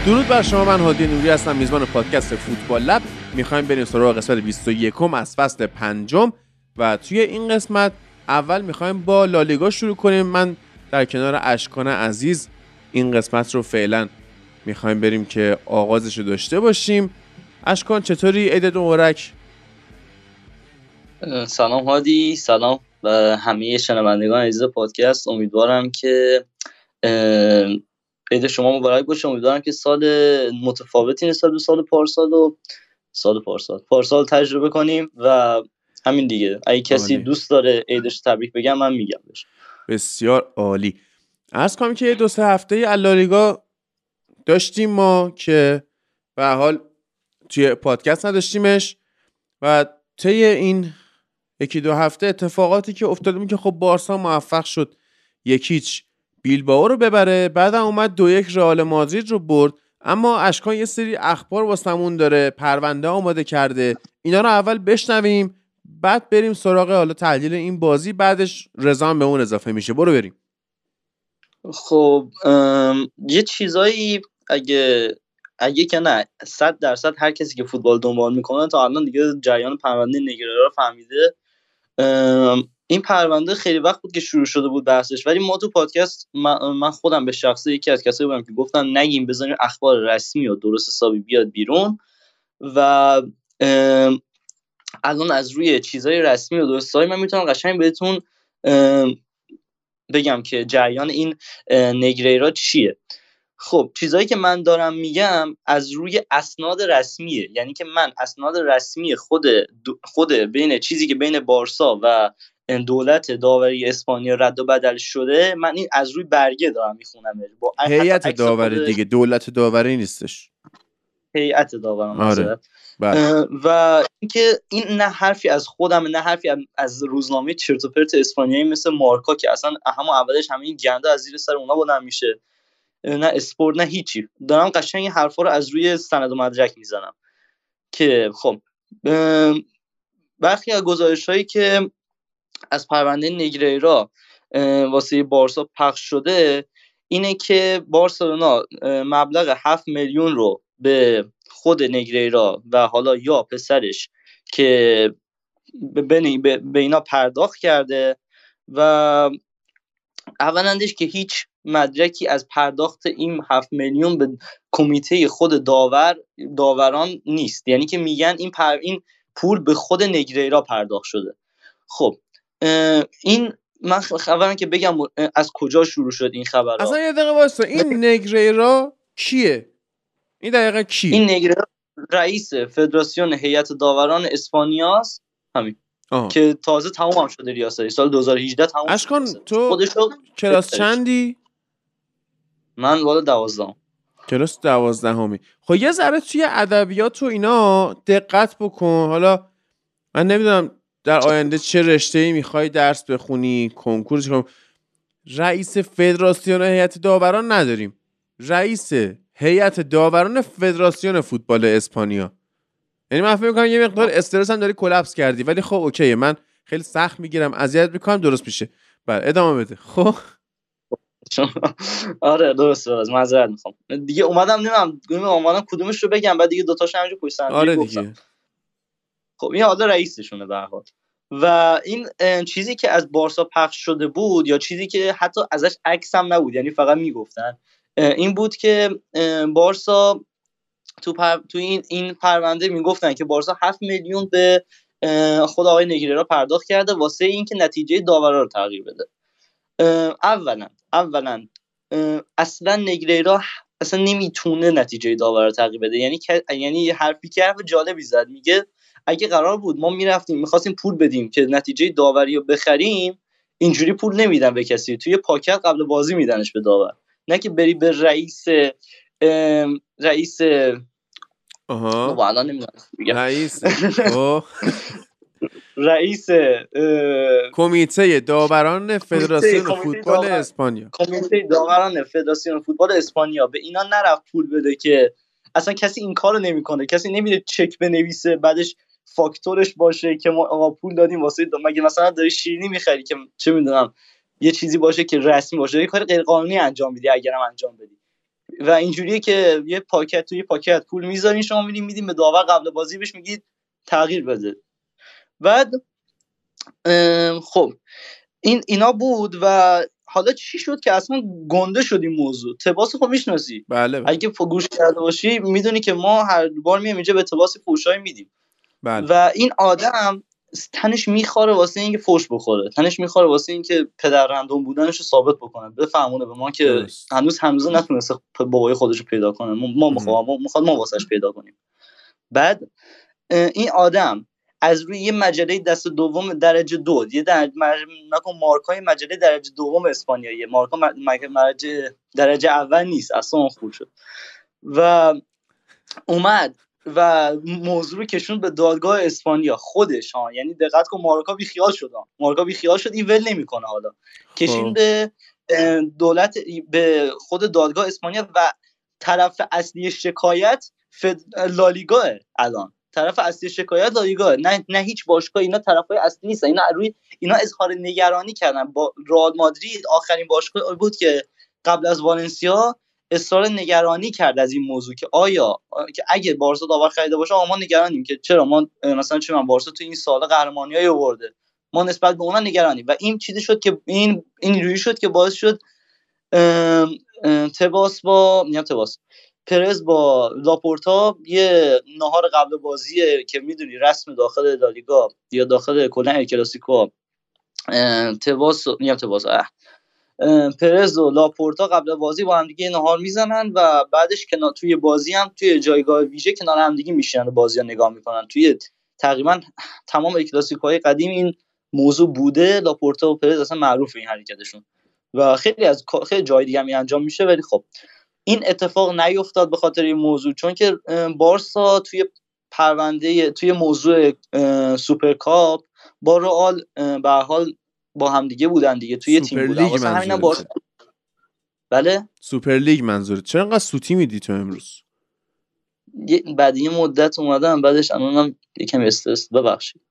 درود بر شما، من هادی نوری هستم، میزبان پادکست فوتبال لب. میخوایم بریم سراغ قسمت 21 از فصل 5 و توی این قسمت اول میخوایم با لالیگا شروع کنیم. من در کنار اشکان عزیز این قسمت رو فعلا میخوایم بریم که آغازش رو داشته باشیم. اشکان چطوری؟ عیدت مبارک. سلام هادی، سلام و همه شنوندگان عزیز پادکست. امیدوارم که عید شما مبارک باشه. امیدوارم که سال متفاوتی نسبت به سال پارسال تجربه کنیم و همین دیگه. اگه کسی دوست داره عیدش تبریک بگم من میگم بهش. بسیار عالی. عرض کنم که 2-3 هفته لالیگا داشتیم ما که به حال توی پادکست نداشتیمش و طی این 1-2 هفته اتفاقاتی که افتادیم که خب بارسا موفق شد 1-0 بیلبائو رو ببره، بعدم اومد 2-1 رئال مادرید رو برد. اما اشکان یه سری اخبار واسمون داره، پرونده آماده کرده، اینا رو اول بشنویم بعد بریم سراغ حالا تحلیل این بازی، بعدش رضا به اون اضافه میشه. برو بریم. خب یه چیزایی اگه که نه 100% هر کسی که فوتبال دنبال میکنه تا الان دیگه جریان پرونده نگرارا رو فهمیده. این پرونده خیلی وقت بود که شروع شده بود بحثش، ولی ما تو پادکست من خودم به شخصه یکی از کسایی بودم که گفتن نگیم، بزنیم اخبار رسمی و درست حسابی بیاد بیرون و الان از روی چیزای رسمی و درست حسابی من میتونم قشنگ بهتون بگم که جریان این نگریرا چیه. خب چیزایی که من دارم میگم از روی اسناد رسمیه، یعنی که من اسناد رسمی خود بین چیزی که بین بارسا و دولت داوری اسپانیا رد و بدل شده، من این از روی برگه دارم میخونم. با هیئت داوری دیگه، دولت داوری نیستش، هیئت داوران معذرت. و اینکه این نه حرفی از خودم نه حرفی از روزنامه چرت و پرت اسپانیایی مثل مارکا که اصلا همون اولش همه این گنده از زیر سر اونا بلند میشه، نه اسپورت نه هیچی. دارم قشنگ این حرفا رو از روی سند و مدرک میزنم که خب برخی از گزارش‌هایی که از پرونده نگریرا واسه بارسا پخش شده اینه که بارسلونا مبلغ 7 میلیون رو به خود نگریرا و حالا یا پسرش که به اینا پرداخت کرده و اولندش که هیچ مدرکی از پرداخت این 7 میلیون به کمیته خود داوران نیست، یعنی که میگن این پول به خود نگریرا پرداخت شده. خب این من خبرم که بگم از کجا شروع شد این خبرها. اصلا یه دقیقه واسه این نگریرا کیه؟ این دقیقا کیه؟ این نگریرا رئیس فدراسیون هیئت داوران اسپانیاست، همین که تازه تمام شده ریاستش سال 2018 تمام شد. اشکان تو کلاس چندی؟ من والا 12. کلاس 12. خب یه ذره توی ادبیات و اینا دقت بکن. حالا من نمیدونم در آینده چه رشته‌ای میخوای درس بخونی، کنکور چه. رئیس فدراسیون هیئت داوران نداریم، رئیس هیئت داوران فدراسیون فوتبال اسپانیا. یعنی من فکر می‌کنم یه مقدار استرس هم داری کلاپس کردی، ولی خب اوکیه، من خیلی سخت میگیرم، اذیت میکنم، درست میشه. بله ادامه بده. خب آره درسته، از معذرت میخوام دیگه. اومدم نمیدونم کدومش رو بگم، بعد دیگه دو تاشو همینجوری پشت سر هم گفتم. خب این حالا رئیسشونه به هر حال. و این چیزی که از بارسا پخش شده بود یا چیزی که حتی ازش عکس هم نبود، یعنی فقط میگفتن، این بود که بارسا تو این پرونده میگفتن که بارسا 7 میلیون به خود آقای نگریرا پرداخت کرده واسه اینکه نتیجه داورا رو تغییر بده. اولا اصلا نگریرا اصلا نمیتونه نتیجه داورا رو تغییر بده. یعنی یه حرف جالبی زد، میگه اگه قرار بود ما میخواستیم پول بدیم که نتیجه داوری رو بخریم، اینجوری پول نمیدن به کسی، توی پاکت قبل بازی میدنش به داور، نه که بری به رئیس الان نمیدونم رئیس کمیته داوران فدراسیون فوتبال اسپانیا، کمیته داوران فدراسیون فوتبال اسپانیا به اینا نرفت پول بده که اصلا کسی این کارو نمیکنه. کسی نمیره چک بنویسه بعدش فاکتورش باشه که ما پول دادیم واسه مگه مثلا داری شیرینی میخری که چه میدونم یه چیزی باشه که رسمی باشه، یه کار غیر قانونی انجام میدی اگرم انجام بدی. و اینجوریه که یه پاکت توی پاکت پول میذارین شما میدین به داور قبل بازی بهش میگید تغییر بده. بعد خب اینا بود و حالا چی شد که اصلا گنده شد این موضوع. تباس خب میشناسی؟ بله. اگه گوش کرده باشی میدونی که ما هر بار میایم اینجا به تباس فوشای میدیم. بله. و این آدم تنش میخوره واسه اینکه فوش بخوره، تنش میخوره واسه اینکه پدر رندوم بودنش رو ثابت بکنه، بفهمونه به ما که هنوز نتونسته بابای خودش رو پیدا کنه، ما میخواد ما واسش پیدا کنیم. بعد این آدم از روی یه مجله دست دوم درجه 2 مارکای مجله درجه دوم اسپانیایی، مارکا درجه اول نیست اصلا، خوب شد و اومد و موضوع رو کشون به دادگاه اسپانیا خودش ها. یعنی دقت کن، مارکا بی خیال شد این ول نمیکنه. حالا کشین به دولت، به خود دادگاه اسپانیا و طرف اصلی شکایت لالیگاه. الان طرف اصلی شکایت لالیگاه، نه هیچ باشگاه. اینا طرفای اصلی نیستن. اینا اظهار نگرانی کردن. با رئال مادرید آخرین باشگاه بود که قبل از والنسیا اصرار نگرانی کرد از این موضوع که آیا که اگه بارسا داور خریده باشه ما نگرانیم که چرا ما مثلا بارسا تو این سال قهرمانیای آورده، ما نسبت به اونا نگرانیم. و این چیزی شد که این روی شد که باعث شد پرز با لاپورتا یه نهار قبل بازی که میدونی رسم داخل لالیگا یا داخل کلا ال کلاسیکو، پرز و لاپورتا قبل بازی با هم دیگه نهار میزنن و بعدش توی بازی هم توی جایگاه ویژه کنار هم دیگه میشینن و بازی ها نگاه میکنن. توی تقریبا تمام کلاسیکوهای قدیم این موضوع بوده. لاپورتا و پرز اصلا معروفه این حرکتشون و خیلی جای دیگه هم انجام میشه. ولی خب این اتفاق نیفتاد به خاطر این موضوع، چون که بارسا توی موضوع سوپرکاپ با رئال به هر حال با هم دیگه بودن دیگه، توی تیم بودن. واسه همینم بارسا بله سوپر لیگ منظورت. چرا انقدر سوتی میدی تو امروز؟ بعد یه مدت اومدم، بعدش الانم یکم استرس، ببخشید.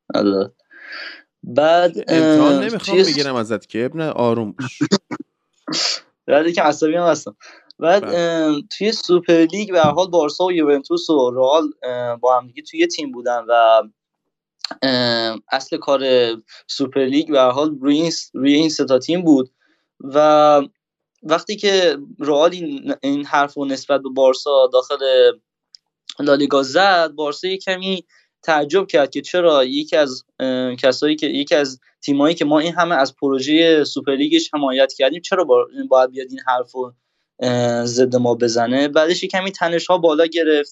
بعد امتحان نمیخوام بگیرم ازت که ابن آروم باش. بعد یکم عصبی هم هستم. بعد توی سوپر لیگ به هر حال بارسا و یوونتوس و رئال با هم دیگه توی تیم بودن و اصل کار سوپر لیگ به هر حال روی این سه تا تیم بود. و وقتی که رئال این حرفو نسبت به بارسا داخل لالیگا زد، بارسا کمی تعجب کرد که چرا یکی از تیمایی که ما این همه از پروژه سوپر لیگش حمایت کردیم چرا باید بیاد این حرفو ضد ما بزنه. بعدش کمی تنش‌ها بالا گرفت.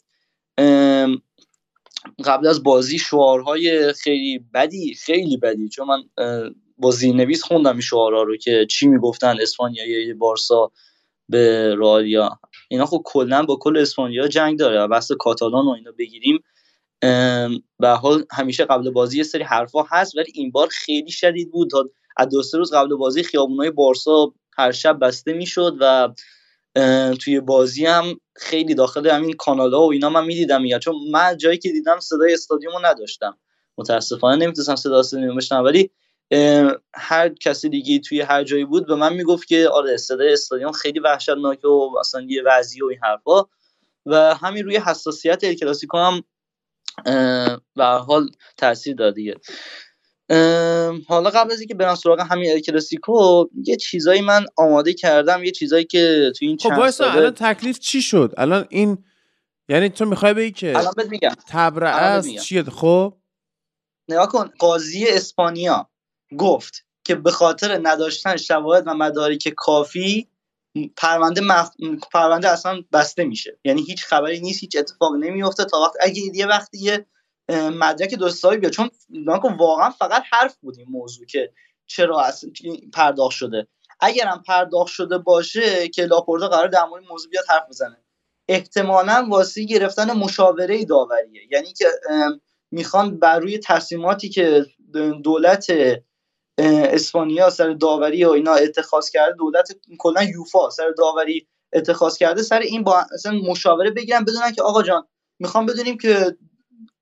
قبل از بازی شعارهای خیلی بدی، چون من با زیرنویس خوندم این شعارها رو که چی میگفتن اسپانیایی بارسا به رئالیا. اینا خب کلا با کل اسپانیا جنگ داره. بحث کاتالان و اینا بگیریم به حال همیشه قبل بازی یه سری حرفا هست، ولی این بار خیلی شدید بود. تا از 2-3 روز قبل بازی خیابونای بارسا هر شب بسته میشد و توی بازی هم خیلی داخل همین کانال‌ها و اینا من می‌دیدم، چون من جایی که دیدم صدای استادیومو نداشتم، متاسفانه نمیتونستم صدای استادیوم بشنوم، ولی هر کسی دیگه توی هر جایی بود به من میگفت که آره صدای استادیوم خیلی وحشتناکه و اصلا یه وضعی و این حرفا. و همین روی حساسیت ال کلاسیکو هم به هر حال تاثیر داد دیگه. حالا قبل از اینکه برم سراغ همین ال کلاسیکو یه چیزایی من آماده کردم، یه چیزایی که تو این چند ساله. الان تکلیف چی شد الان؟ این یعنی تو میخوای بگی که الان بهت میگم تبرئه است چیه؟ خب نگاه کن، قاضی اسپانیا گفت که به خاطر نداشتن شواهد و مدارک کافی پرونده اصلا بسته میشه. یعنی هیچ خبری نیست، هیچ اتفاقی نمیفته تا وقت اگه یه وقتی یه مدرک درستایی بیاد. چون واقعا فقط حرف بود این موضوع که چرا اصلا پرداخت شده. اگرم پرداخت شده باشه که لاپورتا قرار در مورد موضوع بیاد حرف بزنه، احتمالاً واسه گرفتن مشاوره داوریه. یعنی که میخوان بر روی تصمیماتی که دولت اسپانیا سر داوری و اینا اتخاذ کرده، دولت کلا یوفا سر داوری اتخاذ کرده، سر این با اصلا مشاوره بگیرن، بدونن که آقا جان میخوام بدونیم که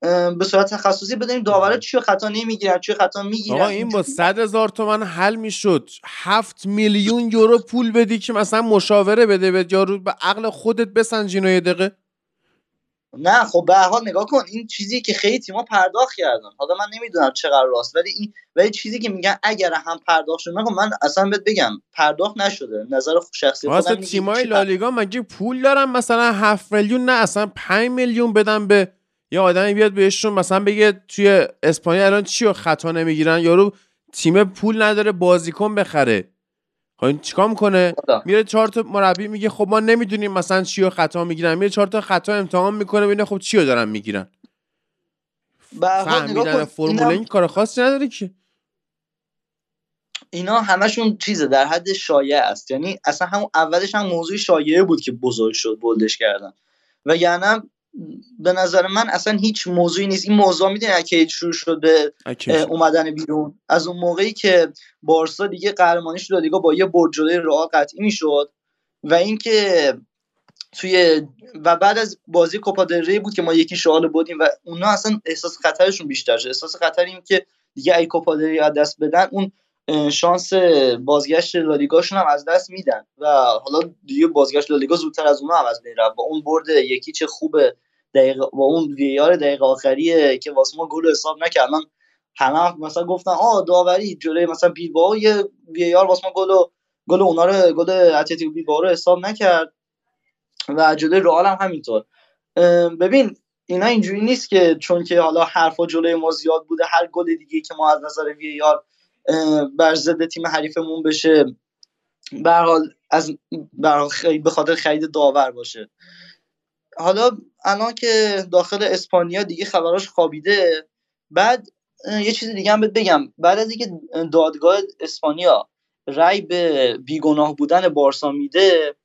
به صورت تخصصی بدونیم داورا چی خطا نمیگیرن چی خطا میگیرن. آقا این با 100,000 تومان حل میشد. 7 میلیون یورو پول بدی که مثلا مشاوره بده به یارو، به عقل خودت بسنجین یه دقیقه. نه خب به هر حال نگاه کن، این چیزی که خیلی تیم‌ها پرداخت کردن، حالا من نمیدونم چقدر راست، ولی چیزی که میگن اگر هم پرداخت شده، من اصلا بهت بگم پرداخت نشده. نظر شخصی خودم میگه تیمای لالیگا مگه پول دارن مثلا 7 میلیون، نه اصلا 5 میلیون بدن به یه آدمی بیاد بهشون مثلا بگه توی اسپانیا الان چیو خطا نمیگیرن؟ یارو تیم پول نداره بازیکن بخره، خب این چیکار میکنه؟ میره 4 تا مربی میگه خب ما نمیدونیم مثلا چیو خطا میگیرن، میره 4 تا خطا امتحان میکنه ببینه خب چیو دارن میگیرن. فهمیدن فرمول این کار خاصی نداره که. اینا همشون چیزه در حد شایعه است، یعنی اصلا همون اولش هم موضوع شایعه بود که بزرگ شد بولدش کردن، و یعنی به نظر من اصلا هیچ موضوعی نیست. این موضوع میدونی که شروع شد به اومدن بیرون از اون موقعی که بارسا دیگه قهرمانیش لالیگا با یه برد جلوی رئال قطعی میشد، و اینکه و بعد از بازی کوپا دل ری بود که ما یکی شعال بودیم و اونا اصلا احساس خطرشون بیشتر شد. احساس خطر این که دیگه ای کوپا دل ری از دست بدن اون شانس بازگشت لالیگاشون هم از دست میدن، و حالا دیگه بازگشت لالیگا زودتر از اونها هم از بین رفت با اون برد یکی چه خوبه دقیقه با اون وی آر دقیقه آخریه که واسه ما گل حساب نکردن. همه مثلا گفتن داوری جلوی مثلا بیلبائو یه وی آر واسه ما گل اونا رو گل اتلتیکو بیلبائو رو حساب نکرد و جلوی رئال هم همینطور. ببین اینا اینجوری نیست که چون که حالا حرفا جلوی ما زیاد بوده هر گل دیگه که ما از نظر وی آر بر ضد تیم حریفمون بشه به هر حال به خاطر خرید داور باشه. حالا الان که داخل اسپانیا دیگه خبراش خوابیده، بعد یه چیز دیگه هم بگم، بعد از اینکه دادگاه اسپانیا رأی به بیگناه بودن بارسا میده،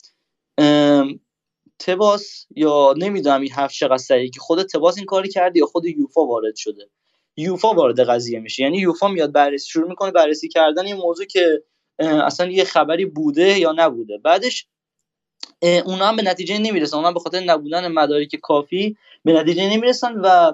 تباس یا نمیدونم این حرف چقدر صحیحه که خود تباس این کاری کرده یا خود یوفا وارد شده. یوفا وارد قضیه میشه، یعنی یوفا میاد شروع میکنه بررسی کردن این موضوع که اصلا یه خبری بوده یا نبوده. بعدش اونا هم به نتیجه نمیرسن، اونا هم به خاطر نبودن مدارک کافی به نتیجه نمیرسن و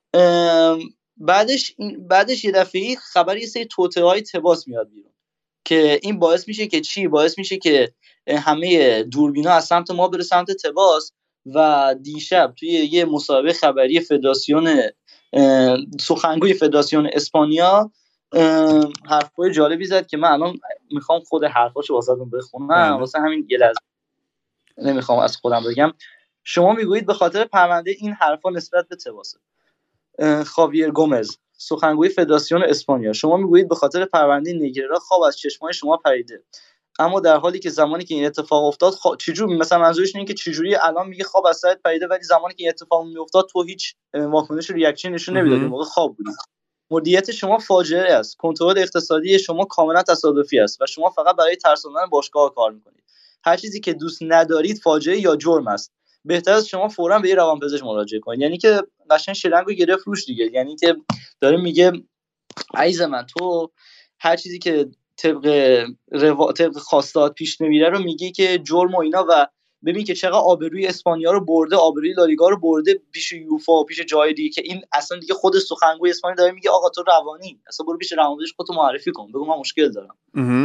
بعدش یه دفعه خبری یه سری توطئه‌های تباس میاد بیرون که این باعث میشه که همه دوربینا از سمت ما بره سمت تباس. و دیشب توی یه مصاحبه خبری فدراسیون سخنگوی فدراسیون اسپانیا حرفای جالبی زد که من الان میخوام خود حرفاشو واسهتون بخونم، واسه همین یه لحظه نمیخوام از خودم بگم. شما میگویید به خاطر پرونده این حرفا نسبت به تباسه. خاویر گومز سخنگوی فدراسیون اسپانیا: شما میگویید به خاطر پرونده نیگرا خواب از چشمای شما پریده، اما در حالی که زمانی که این اتفاق افتاد چجوری، مثلا منظورش اینه که چجوری الان میگه خواب از سرت پریده ولی زمانی که این اتفاق میافتاد تو هیچ واکنش ریاکشن نشون نمیدادی، موقع خواب بودی. مدیریت شما فاجعه است، کنترل اقتصادی شما کاملا تصادفی است و شما فقط برای ترساندن باشگاه کار میکنید. هر چیزی که دوست ندارید فاجعه یا جرم است. بهتر از شما فوراً به یه روانپزشک مراجعه کنید. یعنی که قشنگ شلنگو گرفت روش دیگه، یعنی که داره میگه عزیز من تو هر چیزی که طبق خواستات پیش نمیره رو میگی که جرم و اینا، و ببین که چقدر آبروی اسپانیا رو برده، آبروی لالیگا رو برده پیش یوفا و پیش جای دیگه، که این اصلا دیگه خود سخنگوی اسپانیا داره میگه آقا تو روانی اصلا برو پیش روانپزشک خودتو معرفی کن، بگو من مشکل دارم.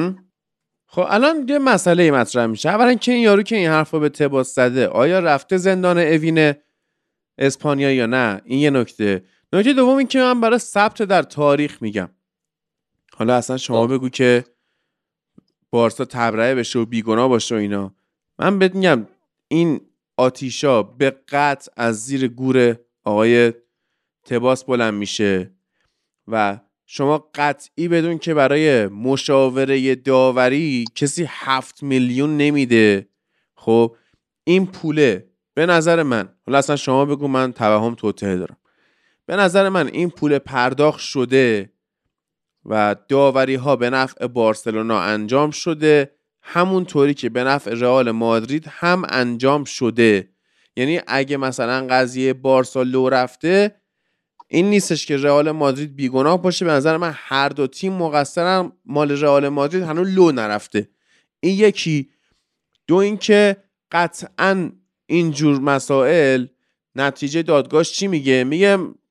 خب الان یه مسئله مطرح میشه. اولا که این یارو که این حرفو به تباس زده آیا رفته زندان اوین اسپانیا یا نه؟ این یه نکته دوم این که من برای ثبت در تاریخ میگم، حالا اصلا شما بگو که بارسا تبرئه بشه و بیگناه باشه و اینا، من بهت میگم این آتیشا به قطع از زیر گور آقای تباس بلند میشه و شما قطعی بدون که برای مشاوره داوری کسی 7 میلیون نمیده. خب این پوله به نظر من، حالا اصلا شما بگو من توهم توطئه دارم، به نظر من این پول پرداخت شده و داوری ها به نفع بارسلونا انجام شده، همون طوری که به نفع رئال مادرید هم انجام شده. یعنی اگه مثلا قضیه بارسا لو رفته، این نیستش که رئال مادرید بیگناه باشه. به نظر من هر دو تیم مقصرن، مال رئال مادرید هنوز لو نرفته. این یکی. دو اینکه قطعاً اینجور مسائل نتیجه دادگاهش چی میگه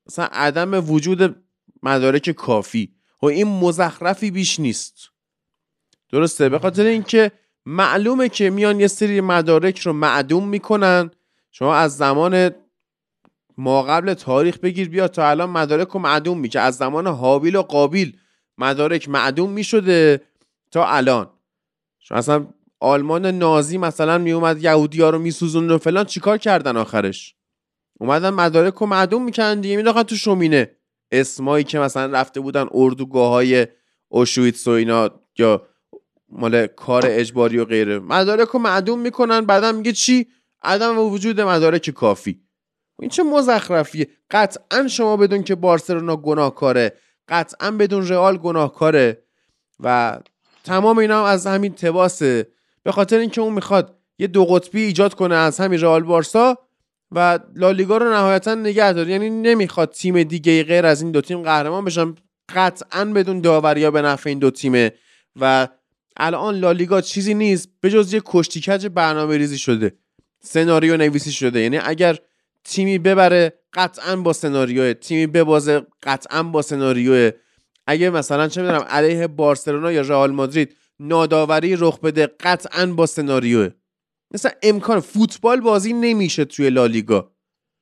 مثلا عدم وجود مدارک کافی و این مزخرفی بیش نیست. درسته؟ به خاطر اینکه معلومه که میان یه سری مدارک رو معدوم میکنن. شما از زمان ما قبل تاریخ بگیر بیا تا الان مدارک رو معدوم میشه. از زمان هابیل و قابیل مدارک معدوم میشده تا الان. شما اصلا آلمان نازی مثلا میومد یهودی‌ها رو میسوزوند و فلان، چیکار کردن آخرش؟ اومدن مدارک رو معدوم میکنن دیگه، مینداختن تو شومینه. اسمایی که مثلا رفته بودن اردوگاه‌های اوشویتس و اینا یا مال کار اجباری و غیره، مدارک رو معدوم میکنن. بعدم میگه چی؟ عدم وجود مدارک کافی. این چه مزخرفیه؟ قطعا شما بدون که بارسلونا گناهکاره، قطعا بدون رئال گناهکاره و تمام اینا هم از همین تباسه. به خاطر اینکه اون میخواد یه دو قطبی ایجاد کنه از همین رئال بارسا و لالیگا رو نهایتا نگه داره. یعنی نمیخواد تیم دیگه غیر از این دو تیم قهرمان بشن، قطعا بدون داوریا به نفع این دو تیمه. و الان لالیگا چیزی نیست به جز یه کشتی کج برنامه ریزی شده، سناریو نویسی شده. یعنی اگر تیمی ببره قطعا با سناریو، تیمی ببازه قطعا با سناریو. اگه مثلا چه میدونم علیه بارسلونا یا رئال مادرید ناداوری رخ بده قطعا با سناریو. مثلا امکان فوتبال بازی نمیشه توی لالیگا،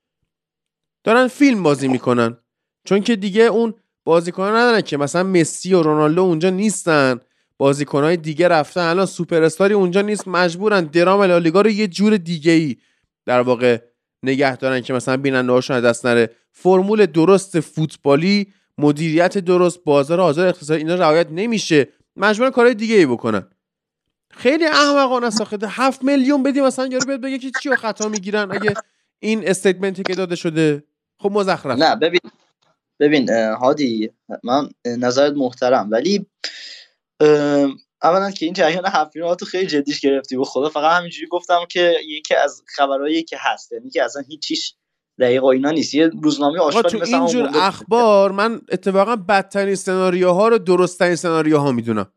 دارن فیلم بازی میکنن. چون که دیگه اون بازیکنان ندارن که مثلا مسی و رونالدو اونجا نیستن، بازیکنهای دیگه رفتن، الان سوپر استاری اونجا نیست، مجبورن درام لالیگا رو یه جور دیگه‌ای در واقع نگه دارن که مثلا بیننده‌هاشون از دست نره. فرمول درست فوتبالی، مدیریت درست، بازار آزاد اقتصادی اینا رعایت نمیشه، مجبورن کارهای دیگه‌ای بکنن. خیلی احمقانه ساخته. 7 میلیون بدی مثلا یارو بهت بگه که چی رو خطا میگیرن اگه این استیتمنتی که داده شده. خب مزخرف. نه ببین هادی، من نظرت محترم، ولی اولا که این جریان 7 میلیون تو خیلی جدیش گرفتی. به خدا فقط همینجوری گفتم که یکی از خبرایی که هست، یعنی که اصلا هیچیش دقیق و اینا نیست، یه روزنامه آشغالی مثلا اینجور اخبار من اتفاقا بدترین سناریوها رو درست‌ترین سناریوها میدونم.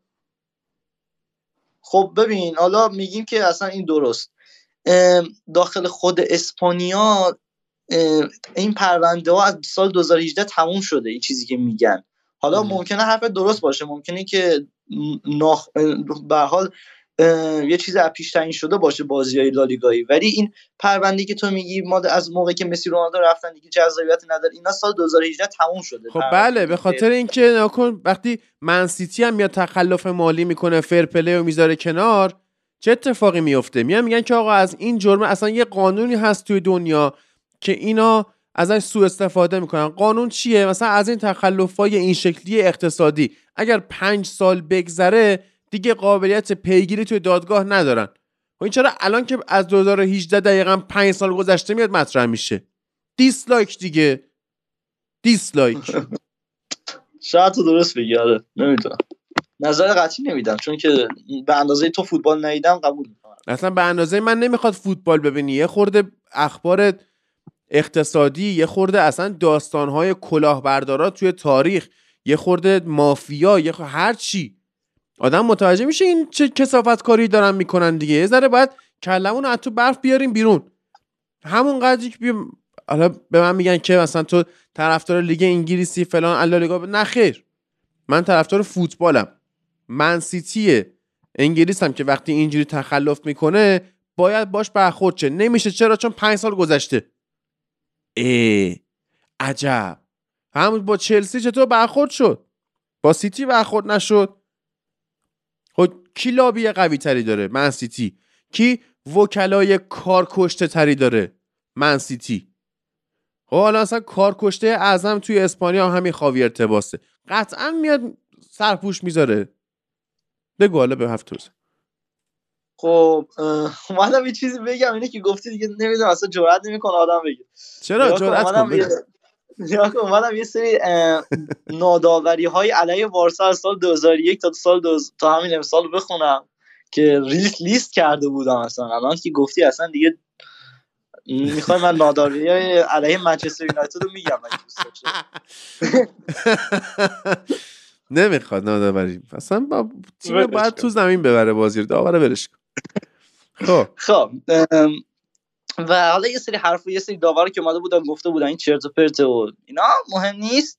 خب ببین حالا میگیم که اصلا این درست. داخل خود اسپانیا این پرونده ها از سال 2018 تموم شده، این چیزی که میگن. حالا ممکنه حرف درست باشه، ممکنه که به هر حال یه چیز از پیش تعیین شده باشه بازیای لالیگایی، ولی این پرونده که تو میگی ما از موقعی که مسی رونالدو رفتن دیگه جذابیتی نداره، اینا سال 2018 تموم شده. خب بله، به خاطر اینکه نکن وقتی من سیتی هم میاد تخلف مالی میکنه، فر پلی رو میذاره کنار، چه اتفاقی میفته؟ میگن که آقا از این جرم اصلا یه قانونی هست توی دنیا که اینا ازش سوء استفاده میکنن. قانون چیه؟ مثلا از این تخلفای این شکلی اقتصادی اگر 5 سال بگذره دیگه قابلیت پیگیری توی دادگاه ندارن. و این چرا الان که از 2018 دقیقاً 5 سال گذشته میاد مطرح میشه؟ دیسلایک دیگه، دیسلایک. شاید تو درست بگی، آره نمیدونم، نظر قطعی نمیدم، چون که به اندازه تو فوتبال ندیدم قبول میکنم. اصلا به اندازه من نمیخواد فوتبال ببینی، یه خورده اخبار اقتصادی، یه خورده اصلا داستانهای کلاهبردارا توی تاریخ، یه خورده مافیا، هر چی، آدم متوجه میشه این چه کثافت کاری دارن میکنن دیگه. یه ذره باید کلمون از تو برف بیاریم بیرون. همون قدری که حالا به من میگن که مثلا تو طرفدار لیگ انگلیسی فلان الالیگا، نه خیر، من طرفدار فوتبالم. من سیتی انگلیس هم که وقتی اینجوری تخلف میکنه باید باش برخورد شه. نمیشه. چرا؟ چون 5 سال گذشته. عجب. همون با چلسی چطور برخورد شد، با سیتی برخورد نشد؟ خب کی لابی قوی تری داره؟ من سیتی. کی وکلای کارکشته تری داره؟ من سیتی. خب حالا اصلا کارکشته اعظم توی اسپانیا هم همین خاویر تباسه، قطعا میاد سرپوش میذاره. بگو حالا به هفتوز. خب اومدم یه چیزی بگم، اینه که گفتی دیگه نمیدونم اصلا جرئت نمیکنه آدم بگه. چرا جرئت کن بگو. اومدم یه سری ناداوری های علیه بارسا از سال 2001 تا همین امسال بخونم که لیست کرده بودم. اصلا الان که گفتی اصلا دیگه میخوای من ناداوری های علیه منچستر یونایتد رو میگم اگه دوست داشتی. نمیخواد ناداوری، اصلا با تیم باید تو زمین ببره بازی رو، داوره برش کن. خب و حالا یه سری حرف و یه سری داوری که اومده بودن گفته بودن این چرت و پرت و اینا مهم نیست.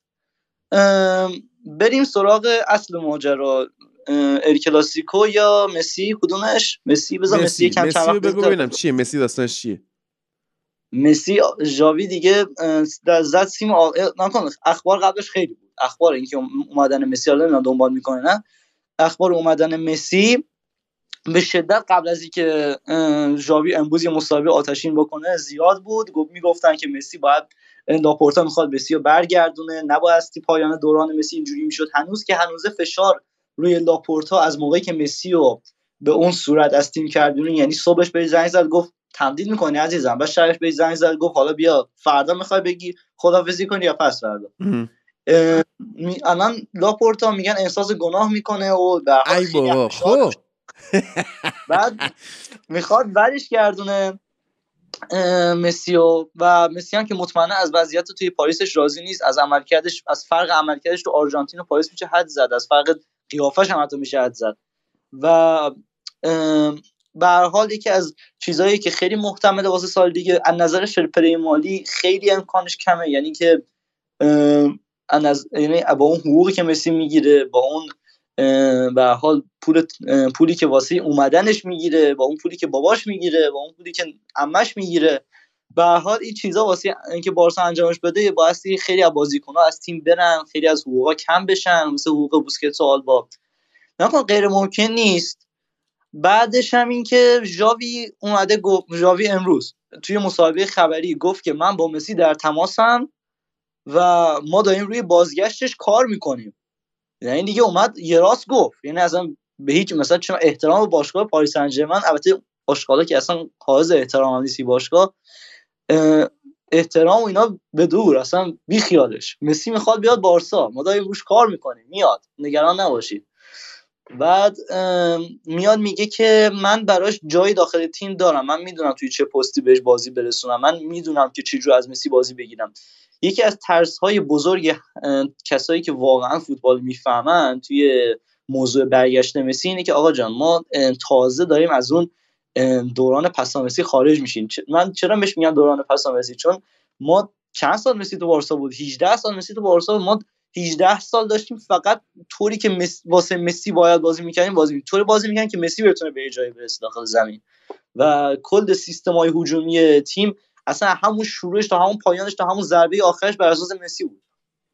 بریم سراغ اصل ماجرا. ال کلاسیکو یا مسی کدومش؟ مسی بذار مسی کم چند وقت بگو ببینم چیه مسی داستانش چیه. مسی ژاوی دیگه زد سیم نکن. اخبار قبلش خیلی بود، اخبار اینکه اومدن مسی رو نمیدونم دنبال میکنه نه، اخبار اومدن مسی به شدت قبل از اینکه ژاوی امروز یه مسابقه آتشین بکنه زیاد بود. میگفتن که مسی باید لاپورتا میخواد مسی رو برگردونه، نبایستی پایان دوران مسی اینجوری میشد. هنوز که هنوز فشار روی لاپورتا از موقعی که مسی رو به اون صورت از تیم کردونه، یعنی صبحش به زنگ زد گفت تمدید میکنی عزیزم، بعد شبش به زنگ زد گفت حالا بیا فردا میخوای بگی خداحافظی کنی یا پس فردا. الان لاپورتا میگن احساس گناه میکنه و در حال خیلی خب بعد میخواد برش گردونه مسی و مسی هم که مطمئنا از وضعیت توی پاریسش راضی نیست، از عملکردش، از فرق عملکردش تو آرژانتین و پاریس میشه حد زد، از فرق قیافش هم حتی میشه حد زد. و به هر حال یکی از چیزایی که خیلی محتمله واسه سال دیگه از نظر فرپری مالی خیلی امکانش کمه، یعنی که یعنی با اون حقوقی که مسی میگیره، با اون به هر حال پولی که واسه اومدنش میگیره، با اون پولی که باباش میگیره، با اون پولی که عمش میگیره، به هر حال این چیزا واسه اینکه بارسا انجامش بده واسه خیلی از بازیکن‌ها از تیم برن، خیلی از حقوقا کم بشن، مثل حقوق بوسکتس و آلبا. نکن غیر ممکن نیست. بعدش هم این که ژاوی اومده گفت، ژاوی امروز توی مصاحبه خبری گفت که من با مسی در تماسم و ما داریم روی بازگشتش کار میکنیم. یعنی دیگه اومد یه راست گفت، یعنی اصلا به هیچ مثلا چون احترام باشگاه پاریس سن ژرمن، البته آشغالا که اصلا حائز احترام نیستی باشگاه، احترام و اینا به دور، اصلا بی خیالش. مسی میخواد بیاد بارسا، ما داریم روش کار میکنیم، میاد، نگران نباشید. بعد میاد میگه که من براش جایی داخل تیم دارم، من میدونم توی چه پستی بهش بازی برسونم، من میدونم که چجور از مسی بازی بگیرم. یکی از ترس‌های بزرگ کسایی که واقعا فوتبال میفهمن توی موضوع برگشت مسی اینه که آقا جان ما تازه داریم از اون دوران پسا مسی خارج میشیم. من چرا بهش میگم دوران پسا مسی؟ چون ما چند سال مسی تو بارسا بود؟ 18 سال مسی تو بارسا بود. ما 18 سال داشتیم فقط طوری که واسه مسی باید بازی می‌کردیم طوری بازی می‌کردیم که مسی بتونه به جایی برسه داخل زمین، و کل سیستم‌های هجومی تیم اصلا همون شروعش تا همون پایانش تا همون ضربه آخرش بر اساس مسی بود.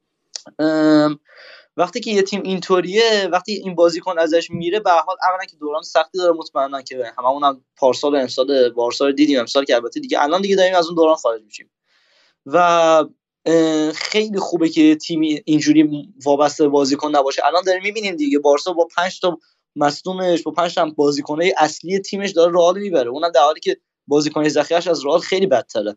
وقتی که یه تیم اینطوریه، وقتی این بازیکن ازش میره، به هر حال اولا که دوران سختی داره، مطمئنا که هممون هم پارسال و امسال بارسا رو دیدیم، امسال که البته دیگه الان دیگه داریم از اون دوران خارج میشیم و خیلی خوبه که تیمی اینجوری وابسته به بازیکن نباشه. الان داریم میبینیم دیگه بارسا با 5 تا مصدومش، با 5 تا بازیکنای اصلی تیمش داره رئال میبره، اونم در حالی که بازیکن ذخیره‌اش از رئال خیلی بدتره.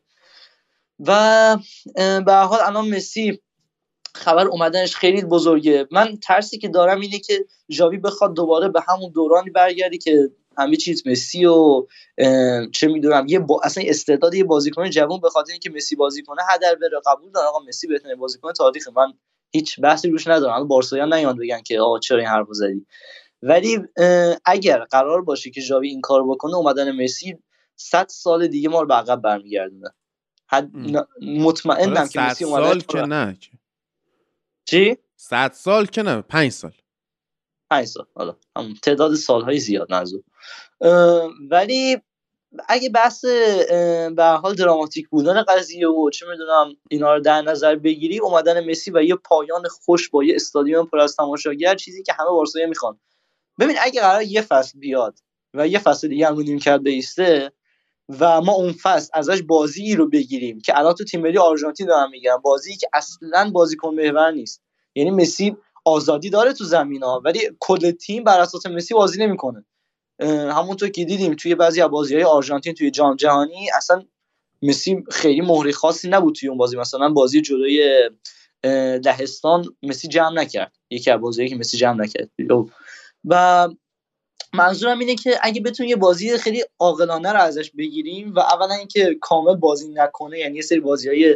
و به هر حال الان مسی خبر اومدنش خیلی بزرگه. من ترسی که دارم اینه که ژاوی بخواد دوباره به همون دورانی برگردی که همه چیز مسی و چه میدونم اصلا استعداد یه بازیکن جوان به خاطر اینکه مسی بازی کنه هدر بره. قبول دارم آقا مسی بهترین بازیکن تاریخه، من هیچ بحثی روش ندارم، بارساییان نمیان بگن که آقا چرا این حرفو زدی. ولی اگر قرار باشه که ژاوی این کارو بکنه، اومدن مسی 100 سال دیگه ما رو به عقب برمیگردونه. مطمئنم که مسی اومدن 100 سال که نه. چی؟ 100 سال که نه، 5 سال. 5 سال، حالا همون تعداد سالهای زیاد نزو. ولی اگه بحث به هر حال دراماتیک بودن قضیه و چه میدونم اینا رو در نظر بگیری، اومدن مسی و یه پایان خوش با یه استادیوم پر از تماشاگر، چیزی که همه بارسایی میخوان. ببین اگه قرار یه فصل بیاد و یه فصل دیگه هم نیمکت بیسته و ما اون فصل ازش بازی رو بگیریم که الان تو تیم ملی آرژانتین دارم میگم، بازی که اصلا بازیکن محور نیست، یعنی مسی آزادی داره تو زمینا ولی کل تیم بر اساس مسی بازی نمیکنه. همونطور که دیدیم توی بعضی از بازی‌های آرژانتین توی جام جهانی اصلا مسی خیلی مهری خاصی نبود توی اون بازی. مثلا بازی جلوی لهستان مسی جمع نکرد، یکی از بازیایی که مسی جمع نکرد. و منظورم اینه که اگه بتونیم یه بازی خیلی عاقلانه رو ازش بگیریم و اولا اینکه کامل بازی نکنه، یعنی یه سری بازی‌های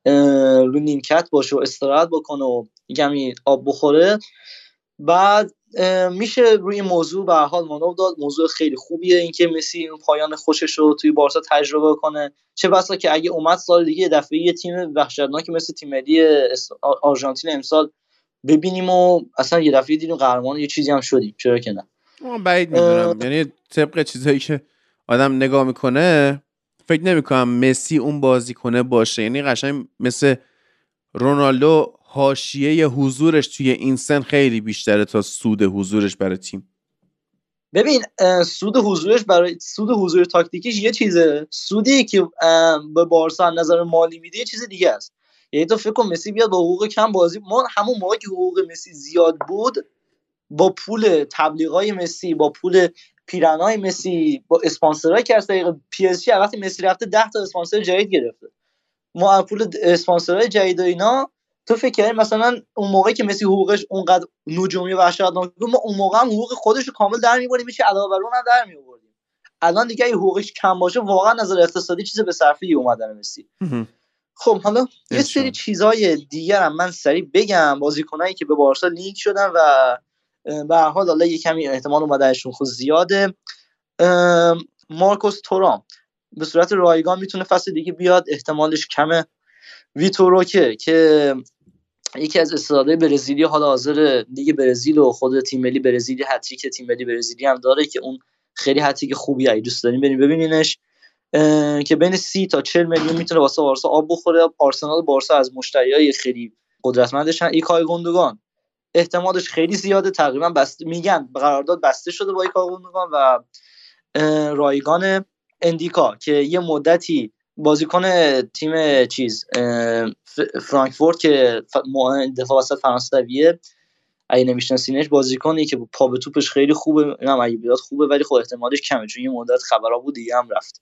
رو نیمکت باشه و استراحت بکنه و کمی آب بخوره، بعد میشه روی موضوع به هر حال مانو داد. موضوع خیلی خوبیه اینکه مسی این پایان خوشش رو توی بارسا تجربه کنه، چه بسا که اگه اومد سال دیگه یه دفعه یه تیم وحشتناکی مثل تیم ملی آرژانتین امسال ببینیم و اصلا یه دفعه دیدیم قهرمان یه چیزی هم شدیم، چرا که نه. من بعید میدونم، یعنی طبق چیزایی که آدم نگاه میکنه فکر نمیکنم مسی اون بازیکنه باشه، یعنی قشنگ مثل رونالدو حاشیه حضورش توی این سن خیلی بیشتره تا سود حضورش برای تیم. ببین سود حضور تاکتیکیش یه چیزه، سودی که به بارسا نظر مالی میده یه چیز دیگه است. یعنی تو فکر کن مسی بیاد با حقوق کم بازی، ما همون موقعی که حقوق مسی زیاد بود با پول تبلیغای مسی، با پول پیرنای مسی، با اسپانسرایی که از طریق پی اس جی وقتی مسی رفته 10 تا اسپانسر جدید گرفته، ما پول اسپانسرای جدید و اینا، تو فکر کردی مثلا اون موقعی که مسی حقوقش اونقدر نجومی و وحشتناک بود ما اون موقع هم حقوق خودش رو کامل در می‌آوردیم، میشه علاوه بر اون هم در می‌آوردیم. الان دیگه اگه حقوقش کم باشه واقعا نظر اقتصادی چیز به صرفه اومدن مسی. خب حالا یه سری چیزای دیگر هم من سریع بگم. بازیکنایی که به بارسا لینک شدن و به هر حال یه کمی احتمال اومدنشون خود زیاده. مارکوس تورام به صورت رایگان میتونه فصل دیگه بیاد، احتمالش کمه. ویتور روکه که یکی از استعدادهای برزیلی حال حاضر لیگ برزیل و خود تیم ملی برزیلی، هتریک تیم ملی برزیلی هم داره که اون خیلی هتریک خوبیه، اگه دوست دارین بریم ببینینش، که بین 30 تا 40 میلیون میتونه واسه بارسا آب بخوره. آرسنال بارسا از مشتریای خیلی قدرتمندشن. ایکای گوندوگان احتمالش خیلی زیاده، تقریبا بسته، میگن قرارداد بسته شده با ایکای گوندوگان. و رایگان اندیکا که یه مدتی بازیکن تیم فرانکفورت که دفاع وسط فرانسویه، اگه نمیشناسینش، بازیکنی که پا به توپش خیلی خوبه، اینم اگه بیاد خوبه، ولی خب احتمالش کمه چون یه مدت خبرا بود دیگه هم رفت.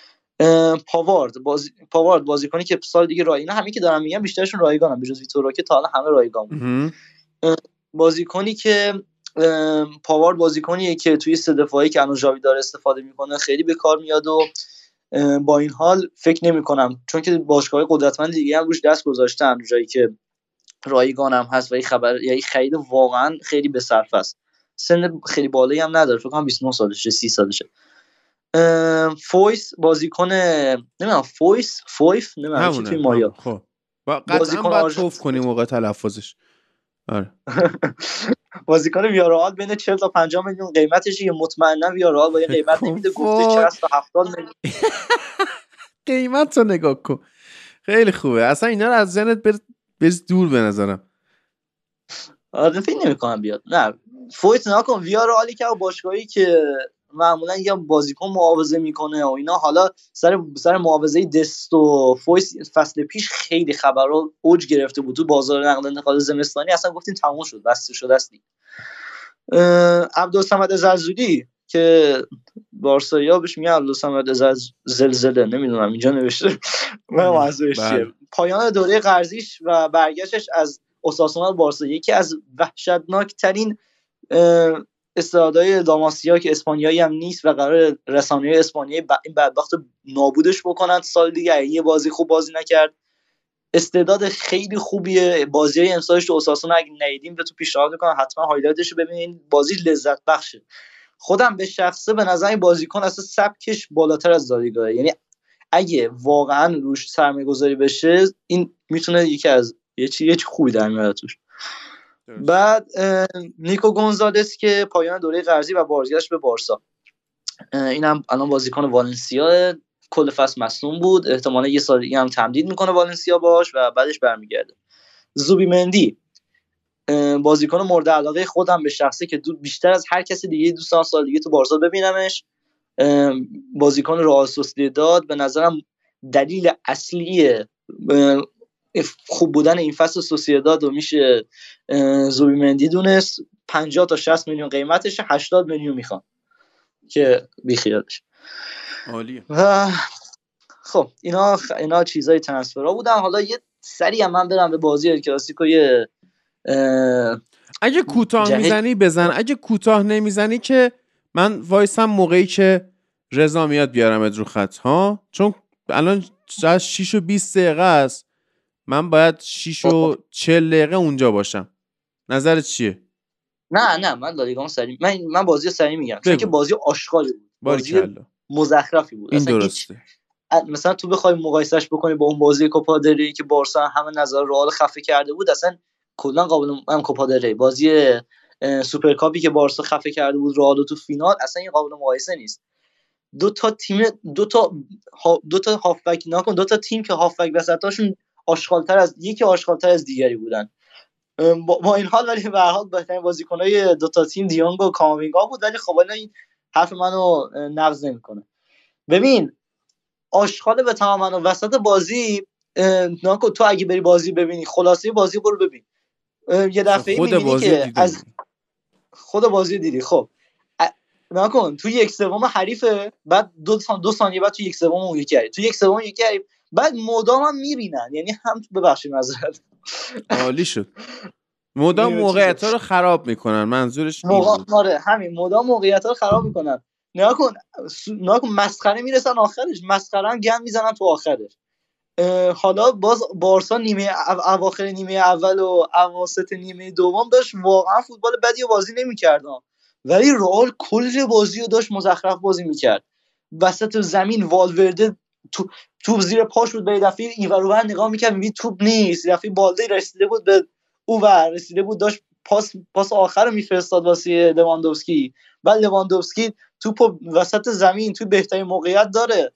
پاوارد بازیکنی که سال دیگه اینا همین که دارم میگم بیشترشون رایگانن، به جز ویتورو که تا حالا همه رایگان بود. بازیکنی که پاوارد بازیکنیه که توی سه دفاعی که الان ژاوی داره استفاده میکنه خیلی به کار میاد و با این حال فکر نمی‌کنم، چون که باشگاه‌های قدرتمند دیگه هم روش دست گذاشتن جایی که رایگان هم هست و این خبر یعنی خرید واقعا خیلی به صرفه است. سن خیلی بالایی هم نداره، فکر کنم 29 سالشه 30 سالشه. فویس بازیکن نمیدونم فویف نمیدونم چی توی مایا، خب قطعا باید توف کنیم موقع تلفظش. آره بازیکن ویارال بین 40 تا 50 میلیون قیمتشه، مطمئنا ویارال با این قیمت نمیده، گفته 60 تا 70 میلیون. قیمت رو نگاه کن خیلی خوبه، اصلا اینا رو از ذهنت بز دور به نظرم. آره فکر نمی‌کنم بیاد. نه فویت نکن، ویارالی که باشگاهی که معمولا یه بازیکن معاوضه میکنه و اینا، حالا سر معاوضه دست و فویس فصل پیش خیلی خبرها اوج گرفته بود تو بازار نقل و انتقال زمستانی، اصلا گفتیم تموم شد بسته شده است. عبدالصمد زلزولی که بارسایا بهش میگن عبدالصمد زلزله، نمیدونم اینجا نوشته من منظورش چیه. پایان دوره قرضیش و برگشتش از اوساسونا بارسا یکی از وحشتناک ترین استعدادهای لاماسیا که اسپانیایی هم نیست و قرار رسانه‌های اسپانیایی این بدبخت نابودش بکنن سال دیگه یه بازی خوب بازی نکرد. استعداد خیلی خوبیه، بازیای امسالش تو اوساسونا اگه ندیدین به تو پیشنهاد میکنم حتما هایلایتش رو ببینین، بازی لذت بخشه. خودم به شخصه به نظر این بازیکن اصلا سبکش بالاتر از لالیگا، یعنی اگه واقعا روش سرمایه‌گذاری بشه این میتونه یکی از یه خوبی در میاره توش. بعد نیکو گونزالس که پایان دوره قرضی و بازگشت به بارسا، اینم الان بازیکن والنسیا، کل فصل مصدوم بود، احتمالاً یه سال دیگه هم تمدید میکنه والنسیا باش و بعدش برمیگرده. زوبیمندی بازیکن مورد علاقه خودم به شخصه که بیشتر از هر کسی دیگه دوستان سال دیگه تو بارسا ببینمش. بازیکن رئال سوسییداد به نظرم دلیل اصلی خوب بودن این فصل سوسییداد رو میشه زوبیمندی دونست. 50 تا 60 میلیون قیمتشه، 80 میلیون میخوان که بیخیالش. عالیه. خب اینا چیزای ترانسفرها بودن. حالا یه سری هم من برم به بازی ال کلاسیکو. اگه کوتاه میزنی بزن، اگه کوتاه نمیزنی که من وایسم موقعی که رضا میاد بیارمت رو خط ها، چون الان 6 و 20 دقیقه است، من باید 6 و 40 دقیقه اونجا باشم. نظرت چیه؟ نه من لالیگا سری من بازی سری میگم چون که بازی آشغالی بود، بازی مزخرفی بود. این اصلا درسته. مثلا تو بخوای مقایسهش بکنی با اون بازی کوپا دل ری که بارسا همه نظر رئال خفه کرده بود، اصلا کلا قابل کوپا دل ری، بازی سوپرکاپی که بارسا خفه کرده بود رئال تو فینال، اصلا این قابل مقایسه نیست. دو تا هافبک ناکن، دو تا تیم که هافبک وسطاشون آشغال‌تر از دیگری بودن. با این حال ولی به هر حال بهترین بازیکنای دو تا تیم دیونگ و کامینگا بود. ولی خب این حرف منو نقض نمیکنه. ببین آشغال به تمام و وسط بازی ناکن، تو اگه بری بازی ببینی، خلاصه بازی برو ببین، یه دفعه میبینی که از خود بازی دیدی. خب ناکن تو 1/3 حریفه، بعد دو ثانیه بعد تو 1/3 اون یکی حریف، تو 1/3 یکی حریف، بعد مدام هم میبینن. یعنی هم ببخشید معذرت، عالی شد، مدام موقعیت‌ها رو خراب میکنن، منظورش این بود. آره همین، مدام موقعیت‌ها رو خراب میکنن. ناکن مسخره میرسن آخرش، مسخره هم گند میزنن تو آخرش. حالا باز بارسا اواخر نیمه اول و اواسط نیمه دوم داشت واقعا فوتبال بدی و بازی نمی‌کرد، ولی رئال کل بازی رو داشت مزخرف بازی می‌کرد. وسط زمین والورده توپ زیر پاش بود، به دفعه اینور اونور نگاه می‌کرد می‌دید توپ نیست، دفعه بالده رسیده بود به اونور، رسیده بود داشت پاس آخر رو میفرستاد واسه لواندوفسکی، بعد لواندوفسکی توپ وسط زمین توی بهترین موقعیت داره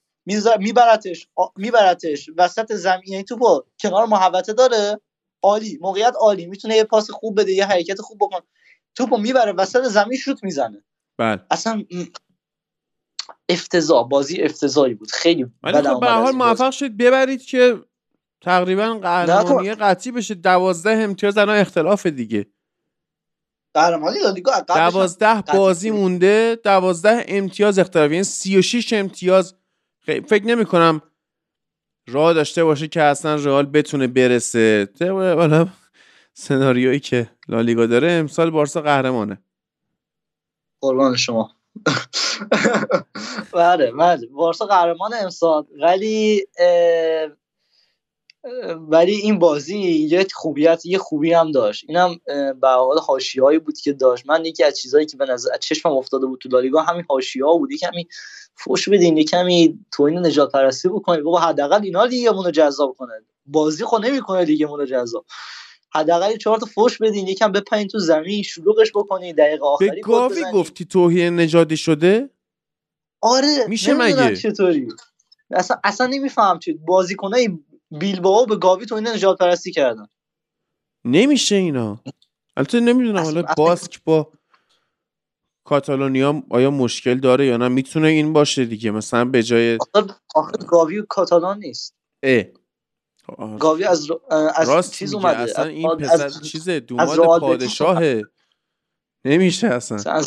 میبرتش وسط زمین، یعنی توپو کنار محوطه داره، عالی موقعیت، عالی میتونه یه پاس خوب بده، یه حرکت خوب بکنه، توپو میبره وسط زمین شوت میزنه. بله اصلا افتضاح، بازی افتضاحی بود، خیلی ولی خب به هر حال موفق شد ببرید که تقریبا قهرمانی قطعی بشه. 12 امتیاز الان اختلاف دیگه، قهرمانی لالیگا 12 بازی مونده، 12 امتیاز اختلاف، یعنی 36 امتیاز. فکر نمی کنم راه داشته باشه که اصلا رئال بتونه برسه. والا سناریویی که لالیگا داره امسال بارسا قهرمانه. قربان شما. بله بارسا قهرمان امسال، ولی این بازی یه خوبی هم داشت، اینم به حال حاشیه‌ای بود که داشت. من یکی از چیزایی که به نظر چشمم افتاده بود تو لالیگا همین حاشیه‌ها بود. کمی فوش بدین، یکمی توهین نجات پرستی بکنید، بابا حداقل اینا لیگمون رو جذاب کنه، بازی خو نمی‌کنه لیگمون رو جذاب، حداقل 4 تا فوش بدین، یکم بپرین تو زمین شلوغش بکنید، دقیقه آخری گل بزنید. به گاوی گفتی توهین نژادی شده؟ آره میشه مگه؟ چطوری اصلا نمیفهم چه بازیکنای بیلبائو به گاوی توهین نژاد پرستی کردن. نمیشه اینا. البته نمیدونم حالا باسک با کاتالونیا آیا مشکل داره یا نه، میتونه این باشه دیگه، مثلا به جای آخه گاوی کاتالان نیست، گاوی از چیز اومده، اصلا این پسر چیزه دوماد پادشاهه، نمیشه اصلا.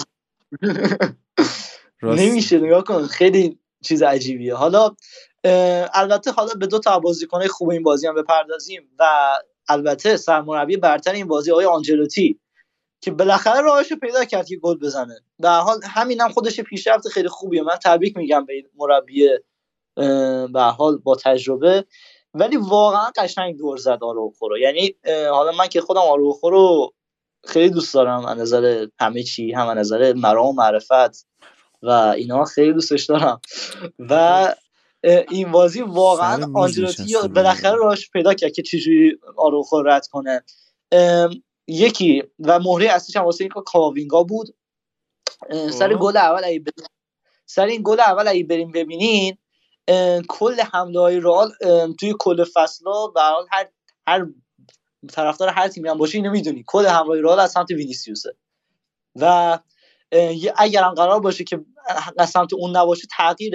نمیشه، نگاه کن خیلی چیز عجیبیه. حالا البته حالا به 2 تا بازیکن خوب این بازی هم بپردازیم و البته سرمربی برتر این بازی آقای آنجلوتی که بالاخره راهشو پیدا کرد که گل بزنه. در حال همینم خودش پیشرفت خیلی خوبیه، من تبریک میگم به این مربی به حال با تجربه، ولی واقعا قشنگ دور زد آروخو رو. یعنی حالا من که خودم آروخو رو خیلی دوست دارم، از نظر همه چی، هم از نظر مرام و معرفت و اینا خیلی دوستش دارم، و این بازی واقعا آنجلوتی بالاخره راهش پیدا کرد که چجوری آروخو رد کنه. یکی و مهره اصلیش هم واسه این کاوینگا بود. سر این گل اول اگه بریم ببینین، کل حمله های رئال توی کل فصلا به هر طرفدار هر تیمی هم باشه اینو میدونی، کل حمله رئال از سمت وینیسیوسه و اگر هم قرار باشه که از سمت اون نباشه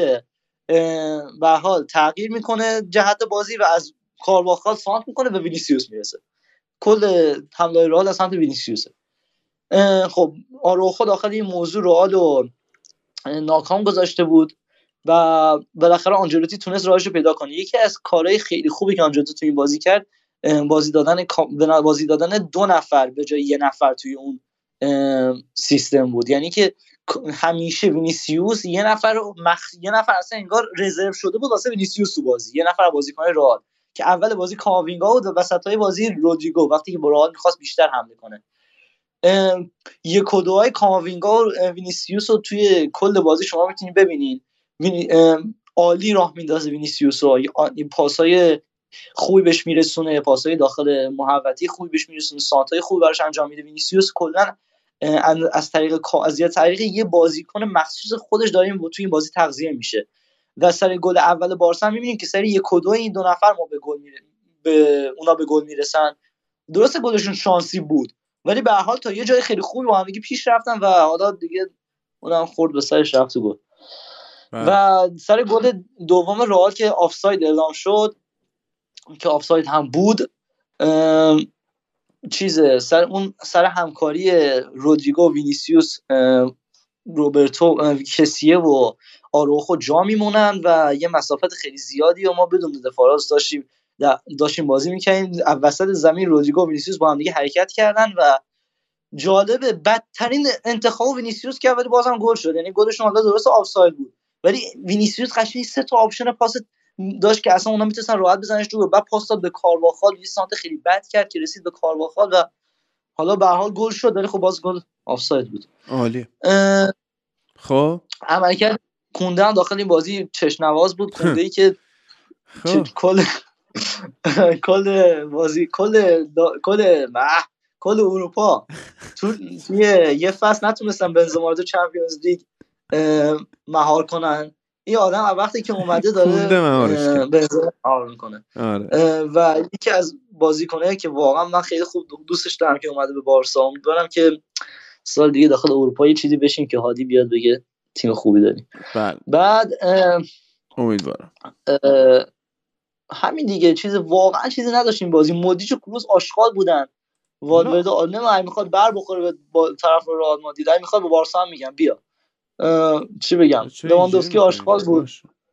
به حال تغییر میکنه جهت بازی و از کارواخال سانت میکنه به وینیسیوس میرسه، کل حمله رئال از سمت وینیسیوسه. خب آروخو داخل این موضوع رئال رو ناکام گذاشته بود و بالاخره آنجلوتی تونست راهش رو پیدا کنه. یکی از کارهای خیلی خوبی که آنجلوتی تو این بازی کرد بازی دادن 2 نفر به جای 1 نفر توی اون سیستم بود. یعنی که همیشه وینیسیوس یه نفر اصلا انگار رزرو شده بود واسه وینیسیوس تو بازی، 1 نفر بازیکن رئال که اول بازی کاماوینگا بود و وسطای بازی رودریگو وقتی که رئال می‌خواست بیشتر حمله کنه. یک و دوهای کاماوینگا و وینیسیوس رو توی کل بازی شما میتونید ببینین. عالی راه میندازه وینیسیوس رو، این پاسای خوبی بهش میرسونه، پاسای داخل محوطه خوبی بهش میرسونه، سانتای خوبی براش انجام میده. وینیسیوس کلا از طریق یه بازیکن مخصوص خودش داره توی این بازی تغذیه میشه و سر گل اول بارسا میبینیم که سر یک و دو این دو نفر ما به گل میرسن. درسته گلشون شانسی بود ولی به هر حال تا یه جای خیلی خوبی با هم دیگه پیش رفتن و حالا دیگه اونم خورد به سرش رفت تو گل. و سر گل دوم رئال که آفساید اعلام شد که آفساید هم بود، سر همکاری رودریگو، وینیسیوس، روبرتو، کسیه و آروخو جا میمونن و یه مسافت خیلی زیادی و ما بدون دفاراز داشتیم بازی میکنیم. وسط زمین رودریگو و وینیسیوس با هم دیگه حرکت کردن و جالبه بدترین انتخاب وینیسیوس که ولی بازم گل شد. یعنی گلشون حالا درست آفساید بود ولی وینیسیوس قشنگ 3 تا آپشن پاس داشت که اصلا اونا میتونن راحت بزننش رو، بعد پاس داد به کارواخال، یه سانت خیلی بد کرد که رسید به کارواخال و حالا به هر حال گل شد ولی خب باز گل آفساید بود. عالی. خب عملکرد کونده هم داخل این بازی چشم‌نواز بود. کنده‌ای که کل اروپا توی یه فصل نتونستن بنزما رو چمپیونز لیگ مهار کنن. این آدم وقتی که اومده داره بنزما مهار میکنه. و یکی از بازیکنایی که واقعا من خیلی خوب دوستش دارم که اومده به بارسا، امیدوارم که سال دیگه داخل اروپا یه چیزی بشین که هادی بیاد بگه تیم خوبی داریم. بعد امیدوارم همین دیگه، واقعا چیزی نداشتیم بازی. مودریچ و کروس آشغال بودن. والورده آلمان میخواد بر بخوره به طرف رئال مادرید، میخواد به بارسا هم میگم بیا. چی بگم، لواندوفسکی آشغال بود.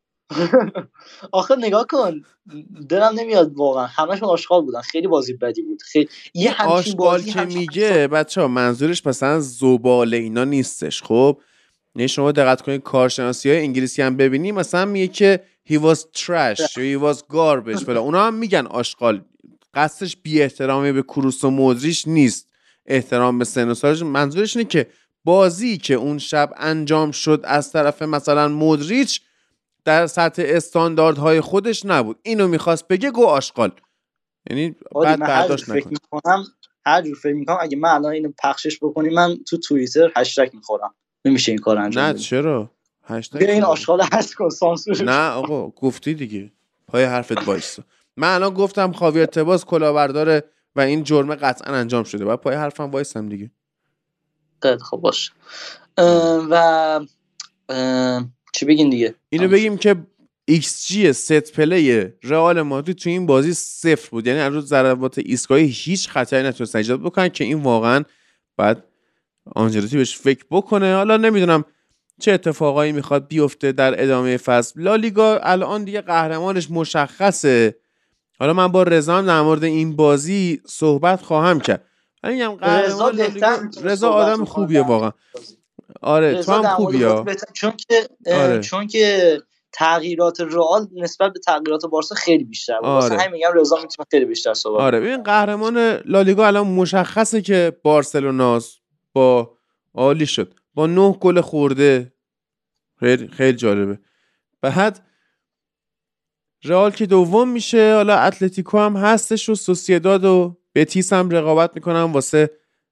آخه نگاه کن دلم نمیاد واقعا، همشون آشغال بودن، خیلی بازی بدی بود. یه همچین بازی که میگه بچه‌ها منظورش مثلا زباله اینا نیستش. خب یعنی شما دقت کنید کارشناسی‌های انگلیسی هم ببینی مثلا میگه که he was trash یا he was garbage فلان، اونا هم میگن آشغال. قصدش بی احترامی به کروس و مودریچ نیست، احترام به سن و سالش. منظورش اینه که بازی که اون شب انجام شد از طرف مثلا مودریچ در سطح استانداردهای خودش نبود. اینو میخواست بگه گو آشغال. یعنی بعد برداشت نکنم. هر جور فکر میکنم اگه من الان اینو پخشش بکنیم من تو توییتر هشتگ میخورم. نمیشه این کار انجام بدیم. نه چرا؟ هشتگ بیا این آشغال هست کن سانسورش. نه آقا گفتی دیگه، پای حرفت وایسا. من الان گفتم خاویر تباس کلاهبرداره و این جرم قطعا انجام شده، بعد پای حرفم وایسم دیگه. خب باشه. و چی بگیم دیگه؟ اینو بگیم که XG ست پلی رئال مادرید تو این بازی 0 بود. یعنی از روز ضربات ایستگاهی هیچ خطری نتونستن ایجاد بکنن که این واقعا بعد آنجلوتی بهش فکر بکنه. حالا نمیدونم چه اتفاقایی میخواد بیفته در ادامه فصل. لالیگا الان دیگه قهرمانش مشخصه. حالا من با رضا در مورد این بازی صحبت خواهم کرد. ولی میگم قهرمان لالیگا رضا آدم خوبیه واقعا. آره تو هم خوبیه. چون که تغییرات رئال نسبت به تغییرات بارسا خیلی بیشتر بود. واسه همین میگم رضا میتونه خیلی بیشتر صحبت کنه. آره ببین قهرمان لالیگا الان مشخصه که بارسلوناست. با عالی شد با 9 گل خورده. خیلی جالبه. بعد رئال که دوم میشه، حالا اتلتیکو هم هستش و سوسییداد و بتیس هم رقابت میکنن واسه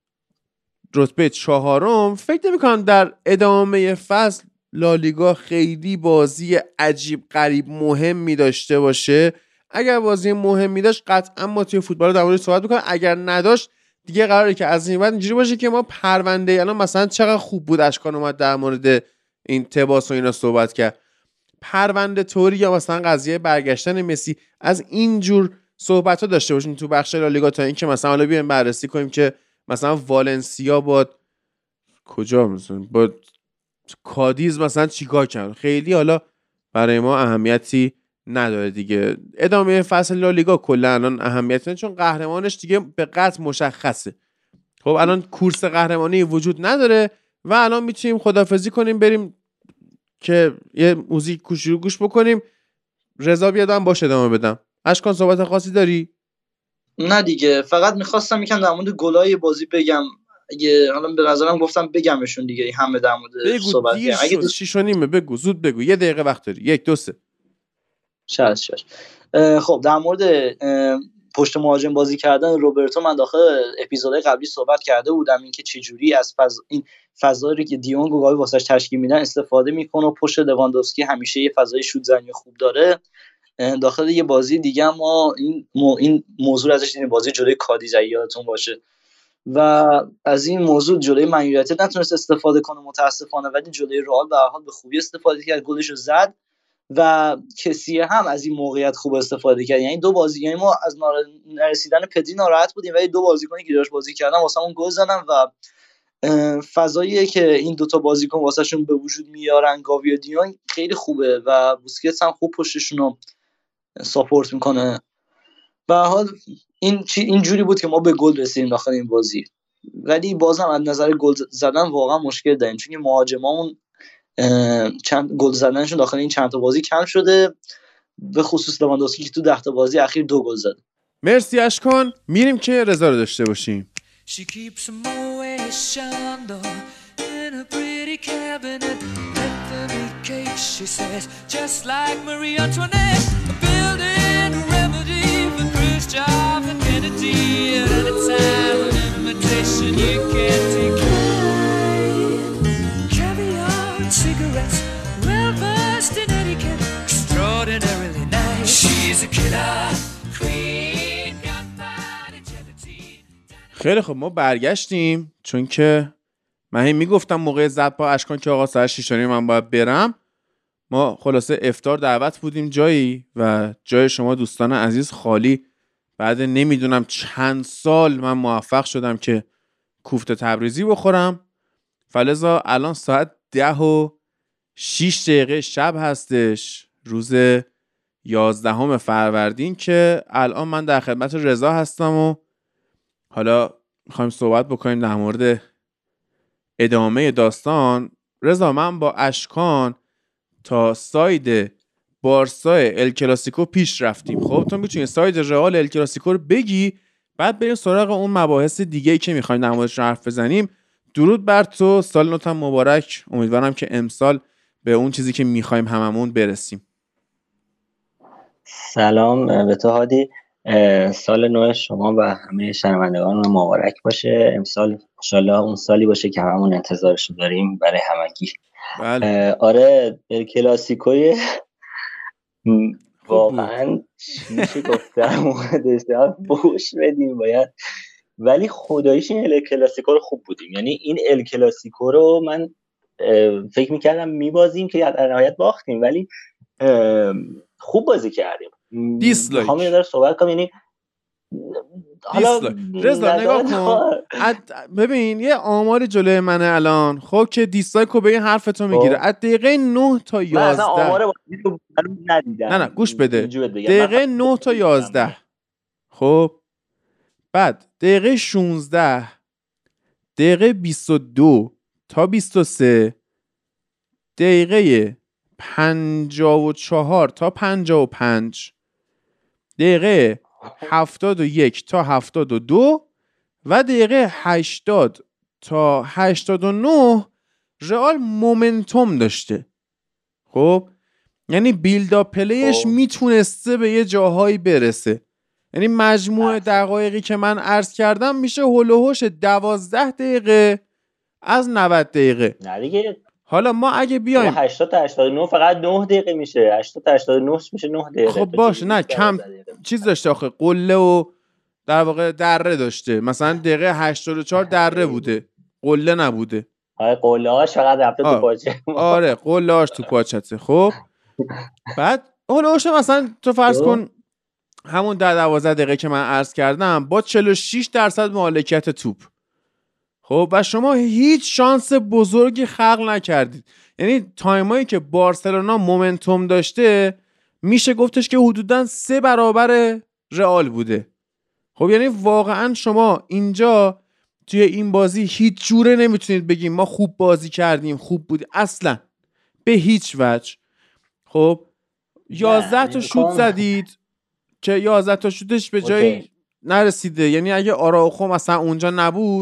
رتبه 4. فکر نمی‌کنم در ادامه فصل لالیگا خیلی بازی عجیب غریب مهمی داشته باشه. اگر بازی مهمی داشت قطعا ما توی فوتبال در موردش صحبت می‌کنیم. اگر نداشت دیگه قراره که از این بعد اینجوری باشه که ما پرونده الان مثلا چقدر خوب بود اشکان اومد در مورد این تباس و اینا صحبت کرد، پرونده توری یا مثلا قضیه برگشتن مسی، از این جور صحبت‌ها داشته باشیم تو بخش لالیگا تا اینکه مثلا حالا بیایم بررسی کنیم که مثلا والنسیا با کجا مثلا با کادیز مثلا چیکار کرد. خیلی حالا برای ما اهمیتی نداره دیگه. ادامه فصل لالیگا کلا الان اهمیت نداره چون قهرمانش دیگه به قطع مشخصه. خب الان کورس قهرمانی وجود نداره و الان میتونیم خدافظی کنیم بریم که یه موزیک گوش بکنیم. رضا بیادم باشه ادامه بدم. اشکان صحبت خاصی داری؟ نه دیگه، فقط میخواستم یکم در مورد گلای بازی بگم. اگه حالا به نظرم گفتم بگمشون دیگه، همه در مورد صحبت کردیم. اگه 6:30 بگو، زود بگو، 1 دقیقه وقت داری. 1 2 3. شش. خب در مورد پشت مهاجم بازی کردن روبرتو من داخل اپیزودهای قبلی صحبت کرده بودم، اینکه چه جوری از این فضایی که دیونگ و گاوی واسش تشکیل میدن استفاده میکنه و پشت لواندوفسکی همیشه یه فضای شوت زنی خوب داره. داخل یه بازی دیگه ما این موضوع ازش دیدیم، بازی جلوی کادیز یادتون باشه، و از این موضوع جلوی من یونایتد نتونست استفاده کنه متاسفانه، ولی جلوی رئال به هر حال به خوبی استفاده کرد، گلشو زد و کسی هم از این موقعیت خوب استفاده کرد. یعنی دو بازی، یعنی ما از نرسیدن پدری ناراحت بودیم ولی دو بازیکنی که داشت بازی کردن واسمون گل زدن و فضاییه که این دوتا بازیکن واسهشون به وجود میارن گاوی و دیونگ خیلی خوبه و بوسکتس هم خوب پشتشون رو ساپورت میکنه. به حال این جوری بود که ما به گل رسیدیم داخل این بازی، ولی بازم از نظر گل زدن واقعا مشکل داریم، چون مهاجمامون چند گل زدنشون داخل این چند تا بازی کم شده، به خصوص لواندوفسکی که تو 10 تا بازی اخیر 2 گل زد. مرسی اشکان. میریم که رضا رو داشته باشیم. She keeps a Moet Chandon in a pretty cabinet. Bethany cake, she says, just like Marie Antoinette. A building remedy for Khrushchev and Kennedy. At any time, an invitation you can't decline. Caviar and cigarettes, well versed in etiquette. Extraordinarily nice. She's a killer queen. خیلی خب ما برگشتیم، چون که من هم میگفتم موقع زد با اشکان که آقا ساعت 6:30 من باید برم. ما خلاصه افطار دعوت بودیم جایی و جای شما دوستان عزیز خالی. بعد نمیدونم چند سال من موفق شدم که کوفته تبریزی بخورم. فلذا الان ساعت 10:06 شب هستش، روز 11 فروردین که الان من در خدمت رضا هستم و حالا میخوایم صحبت بکنیم در مورد ادامه داستان. رضا من با اشکان تا ساید بارسا ال کلاسیکو پیش رفتیم. خب تو میتونی ساید رئال ال کلاسیکو رو بگی، بعد بریم سراغ اون مباحث دیگه‌ای که میخوایم در موردش حرف بزنیم. درود بر تو، سال نوت هم مبارک. امیدوارم که امسال به اون چیزی که میخوایم هممون برسیم. سلام به تو هادی، سال نو شما و همه شنوندگان مبارک باشه. امسال انشالله اون سالی باشه که هممون انتظارش رو داریم برای همگی. بله. آره کلاسیکوی واقعا میشه گفتم موردش بوش بدیم باید، ولی خداییش این ال کلاسیکو رو خوب بودیم. یعنی این ال کلاسیکو رو من فکر میکردم میبازیم که در نهایت باختیم، ولی خوب بازی کردیم. میخوام یه ذره صحبت کنم. یعنی حالا رضا نگاه کن، ببین یه آمار جلوی منه الان، خب که دیسلایک رو به این حرفتو میگیره. از دقیقه 9 تا 11 من اصلا آمار بازی رو ندیدم. نه گوش بده، دقیقه 9 تا 11 خب، بعد دقیقه 16 دقیقه 22 تا 23 دقیقه 54 تا 55 دقیقه 71 تا 72 و دقیقه 80 تا 89 رئال مومنتوم داشته. خب یعنی بیلداپ پلیش میتونسته به یه جاهایی برسه. یعنی مجموع دقایقی که من عرض کردم میشه هول و هوش 12 دقیقه از 90 دقیقه. نه دیگه، حالا ما اگه بیایم 80 تا 89 فقط 9 دقیقه میشه، 80 تا 89 میشه 9 دقیقه. خب باشه، نه کم چیز داشته آخه، قله و در واقع دره داشته. مثلا دقیقه 84 دره بوده، قله نبوده. آره قله هاش فقط رفته تو پاچه. آره قله هاش تو پاچته. خب بعد هولوش مثلا تو فرض کن همون 12 دقیقه که من عرض کردم با 46% مالکیت توپ. خب و شما هیچ شانس بزرگی خلق نکردید. یعنی تایمایی که بارسلونا مومنتوم داشته میشه گفتش که حدوداً 3 برابر رئال بوده. خب یعنی واقعاً شما اینجا توی این بازی هیچ جوره نمیتونید بگیم ما خوب بازی کردیم، خوب بودی، اصلا به هیچ وجه. خب 11 تا شوت زدید که 11 تا شوتش به جایی نرسیده. یعنی اگه آراوخو مثلا اونجا نبود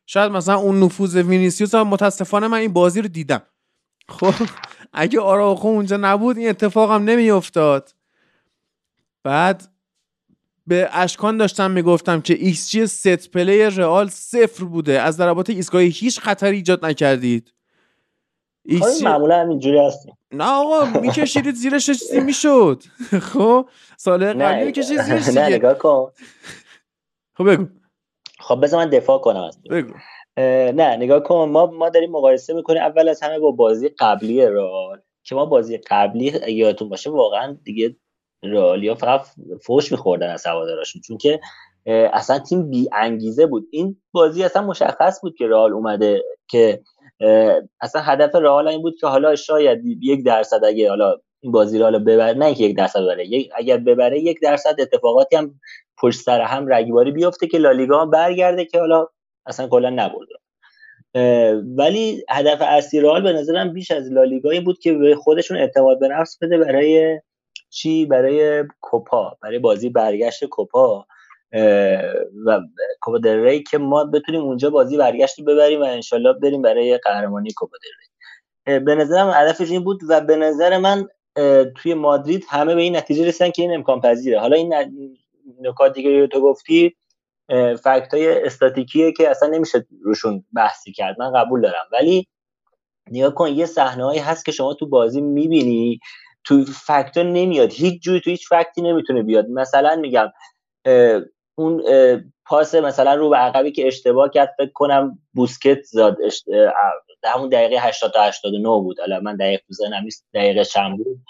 شاید مثلا اون نفوذ وینیسیوس هم متاسفانه من این بازی رو دیدم. خب اگه آراوخو اونجا نبود این اتفاق هم نمی افتاد. بعد به اشکان داشتم میگفتم که ایکس جی ست پلی رئال 0 بوده، از ضربات ایستگاهی هیچ خطری ایجاد نکردید. ایکس معمولا همینجوری هستیم. نه آقا میکشیدید زیرش چیزی میشد. خب سال قبلی میکشید زیرش دیگه. نه نگاه کن. خب بگو. خب بذار من دفاع کنم از تو. بگو. نه نگاه کن، ما داریم مقایسه میکنیم اول از همه با بازی قبلی رئال که ما بازی قبلی یادتون باشه واقعا دیگه رئالیا فقط فوش میخوردن از هوادارشون، چون که اصلا تیم بی انگیزه بود. این بازی اصلا مشخص بود که رئال اومده که اصلا هدف رئال این بود که حالا شاید 1% اگه حالا این بازی رو حالا ببره، نه اینکه 1% ببره، اگر ببره 1% اتفاقاتی هم پشت سر هم رگباری بیفته که لالیگا برگرده که حالا اصلا کلا نبرد. ولی هدف اصلی رئال به نظرم بیش از لالیگایی بود که به خودشون اعتماد به نفس بده برای چی؟ برای کوپا، برای بازی برگشت کوپا و کوپا دل ری که ما بتونیم اونجا بازی برگشت ببریم و انشالله بریم برای قهرمانی کوپا دل ری. به نظرم هدفش این بود و به نظر من توی مادرید همه به این نتیجه رسیدن که این امکان پذیره. حالا این نکات دیگه تو گفتی فکتای استاتیکیه که اصلا نمیشه روشون بحثی کرد، من قبول دارم، ولی نگاه کن یه صحنه‌ای هست که شما تو بازی میبینی تو فکتا نمیاد، هیچ جوری تو هیچ فکتی نمیتونه بیاد. مثلا میگم اون پاس مثلا رو به عقبی که اشتباه کرد، فکر کنم بوسکت زاد در همون دقیقه 80 تا 89 بود، حالا من دقیق تو ذهنم نیست دقیقه چند بود،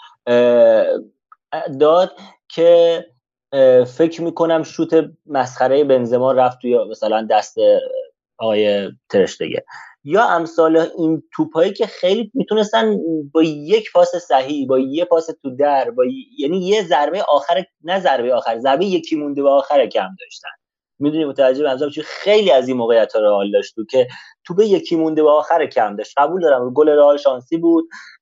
داد که فکر میکنم شوت مسخره بنزما رفت توی مثلا دست آقای ترشتگه، یا امثال این توپایی که خیلی میتونستن با یک پاس صحیح، با یک پاس تو در، یعنی یه ضربه آخر، نه ضربه آخر، ضربه یکی مونده به آخر کم داشتن. میدونی متوجه منظورم چیه؟ خیلی از این موقعیت‌ها رئال داشت تو که توپ یکی مونده به آخر کم داشت. قبول دارم گل رئال شانسی بود،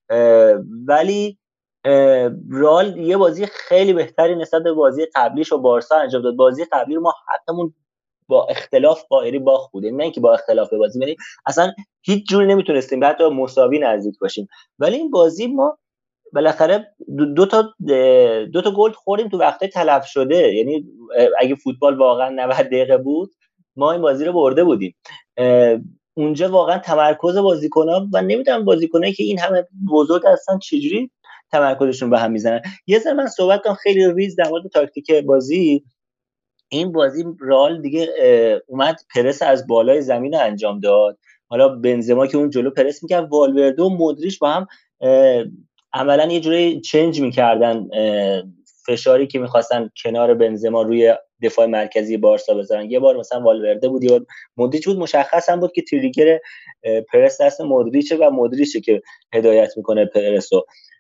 ولی رئال یه بازی خیلی بهتری نسبت به بازی قبلیش و بارسا انجام داد. بازی قبلی رو ما حتمون با اختلاف قائری باخت بودیم، نه اینکه با اختلاف بازی، یعنی اصلا هیچ جوری نمیتونستیم حتی مساوی نزدیک باشیم، ولی این بازی ما بالاخره دو تا گل خوردیم تو وقته تلف شده. یعنی اگه فوتبال واقعا 90 دقیقه بود ما این بازی رو برده بودیم. اونجا واقعا تمرکز بازیکن‌ها و نمیدونم بازیکنایی که این همه بزرگ هستن چجوری تمرکزشون به هم میزنن. یه ذره من صحبت کنم خیلی ریز در مورد تاکتیک بازی. این بازی رئال دیگه اومد پرس از بالای زمین رو انجام داد. حالا بنزما که اون جلو پرس میکرد، والورده و مودریچ با هم عملا یه جوری چنج میکردن فشاری که میخواستن کنار بنزما روی دفاع مرکزی بارسا بذارن. یه بار مثلا والورده بود، یه بار مودریچ بود. مشخص هم بود که تریگر پرس دست مودریچه و مودریچه که هدایت میکنه پرسو.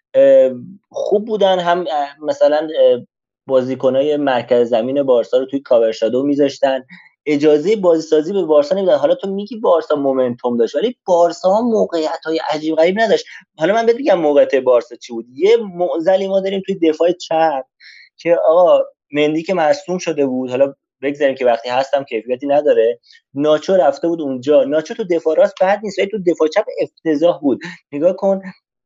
خوب بودن هم مثلا بازیکنای مرکز زمین بارسا رو توی کاور شادو میذاشتن، اجازه بازی سازی به بارسا نمیدادن. حالا تو میگی بارسا مومنتوم داشت، ولی بارسا ها موقعیت‌های عجیب غریب نداشت. حالا من بهت میگم موقعیت بارسا چی بود. یه معضلی ما داریم توی دفاع چپ که آقا مندی که مصدوم شده بود، حالا بگذاریم که وقتی هستم کیفیتی نداره، ناچو رفته بود اونجا. ناچو تو دفاع راست بد نیست ولی تو دفاع چپ افتضاح بود. نگاه کن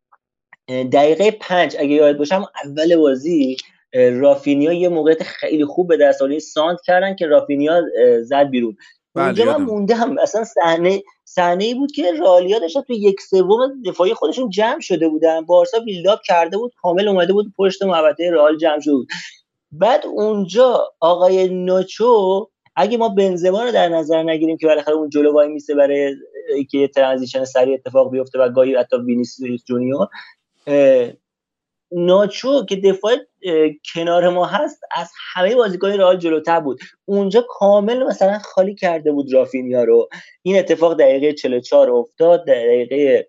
دقیقه 5 اگه یاد باشم اول بازی رافینیا یه موقعیت خیلی خوب به دست آورد، سانت کردن که رافینیا زد بیرون. اونجا من موندم، اصلا صحنه‌ای بود که رئالیا داشتن تو 1/3 دفاعی خودشون جمع شده بودن، بارسا بیلداپ کرده بود، کامل اومده بود پشت محوطه رئال جمع شده بود. بعد اونجا آقای ناچو، اگه ما بنزما رو در نظر نگیریم که بالاخره اون جلو وای میسه برای اینکه ترانزیشن سریع اتفاق بیفته و گاهی حتی وینیسیوس جونیور، ناچو که دفاع کنار ما هست از همه بازیکن رئال جلوتر بود. اونجا کامل مثلا خالی کرده بود رافینیا رو. این اتفاق دقیقه 44 افتاد. دقیقه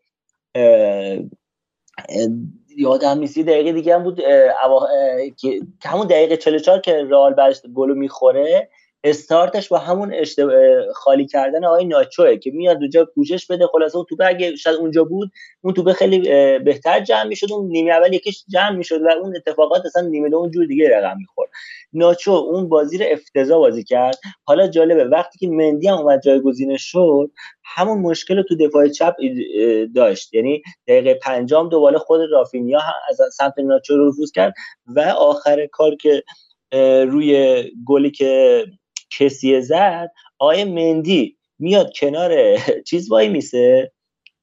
یادم نیست دقیقه دیگه هم بود که همون دقیقه 44 که رئال بعدش گل میخوره استارتش با همون خالی کردن آقای ناچوه که میاد اونجا پوشش بده. خلاصه اون توپ اگه شاید اونجا بود اون توپ خیلی بهتر جمع میشد، اون نیمه اول یکیش جمع میشد و اون اتفاقات اصلا نیمه دوم جور دیگه رقم میخورد. ناچو اون بازی رو افتضاح بازی کرد. حالا جالبه وقتی که مندی هم اومد جایگزینش شد همون مشکل رو تو دفاع چپ داشت، یعنی دقیقه 5 دوباره خود رافینیا از سمت ناچو رو نفوذ کرد و آخر کار که روی گلی که کسی زد آقای مندی میاد کنار چیز وای میسه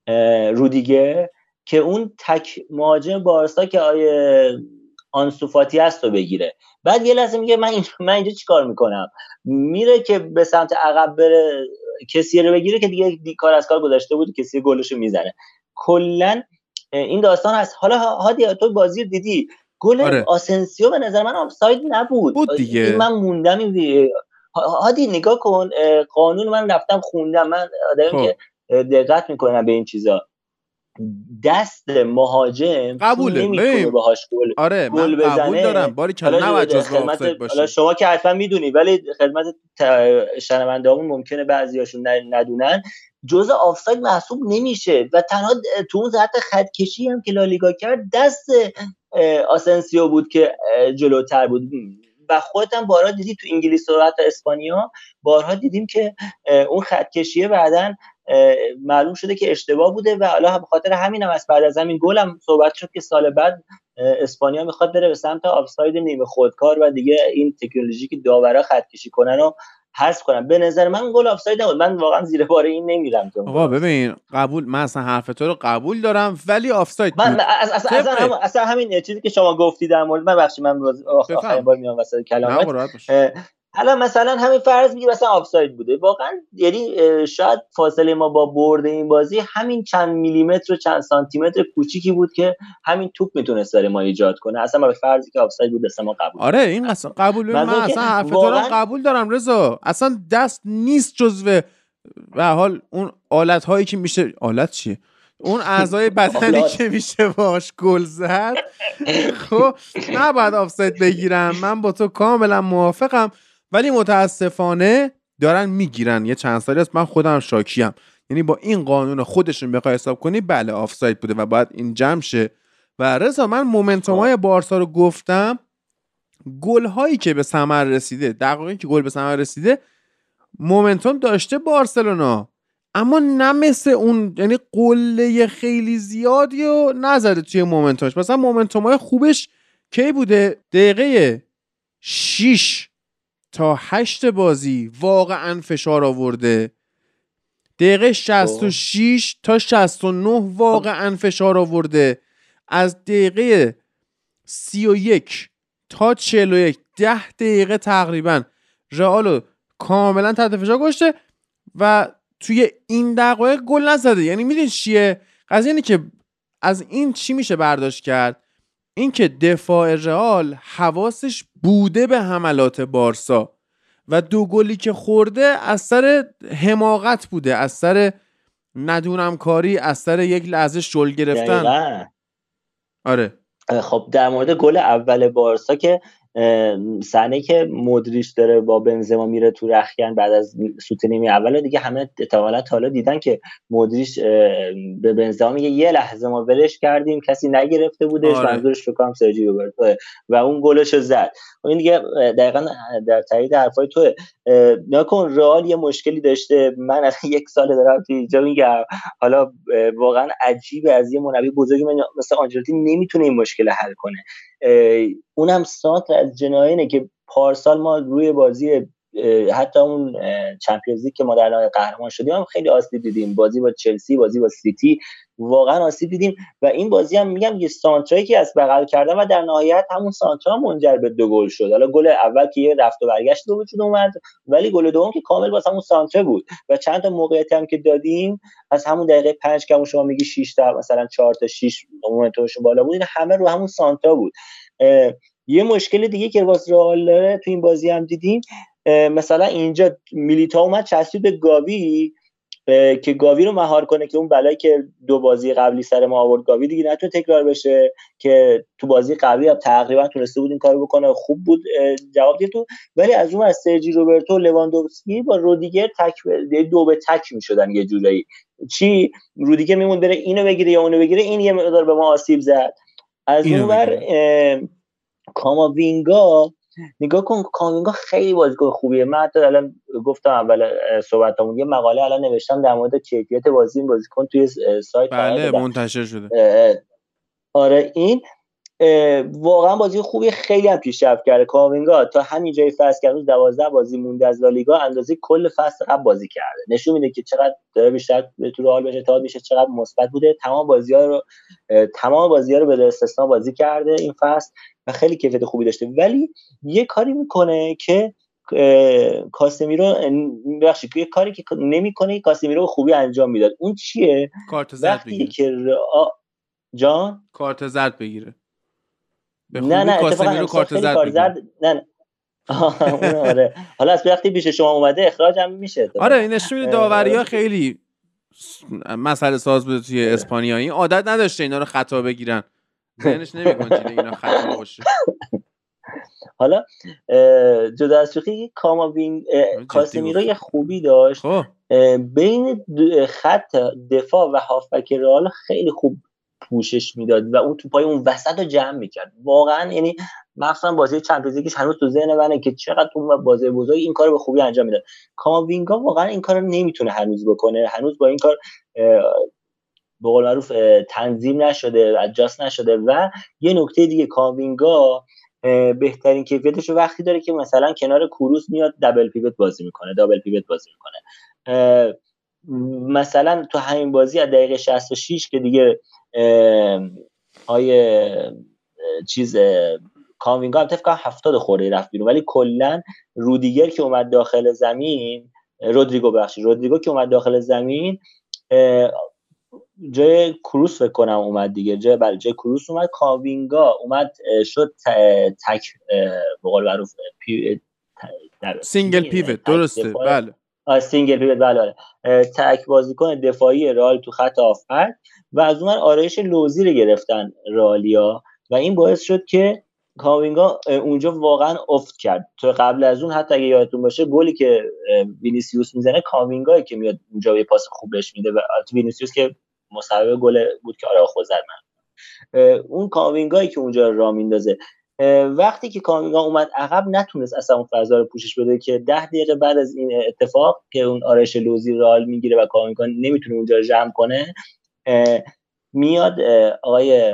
رودیگر که اون تک مهاجم بارسا که آقای آنسو فاتی هست رو بگیره. بعد یه لحظه میگه من اینجا چیکار میکنم، میره که به سمت عقب بره کسی رو بگیره که دیگه کار از کار گذاشته بود، کسی گلشو میزنه. کلا این داستان هست. حالا هادی تو بازی رو دیدی، گل آسنسیو به نظر من آفساید نبود بود دیگه. این من موندم هادی نگاه کن قانون من رفتم خوندم، من آدمی که دقت میکنم به این چیزا. دست مهاجم قبوله نمیتونه باهاش گل بزنه. قبول دارم باری که نباید جزو آفساید باشه. حالا شما که حتما میدونی ولی خدمت شنوندهامون ممکنه بعضیاشون ندونن جزء آفساید محسوب نمیشه و تنها تو اون ذات خط کشی هم که لالیگا کرد دست آسنسیو بود که جلوتر بود و خودت هم بارها دیدی تو انگلیس و حتی اسپانیا بارها دیدیم که اون خط کشیه بعدن معلوم شده که اشتباه بوده و حالا به خاطر همین هم از بعد از همین گل هم صحبت شد که سال بعد اسپانیا میخواد بره به سمت آفساید نیمه خودکار و دیگه این تکنولوژی که داورا خط کشی کنن و حذف کنن. به نظر من گل آفساید نبود، من واقعا زیر بار این نمیرم. آقا ببین قبول، من اصلا حرف تو رو قبول دارم ولی آفساید بود. من اصلا همین چیزی که شما گفتی در مورد من آخرین بار میام وسط کلامت. حالا مثلا همین فرض میگه مثلا آفساید بوده واقعا، یعنی شاید فاصله ما با برد این بازی همین چند میلیمتر و چند سانتی متر کوچیکی بود که همین توپ میتونست برای ما ایجاد کنه. اصلا ما به فرضی که آفساید بود اصلا ما قبول. آره این مثلا قبول، من اصلا حرف تو رو قبول دارم رضا. اصلا دست نیست جزو به حال اون آلت هایی که میشه، آلت چیه؟ اون اعضای بدنی که میشه باش گل زد. خب نباید آفساید بگیرن، من با تو کاملا موافقم، ولی متاسفانه دارن میگیرن. یه چند سالی است من خودم شاکیم، یعنی با این قانون خودشون بخوای حساب کنی بله آفساید بوده و باید این جمع شه. و رضا من مومنتومای بارسا رو گفتم، گل هایی که به ثمر رسیده، دقیقاً که گل به ثمر رسیده مومنتوم داشته بارسلونا، اما نه مثل اون، یعنی قله خیلی زیادی رو نزده توی مومنتومش. مثلا مومنتومای خوبش کی بوده؟ دقیقه 6 تا 8 بازی واقعا فشار آورده، دقیقه 66 تا 69 واقعا فشار آورده، از دقیقه 31 تا 41 10 دقیقه تقریبا رئالو کاملا تحت فشار گذاشته و توی این دقایق گل نزده. یعنی میدونی چیه قضیه؟ اینه که از این چی میشه برداشت کرد؟ این که دفاع رئال حواسش بوده به حملات بارسا و دو گلی که خورده از سر حماقت بوده، از سر ندونم کاری، از سر یک لحظه شل گرفتن. دقیقا. آره خب در مورد گل اول بارسا که صحنه که مودریچ داره با بنزما میره تو رختکن بعد از سوت نیمه اول دیگه همه احتمالاً حالا دیدن که مودریچ به بنزما میگه یه لحظه ما ولش کردیم کسی نگرفته بودش. منظورش فکر کنم سرجی روبرتو و اون گلشو زد. این دیگه دقیقاً در تایید حرفای توئه. نکن رئال یه مشکلی داشته، من از یک سال دارم تو اینجا میگم، حالا واقعا عجیبه از یه مربی بزرگی مثل آنچلوتی نمیتونه این مشکل حل کنه. اونم سانتر از جناینه که پارسال ما روی بازی حتی اون چمپیونز لیگ که ما در نهایت قهرمان شدیم هم خیلی آسیب دیدیم، بازی با چلسی، بازی با سیتی واقعا آسیب دیدیم و این بازی هم میگم یه سانتری که از بغل کردن و در نهایت همون سانتر منجر به 2 گل شد. حالا گل اول که یه رفت و برگشت به وجود اومد ولی گل دوم که کامل واسه همون سانتر بود و چند تا موقعیتی هم که دادیم از همون دقیقه 5 که شما میگی 6 تا مثلا 4 تا 6 مومنتومشون بالا بود، همه رو همون سانتر بود. یه مشکل دیگه که واسه رئال داره تو این بازی هم دیدیم، مثلا اینجا میلیتائو اومد چسبید به گاوی که گاوی رو مهار کنه که اون بلایی که 2 بازی قبلی سر ما آورد گاوی دیگه نتونه تکرار بشه، که تو بازی قبلی هم تقریبا تونسته بود این کارو بکنه، خوب بود جواب دید تو. ولی از اون از سرجی روبرتو و لواندوفسکی با رودیگر 2 به تک میشدن یه جورایی. چی رودیگر میموند بره اینو بگیره یا اونو بگیره، این یه مقدار به ما آسیب زد. از اونور کاماوینگا نگاه کن، کاماوینگا خیلی بازیکن خوبیه. من حتی الان گفتم اول صحبتمون یه مقاله الان نوشتم در مورد کیفیت بازی این بازیکن توی سایت بله منتشر شده. آره این واقعا بازی خوبی، خیلی هم پیشرفت کرده کاماوینگا تا همین جای فصل که روز 12 بازی مونده از لالیگا اندازه کل فصل قبل بازی کرده. نشون میده که چقدر داره بیشتر تو رئال بشه تا میشه، چقدر مثبت بوده. تمام بازی‌ها رو به استثنا بازی کرده این فصل و خیلی کیفیت خوبی داشته. ولی یه کاری میکنه که کاسمیرو یه کاری که نمیکنه کاسمیرو خوبی انجام میداد. اون چیه؟ کارت زرد بگیره. که جان کارت زرد بگیره. نه کاسمیرو کارت زرد بگیره. نه اون آره. حالا از وقتی پیش شما اومده اخراج هم میشه. آره این نشون میده داوریا خیلی مسئله ساز بوده توی اسپانیا. این عادت نداشته اینا رو خطا بگیرن، ذهنش نمیگنجیده اینا خطا باشه. حالا جدا از شوخی کاسمیرو یه خوبی داشت، بین خط دفاع و هافبک رئال خیلی خوب پوشش میداد و اون توپای اون وسط رو جمع میکرد واقعا. یعنی مثلا بازی چمپیونز لیگش هنوز تو ذهن منه که چقدر تو بازی بزرگ این کارو به خوبی انجام میداد. کاماوینگا واقعا این کارو نمیتونه هنوز بکنه، هنوز با این کار به قول معروف تنظیم نشده، ادجاست نشده. و یه نکته دیگه، کاماوینگا بهترین کیفیتش رو وقتی داره که مثلا کنار کروس میاد دابل پیوت بازی میکنه. مثلا تو همین بازی از دقیقه 66 که دیگه کاماوینگا هم فکر 70 خورده رفت بیرون، ولی کلا رودیگر که اومد داخل زمین، رودریگو که اومد داخل زمین جای کروس فکر کنم اومد دیگه، جای کروس اومد، کاماوینگا اومد شد تک به قول معروف سینگل پیوت. درسته بله سینگل پیوت بله. تک بازیکن دفاعی رئال تو خط هافبک و از اون آرایش لوزی رو گرفتن رئالیا و این باعث شد که کاماوینگا اونجا واقعا افت کرد. تو قبل از اون حتی اگه یادتون باشه گلی که وینیسیوس میزنه کاماوینگایی که میاد اونجا یه پاس خوب بهش میده و وینیسیوس که مسبب گل بود که آراخو زد. اون کاماوینگایی که اونجا راه میندازه. وقتی که کاماوینگا اومد عقب نتونست اصلا اون فضا رو پوشش بده که 10 دقیقه بعد از این اتفاق که اون آرش لوزی رئال میگیره و کاماوینگا نمیتونه اونجا رو جمع کنه، میاد آقای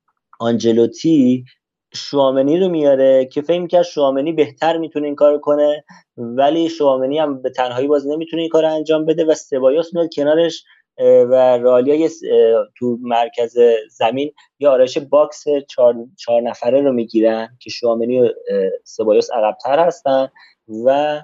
آنجلوتی شوامنی رو میاره که فکر می‌کرد شوامنی بهتر میتونه این کارو کنه، ولی شوامنی هم به تنهایی باز نمیتونه این کارو انجام بده و سبایوس میاد کنارش و رئالیا تو مرکز زمین یا آرایش باکس 4 نفره رو میگیرن که شوامنی و سبایوس عقب‌تر هستن و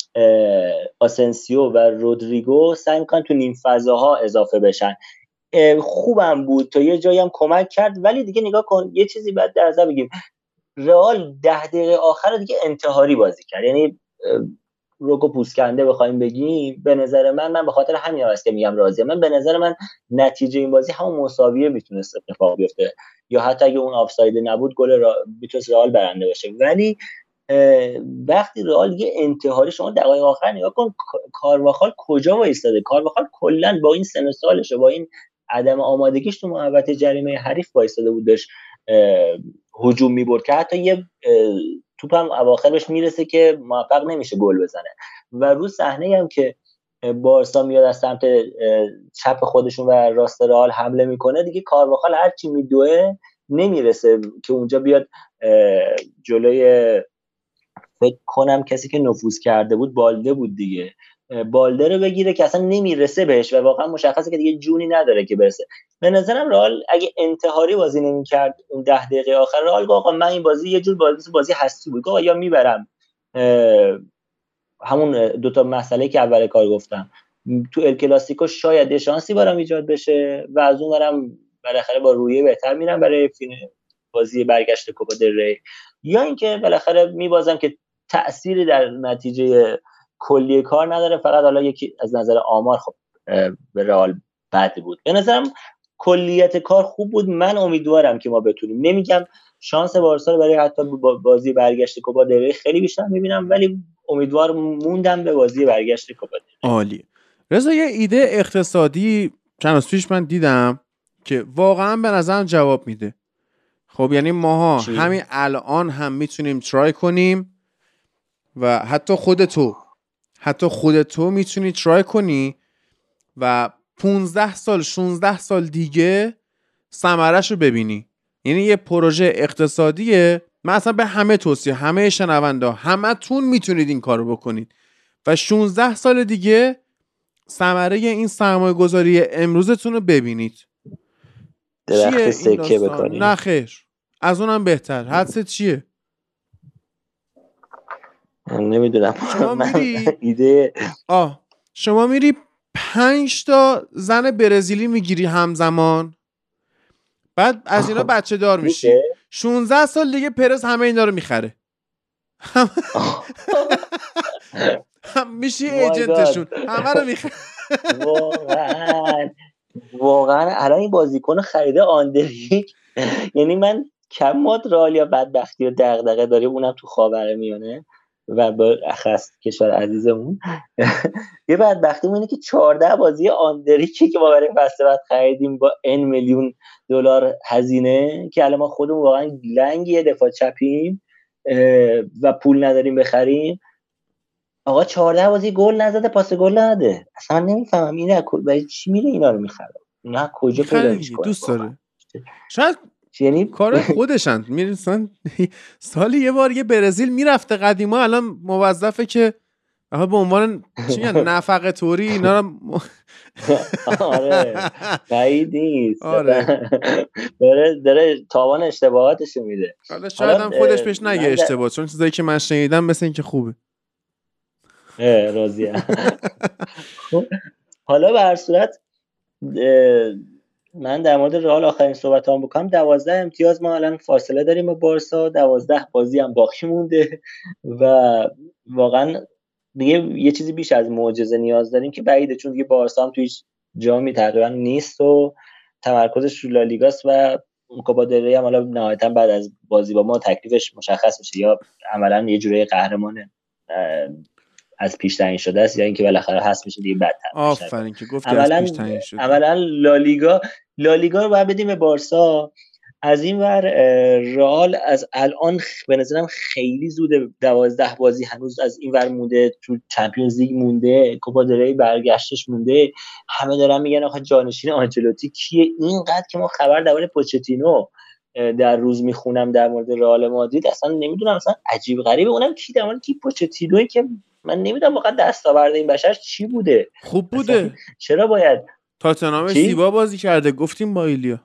آسنسیو و رودریگو سعی می‌کنن تو نیم فضاها اضافه بشن. خوبم بود تا یه جایی هم کمک کرد، ولی دیگه نگاه کن یه چیزی بعد در نظر بگیم، رئال 10 دقیقه آخر دیگه انتحاری بازی کرد. یعنی روکو پوسکنده بخوایم بگیم، به نظر من به خاطر همین هست که میگم راضیه. من به نظر من نتیجه این بازی همون مساویه میتونست اتفاق بیفته یا حتی اگه اون آفساید نبود گل میتونست رئال برنده باشه. ولی وقتی رئال دیگه انتحاری، شما دقایق آخر نگاه کن کارواخال کجا وایساده. کارواخال کلا با این سن و سالش و با این عدم آمادگیش تو محوطه جریمه حریف وایساده بودش هجوم میبرد که حتی یه توپ هم اواخر بهش میرسه که موفق نمیشه گل بزنه. و رو صحنه هم که بارسا میاد از سمت چپ خودشون و راست رئال حمله میکنه، دیگه کارواخال هر چی میدوه نمیرسه که اونجا بیاد جلوی، فکر کنم کسی که نفوذ کرده بود بالده بود دیگه، بالده رو بگیره که اصلا نمیرسه بهش و واقعا مشخصه که دیگه جونی نداره که برسه. به نظرم رئال اگه انتحاری بازی نمی‌کرد اون 10 دقیقه آخر، رئال آقا من این بازی یه جور بازی هستی بود، آقا یا میبرم همون دوتا مسئله که اول کار گفتم تو ال کلاسیکو شاید یه شانسی برام ایجاد بشه و از اون برم بالاخره با رویه بهتر میرم برای بازی برگشت کوپا دل ری، یا اینکه بالاخره میبازم که تأثیری در نتیجه کلی کار نداره، فقط حالا یکی از نظر آمار خب به رئال بد بود. به نظرم کلیت کار خوب بود. من امیدوارم که ما بتونیم، نمیگم شانس بارسا رو برای حتی بازی برگشت کوپا دل ری خیلی بیشتر میبینم، ولی امیدوار موندم به بازی برگشت کوپا دل ری. عالی. رضا یه ایده اقتصادی چند روز پیش من دیدم که واقعا به نظرم جواب میده. خب یعنی ماها همین الان هم میتونیم ترای کنیم و حتی خودتو میتونی ترای کنی و 15 سال 16 سال دیگه ثمرش رو ببینی. یعنی یه پروژه اقتصادیه. من اصلا به همه توصیه، همه شنوندا، همتون میتونید این کارو بکنید و 16 سال دیگه ثمره این سرمایه گذاری امروزتون رو ببینید. درخت سکه بکنید. نه خیر، از اونم بهتر. حدست چیه؟ نمیدونم. شما میری شما میری 5 تا زن برزیلی میگیری همزمان، بعد از اینا بچه دار میشی. 16 سال دیگه پرز همه اینا رو میخره. میشی ایجنتشون، همه رو میخره. واقعا الان این بازیکن خریده آندریک، یعنی من کم ماد رئال یا بدبختی و دغدغه داریم، اونم تو خاورمیانه و با اخص کشور عزیزمون. یه بدبختی اینه که 14 بازی آندریکی که ما برای فصل بعد خریدیم با N میلیون دلار هزینه، که الان ما خودمون واقعا لنگ یه دفاع چپیم و پول نداریم بخریم. آقا 14 بازی گل نزده، پاس گل نداده. اصلا من نمیفهمم اینا برای چی میره اینا رو میخره. اینا کجا پیدا میشه؟ دوست داره. شاید یعنی کار خودشن. میرسن سالی یه بار یه برزیل میرفته قدیما، الان موظفه که به عنوان چی میگن نفقه طوری اینا رو آره بعید نیست. آره داره تاوان اشتباهاتشو میده. حالا شاید هم خودش پیش نگه اشتباه، چون چیزایی که من شنیدم مثل این که خوبه. راضیه. حالا به هر صورت من در مورد رئال آخرین صحبتام بکنم. 12 امتیاز ما الان فاصله داریم با بارسا، 12 بازی هم باقی مونده و واقعا دیگه یه چیزی بیش از معجزه نیاز داریم که بعیده، چون دیگه بارسا هم توی جامی تقریبا نیست و تمرکزش رو لالیگاست و کوپا دل ری هم حالا نهایتا بعد از بازی با ما تکلیفش مشخص میشه، یا عملاً یه جوری قهرمانه از پیش تعیین شده است یا اینکه بالاخره هست میشه دیگه بدتر. آفرین که گفتی از پیش تعیین شده. عملاً لالیگا رو باید بدیم به بارسا. از این ور رئال از الان به نظرم خیلی زوده. 12 بازی هنوز از این ور مونده، تو چمپیونز لیگ مونده، کوپا دل ری برگشتش مونده. همه دارن میگن آخه جانشین آنچلوتی کیه؟ اینقدر که ما خبر درباره پوچتینو در روز میخونم در مورد رئال مادرید، اصلا نمیدونم، اصلا عجیب غریبه. اونم کی در مورد کی پوچتینویی که من نمیدونم واقعا دستاورد این بشر چی بوده. خوب بوده. چرا باید تاتنهام زیبا بازی کرده، گفتیم با ایلیا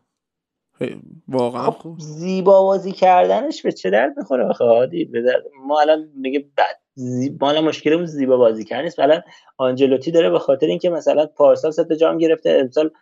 واقعا خوب. زیبا بازی کردنش به چه درد میخوره آخه هادی؟ ما الان میگه ما الان مشکلمون زیبا بازی کردن نیست. مثلا آنجلوتی داره به خاطر اینکه مثلا پارسال 3 تا جام گرفته، امسال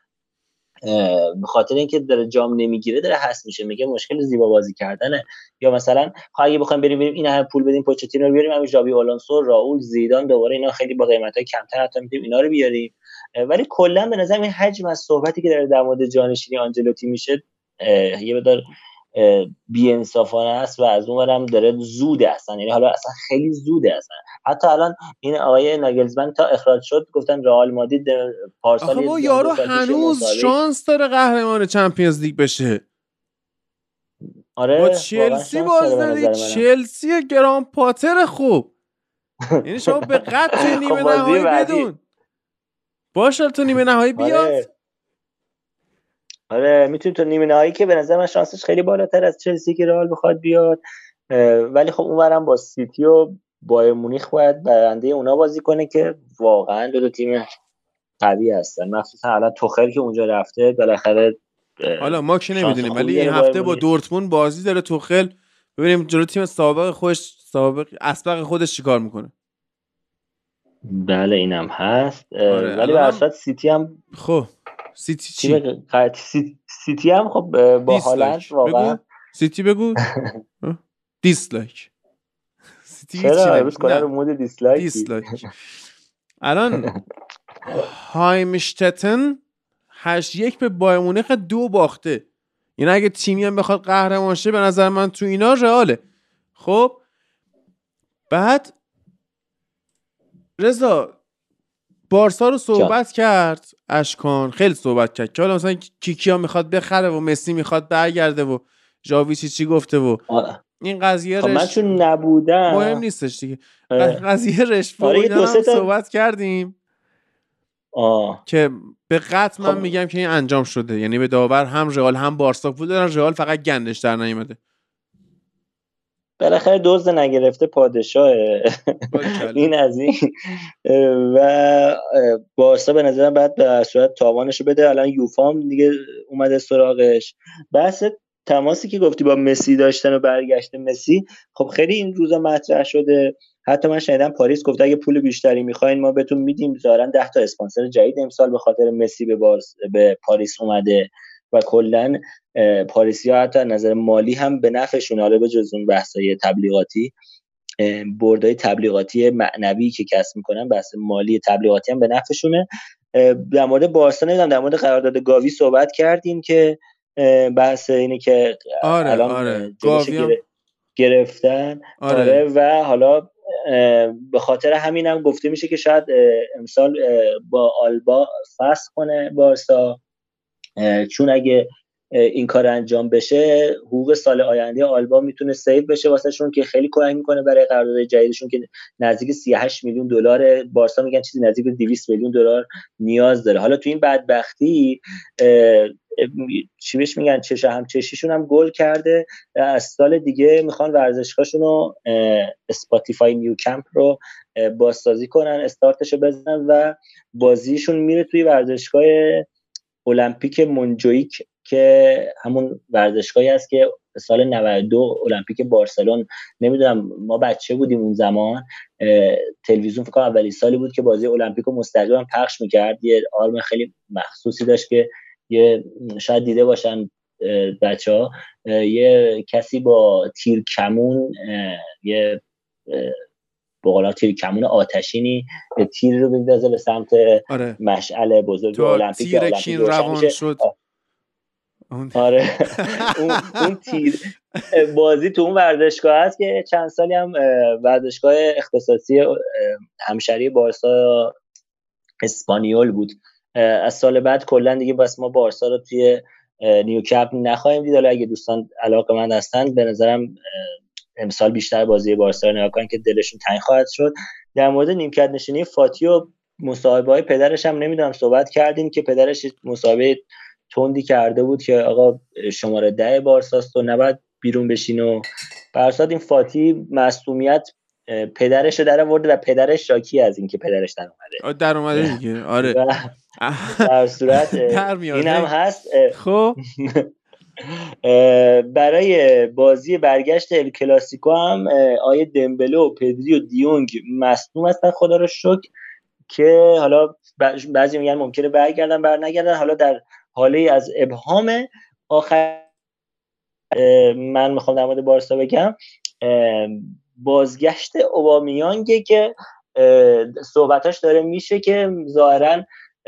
به خاطر اینکه داره جام نمیگیره داره حذف میشه، میگه مشکل زیبا بازی کردنه. یا مثلا اگه بخوایم بریم این همه پول بدیم پوچتینو رو بیاریم، همین ژاوی آلونسو، راول، زیدان، دوباره اینا خیلی با قیمتای کمتر حتی میتونیم اینا رو بیاریم. ولی کلا به نظر این حجم از صحبتی که داره در مورد جانشینی آنجلوتی میشه یه مقدار بی‌انصافانه است و از اون ورم داره زوده اصلا. یعنی حالا اصلا خیلی زوده اصلا. حتی الان این آقای ناگلزمن تا اخراج شد گفتن رئال مادرید پارسال آخه یارو هنوز شانس داره قهرمان چمپیونز لیگ بشه. آره با چلسی بازی داره، چلسی گران پاتر خوب. یعنی شما به قطع نیمه نهایی بدون باشه تو نیمه نهایی بیاد. آره میتونی تو نیمه نهایی که به نظر من شانسش خیلی بالاتر از چلسی که رئال بخواد بیاد، ولی خب اونورم با سیتی و بایر مونیخ باید برنده اونا بازی کنه که واقعا دو تیم قوی هستن، مخصوصا الان توخل که اونجا رفته بالاخره. حالا ما که نمیدونیم ولی این هفته با دورتموند بازی داره توخل، ببینیم جلو تیم سابق اسبق خودش چیکار میکنه. بله اینم هست. ولی به اصل سیتی هم خب سیتی چی؟ سیتی هم خب با هالند واقعا سیتی بگو دیسلایک. چرا امروز کلا رو مود دیسلایک. الان هایمشتتن 8-1 به بایر مونیخ 2 باخته. یعنی اگه تیمی هم بخواد قهرمان شه به نظر من تو اینا رئاله. خب بعد رضا بارسا رو صحبت کرد اشکان، خیلی صحبت کرد که حالا مثلا کیکیا میخواد بخره و مسی میخواد برگرده و ژاوی چی گفته و این قضیه من چون نبودم مهم نیستش دیگه. قضیه رشوه و اینا هم صحبت کردیم که به قطع من میگم که این انجام شده. یعنی به داور هم رئال هم بارسا پول دارن، رئال فقط گندش در نیومده. بالاخره دزد نگرفته پادشاه. این از این. و بارسا به نظرم بعد به صورت تاوانشو بده. الان یوفام دیگه اومده سراغش. بحث تماسی که گفتی با مسی داشتن و برگشت مسی، خب خیلی این روزا مطرح شده. حتی من شنیدم پاریس گفت اگه پول بیشتری میخواین ما بهتون میدیم. ظاهرا 10 تا اسپانسر جدید امسال به خاطر مسی به پاریس اومده و کلا پاریسیا حتی نظر مالی هم به نفعشون، حالا به جز اون بحثای تبلیغاتی، بردای تبلیغاتی معنوی که کسب میکنن، بحث مالی تبلیغاتی هم به نفعشونه. در مورد بارسا نمیدونم، در مورد قرارداد گاوی صحبت کردیم که بحث اینه که الان گرفتن. آره و حالا به خاطر همین هم گفته میشه که شاید امسال با آلبا فسخ کنه بارسا، چون اگه این کار انجام بشه حقوق سال آینده آلبا میتونه سیو بشه واسه شون که خیلی کمک میکنه برای قرارداد جدیدشون که نزدیک 38 میلیون دلار، بارسا میگن چیزی نزدیک به 200 میلیون دلار نیاز داره. حالا تو این بدبختی چی بهش میگن، چشیشون هم گل کرده. از سال دیگه میخوان ورزشگاهشون رو اسپاتیفای نیو کمپ رو بازسازی کنن، استارتشو بزنن و بازیشون میره توی ورزشگاه المپیک مونجویک که همون ورزشگاهی است که سال 92 المپیک بارسلون، نمیدونم ما بچه بودیم اون زمان، تلویزیون فکر کنم اولین سالی بود که بازی المپیک رو مستقیما پخش می‌کرد. یه آرم خیلی مخصوصی داشت که یه شاید دیده باشن بچه‌ها، یه کسی با تیر کمون، یه بقولا تیر کمون آتشینی تیر رو میندازه به سمت مشعل بزرگ المپیک. تیر کین روان شد. آره اون تیر بازی تو اون ورزشگاه هست که چند سالی هم ورزشگاه اختصاصی همشهری بارسا اسپانیول بود. از سال بعد کلا دیگه بس ما بارسا رو توی نیوکمپ نخواهیم دید. حالا اگه دوستان علاقه‌مند هستن به نظرم امسال بیشتر بازی بارسا رو نگاه کنن که دلشون تنگ خواهد شد. در مورد نیمکت نشینی فاتی و مصاحبه‌های پدرش هم نمیدونم صحبت کردین که پدرش مصاحبه تندی کرده بود که آقا شماره 10 بارساست و نباید بیرون بشین و برصد این فاتی معصومیت پدرش رو در آورده و پدرش شاکی از این که پدرش در اومده دیگه. آره در صورت این هم هست. خب برای بازی برگشت ال کلاسیکو هم آیه دمبله و پدری و دیونگ مصدوم هستن خدا رو شکر، که حالا بعضی میگن ممکنه برگردن نگردن. حالا در حاله از ابهام آخر من میخوام در مورد بارسا بگم بازگشت اوبامیانگه که صحبتاش داره میشه که ظاهرا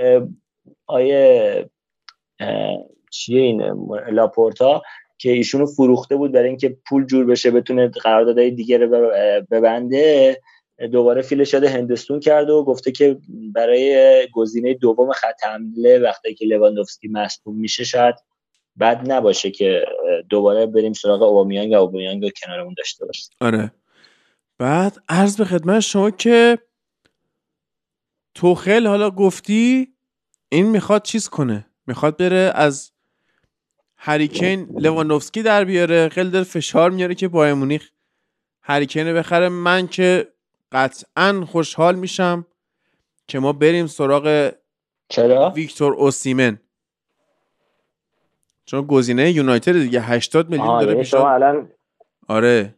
آیه چیه این لاپورتا که ایشونو فروخته بود برای اینکه پول جور بشه بتونه قراردادهای دیگه رو ببنده، دوباره فیلش شده هندستون کرده و گفته که برای گزینه دوم خط حمله وقتی که لواندوفسکی مصدوم میشه شاید بد نباشه که دوباره بریم سراغ اوبامیانگ و اوبامیانگ رو کنارمون داشته باشیم. آره بعد عرض به خدمت شما که توخل حالا گفتی این میخواد چیز کنه، میخواد بره از هریکین لواندوفسکی در بیاره، خیلی دل فشار میاره که بایر مونیخ هریکین رو بخره. من که قطعاً خوشحال میشم که ما بریم سراغ ویکتور اوسیمن، چون گزینه یونایتد دیگه 80 میلیون داره میشه. آره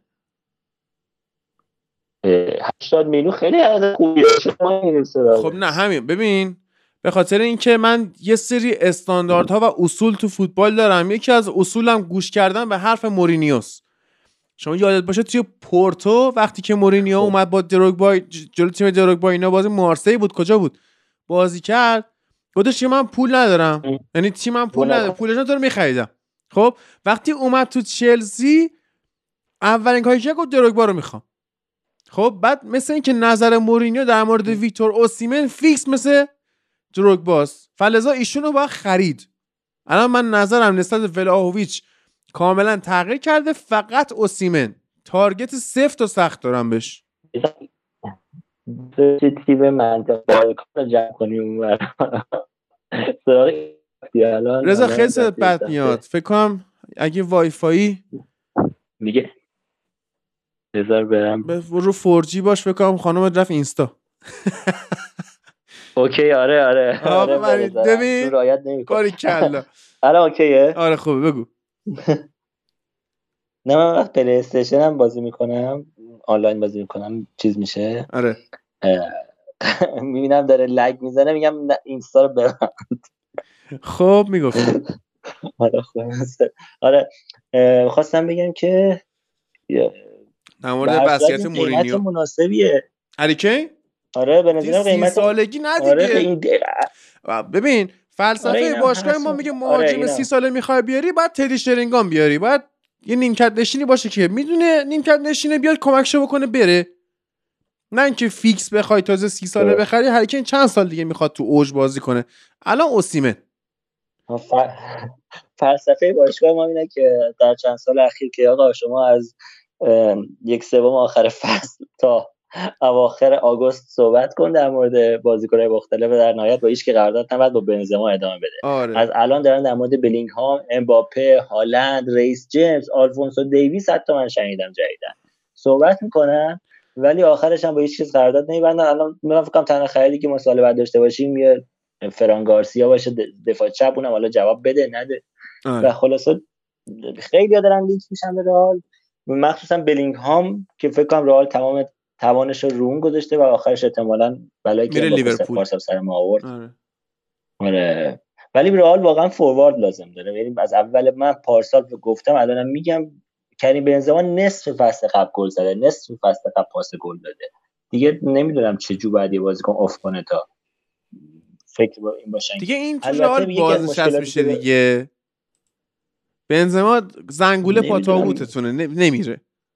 80 میلیون خیلی عدد خوبیه. خب نه همین ببین، به خاطر اینکه من یه سری استانداردها و اصول تو فوتبال دارم. یکی از اصولم گوش کردن به حرف مورینیوس. شما یادت باشه توی پورتو وقتی که مورینیو اومد با دروگبا جلوی تیم دروگبا اینا بازی مارسی بود، کجا بود؟ بازی کرد گفتش که من پول ندارم، یعنی تیمم پول نداره، پولش تو رو می‌خریدم. خب وقتی اومد تو چلسی اولین کاری که گفت دروگبا رو میخوام. خب بعد مثل این که نظر مورینیو در مورد ویکتور اوسیمن فیکس مثل دروگباست، فلذا ایشون رو باید خرید. الان من نظرم نسبت به ولاهویچ کاملا تغییر کرده، فقط اوسیمن تارگت سفت و سخت دارم بهش. چه تیم منطقه بالکان رو جمع کنیم رضا خیلی صدات بد میاد، فکر کنم اگه وای فایی میگه بذار برم رو 4G باش، فکر کنم خانم رفت اینستا. اوکی آره ببین رعایت نمی‌کنه باریکلا. آره اوکیه، آره خوبه بگو. نه من وقت پلی استیشن هم بازی میکنم، آنلاین بازی میکنم، چیز میشه آره میبینم داره لگ میزنه میگم اینستا رو ببند. خب میگفتم آره خواستم بگم که در مورد وضعیت مورینیو قیمت مناسبیه هری کین. آره به نظرم قیمت سالگی ندیگه. ببین فلسفه باشگاه ما میگه مهاجم 30 ساله میخوای بیاری بعد تری شرینگام بیاری، بعد یه نیمکت نشینی باشه که میدونه نیمکت نشینه بیاد کمکشو بکنه بره، نه اینکه فیکس بخوای تازه 30 ساله بخری. هری کین چند سال دیگه میخواد تو اوج بازی کنه. الان اوسیمن فلسفه باشگاه ما اینه که در چند سال اخیر که آقا شما از 1/3 آخر فصل تا اواخر آگوست صحبت کن در مورد بازیکن‌های مختلف و در نهایت با هیچ کی قرارداد نباید با بنزما ادامه بده. آره. از الان دارن در مورد بلینگهام، امباپه، هالند، ریس جیمز، آلفونسو دیویس حتی من شنیدم جدیدن صحبت میکنن، ولی آخرش هم با هیچ کس قرارداد نمیبندن. الان من فکر کنم تنها خریدی که ما سال بعد داشته باشیم یه فران گارسیا باشه دفاع چپ، اونم حالا جواب بده نده. و خلاصه خیلی دارن لیک میشن به رئال، مخصوصا بلینگهام که فکر کنم رئال تمام توانش رو اون گذاشته و آخرش احتمالاً بلایی که لیورپول سر ما آورد. آره ولی رئال واقعا فوروارد لازم داره. یعنی از اول من پارسال گفتم الانم میگم کریم بنزما نصف فصل قبل گل زده، نصف فصل قبل پاس گل داده. دیگه نمیدونم چه جو بعد یه بازیکن آف کنه تا فکر این باشن دیگه این تو رئال بازنشست میشه دیگه. بنزما زنگوله پا تابوتتونه نمیره.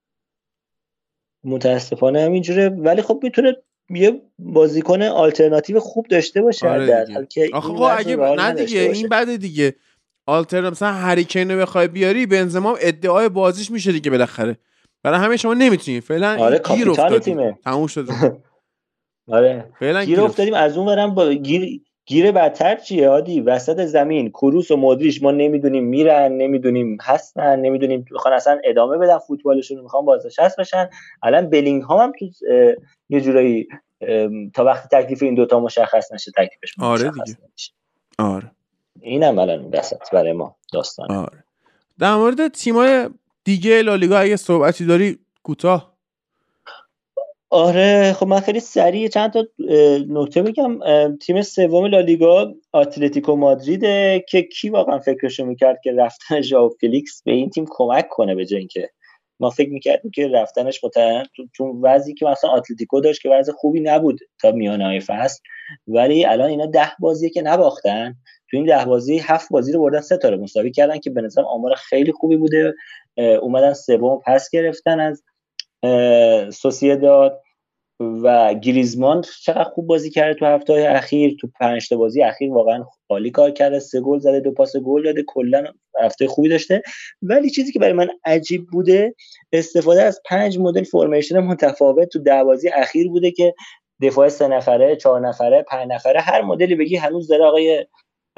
متاسفانه همینجوره، ولی خب میتونه یه بازیکن آلترناتیو خوب داشته باشه. آره آخه اگه نه دیگه این بعد دیگه آلترناتیو مثلا هری کین رو بخوای بیاری بنزما ادعای بازیش میشه دیگه بالاخره، برای همه شما نمیتونی فعلا گیر افتادیم تموم شد. آره گیر افتادیم. از اون ورم با گیر بدتر چیه هادی؟ وسط زمین کروس و مودریچ ما نمیدونیم میرن، نمیدونیم هستن، نمیدونیم میخوان اصلا ادامه بدن فوتبالشون، میخوان بازنشسته بشن. الان بلینگهام هم تو یه جورایی تا وقتی تکلیف این دوتا مشخص نشه تکلیفش مشخص نمیشه. آره اینم الان وسط برای ما داستانه. آره در مورد تیمای دیگه لالیگا اگه صحبتی داری کوتاه. آره خب من خیلی سریع چند تا نکته بگم. تیم سوم لالیگا اتلتیکو مادریده که کی واقعا فکرشو میکرد که رفتن ژائو فلیکس به این تیم کمک کنه، به جای اینکه ما فکر میکردیم که رفتنش تو وضعی که مثلا اتلتیکو داشت که وضع خوبی نبود تا میانه فصل، ولی الان اینا 10 بازیه که نباختن، تو این 10 بازی 7 بازی رو بردن 3 تا رو مساوی کردن که به نظرم آمار خیلی خوبی بوده. اومدن سوم پس گرفتن از سوسییداد و گریزمان چقدر خوب بازی کرده تو هفته‌های اخیر، تو 5 تا بازی اخیر واقعا عالی کار کرده، 3 گل زده، 2 پاس گل داده، کلا هفته خوبی داشته. ولی چیزی که برای من عجیب بوده استفاده از 5 مدل فرمیشن متفاوت تو 10 بازی اخیر بوده که دفاع 3 نفره، 4 نفره، 5 نفره، هر مدلی بگی هنوز داره آقای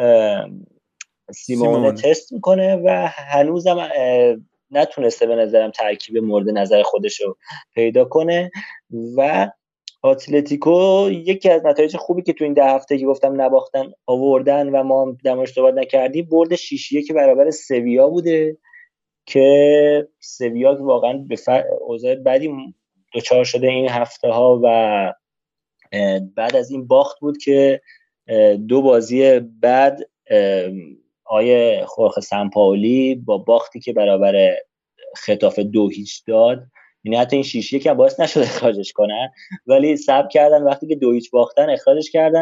سیمونه تست میکنه و هنوزم نتونسته به نظرم ترکیب مورد نظر خودشو پیدا کنه. و اتلتیکو یکی از نتایج خوبی که تو این 10 هفته که گفتم نباختن آوردن و ما دماش صحبت نکردیم، برد 6-1 برابر سویا بوده که سویا واقعا به اوضاع بدی دوچار شده این هفته ها و بعد از این باخت بود که 2 بازی بعد آیه خورخه سمپاولی با باختی که برابر خطافه 2-0 داد، یعنی حتی این 6-1 هم باعث نشد اخراجش کنن، ولی صبر کردن وقتی که 2-0 باختن اخراجش کردن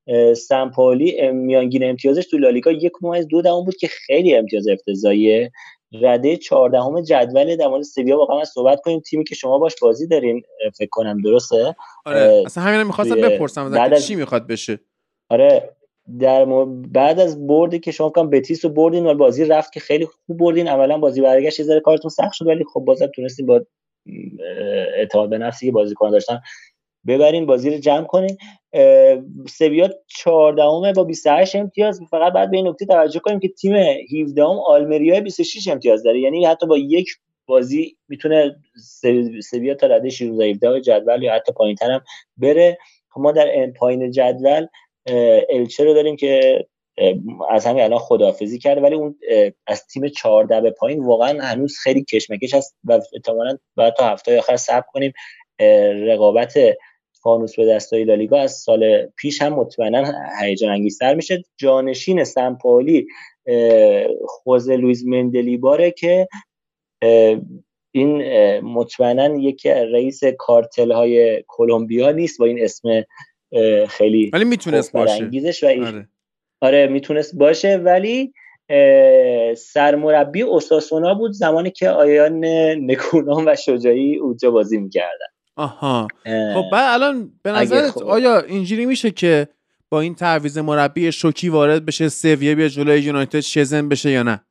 سمپالی میانگین امتیازش تو لالیگا 1.2 بود که خیلی امتیاز افتضاحیه. رده 14ام جدول. در مورد سویا واقعا صحبت کنیم، تیمی که شما باش بازی دارین فکر کنم، درسته؟ آره اصلا همینا می‌خواستم بپرسم چی میخواد بشه. آره بعد از بردی که شما کام بتیس رو بردین و بازی رفت که خیلی خوب بردین، اولا بازی برگشت یه ذره کارتون سخت شد، ولی خب بازم تونستین با اعتماد به نفسی که بازیکن داشتن ببرین، بازی رو جمع کنین. سویا 14ام با 28 امتیاز. فقط بعد به این نکته توجه کنیم که تیم 17ام آلمریا 26 امتیاز داره، یعنی حتی با یک بازی میتونه سویا تا رده 16 جدول یا حتی پایین‌تر هم بره. ما در پایین جدول الچه رو داریم که از همین الان خداحافظی کرده، ولی اون از تیم 14 به پایین واقعا هنوز خیلی کشمکش هست و احتمالاً باید تا هفته آخر صبر کنیم. رقابت فانوس به دستای لالیگا از سال پیش هم مطمئنا هیجان انگیزتر میشه. جانشین سمپالی خوزه لوئیز مندلیباره که این مطمئنا یکی رئیس کارتل های کلمبیا نیست با این اسم خیلی ولی میتونست باشه. آره میتونست باشه، ولی سرمربی اوساسونا بود زمانی که آیان نکونام و شجاعی اونجا بازی میکردن. آها خب بعد الان به نظرت آیا اینجوری میشه که با این تعویض مربی شوکی وارد بشه سویه بیا جلوی یونایتد شزن بشه یا نه؟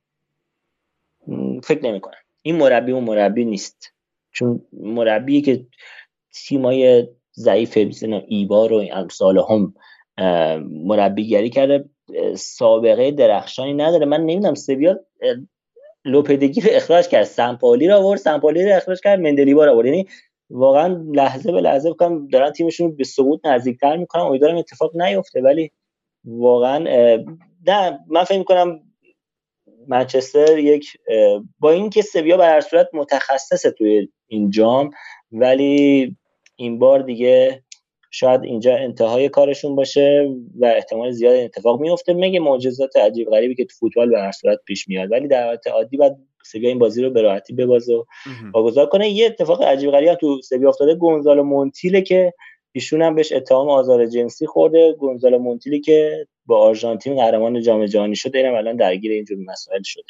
فکر نمی‌کنم. این مربی اون مربی نیست، چون مربی که تیمای ضعیف مثل ایبار و امثال هم مربیگری کرده سابقه درخشانی نداره. من نمیدونم سویا لوپدگی رو اخراج کرد، سمپالی رو آورد، سمپالی رو اخراج کرد، مندلیبا رو آورد، یعنی واقعا لحظه به لحظه بکنم دارن تیمشون به سقوط نزدیکتر میکنن. امیدوارم اتفاق نیفته، ولی واقعا نه، من فکر میکنم منچستر یک با اینکه سویا به هر صورت متخصصه توی این جام، ولی این بار دیگه شاید اینجا انتهای کارشون باشه و احتمال زیاد اتفاق میفته. مگه معجزات عجیب غریبی که تو فوتبال به هر صورت پیش میاد، ولی در حالت عادی بعد سویا این بازی رو به راحتی ببازه و واگذار کنه. یه اتفاق عجیب غریبی تو سویا افتاده، گونزالو مونتیله که ایشون هم بهش اتهام آزار جنسی خورده. گونزالو مونتیلی که با آرژانتین قهرمان جام جهانی شده، اینم الان درگیر اینجور مسائل شده.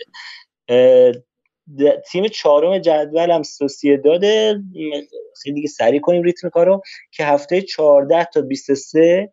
تیم چهارم جدول هم سوسییداد. خیلی دیگه سریع کنیم ریتم کارو که هفته 14 تا 23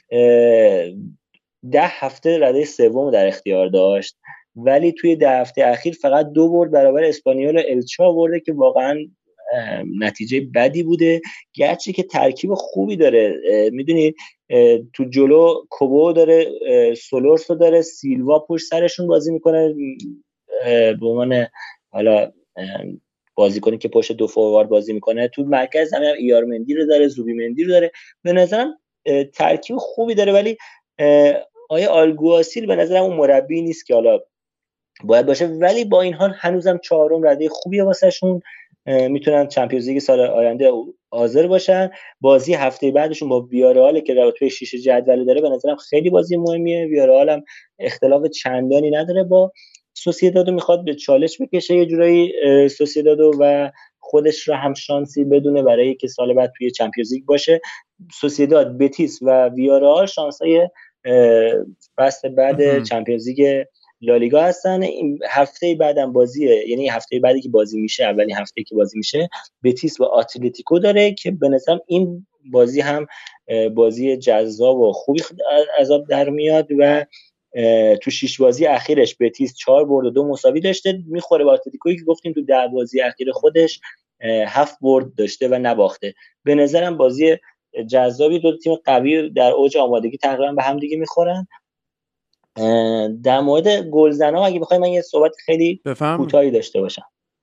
10 هفته رده سوم در اختیار داشت، ولی توی 10 هفته اخیر فقط 2 برد برابر اسپانیول و الچه آورده که واقعا نتیجه بدی بوده، گرچه که ترکیب خوبی داره. میدونید تو جلو کوبو داره، سولورسو داره، سیلوا پشت سرشون بازی میکنه به عنوان حالا بازیکنی که پشت دو فوروارد بازی میکنه. تو مرکز هم ایارمندی رو داره، زوبیمندی رو داره. به نظرم ترکیب خوبی داره، ولی آیا آلگواسیل به نظرم اون مربی نیست که حالا باید باشه. ولی با این حال هنوزم چهارم رده خوبیه واسهشون، میتونن چمپیونز لیگ سال آینده حاضر باشن. بازی هفته بعدشون با ویارئال که رتبه 6 جدول داره به نظرم خیلی بازی مهمیه. ویارئال هم اختلاف چندانی نداره با سوسییداد، میخواد به چالش بکشه یه جورایی سوسییداد و خودش رو هم شانسی بدونه برای که سال بعد توی چمپیونز لیگ باشه. سوسییداد، بتیس و ویارئال شانسای فصل بعد چمپیونز لیگ لالیگا هستن. این هفته بعدم بازیه، یعنی هفته بعدی که بازی میشه، اولین هفته که بازی میشه بتیس و اتلتیکو داره که به نظرم این بازی هم بازی جذاب و خوبی عذاب در میاد و تو 6 بازی اخیرش بتیس 4 برد و 2 مساوی داشته، میخوره با اتلتیکویی که گفتیم تو 10 بازی اخیر خودش 7 برد داشته و نباخته. به نظرم بازی جذابی، دو تیم قوی در اوج آمادگی تقریبا به هم دیگه میخورن. در مورد گلزنا اگه بخوایم من یه صحبت خیلی کوتاهی داشته باشم،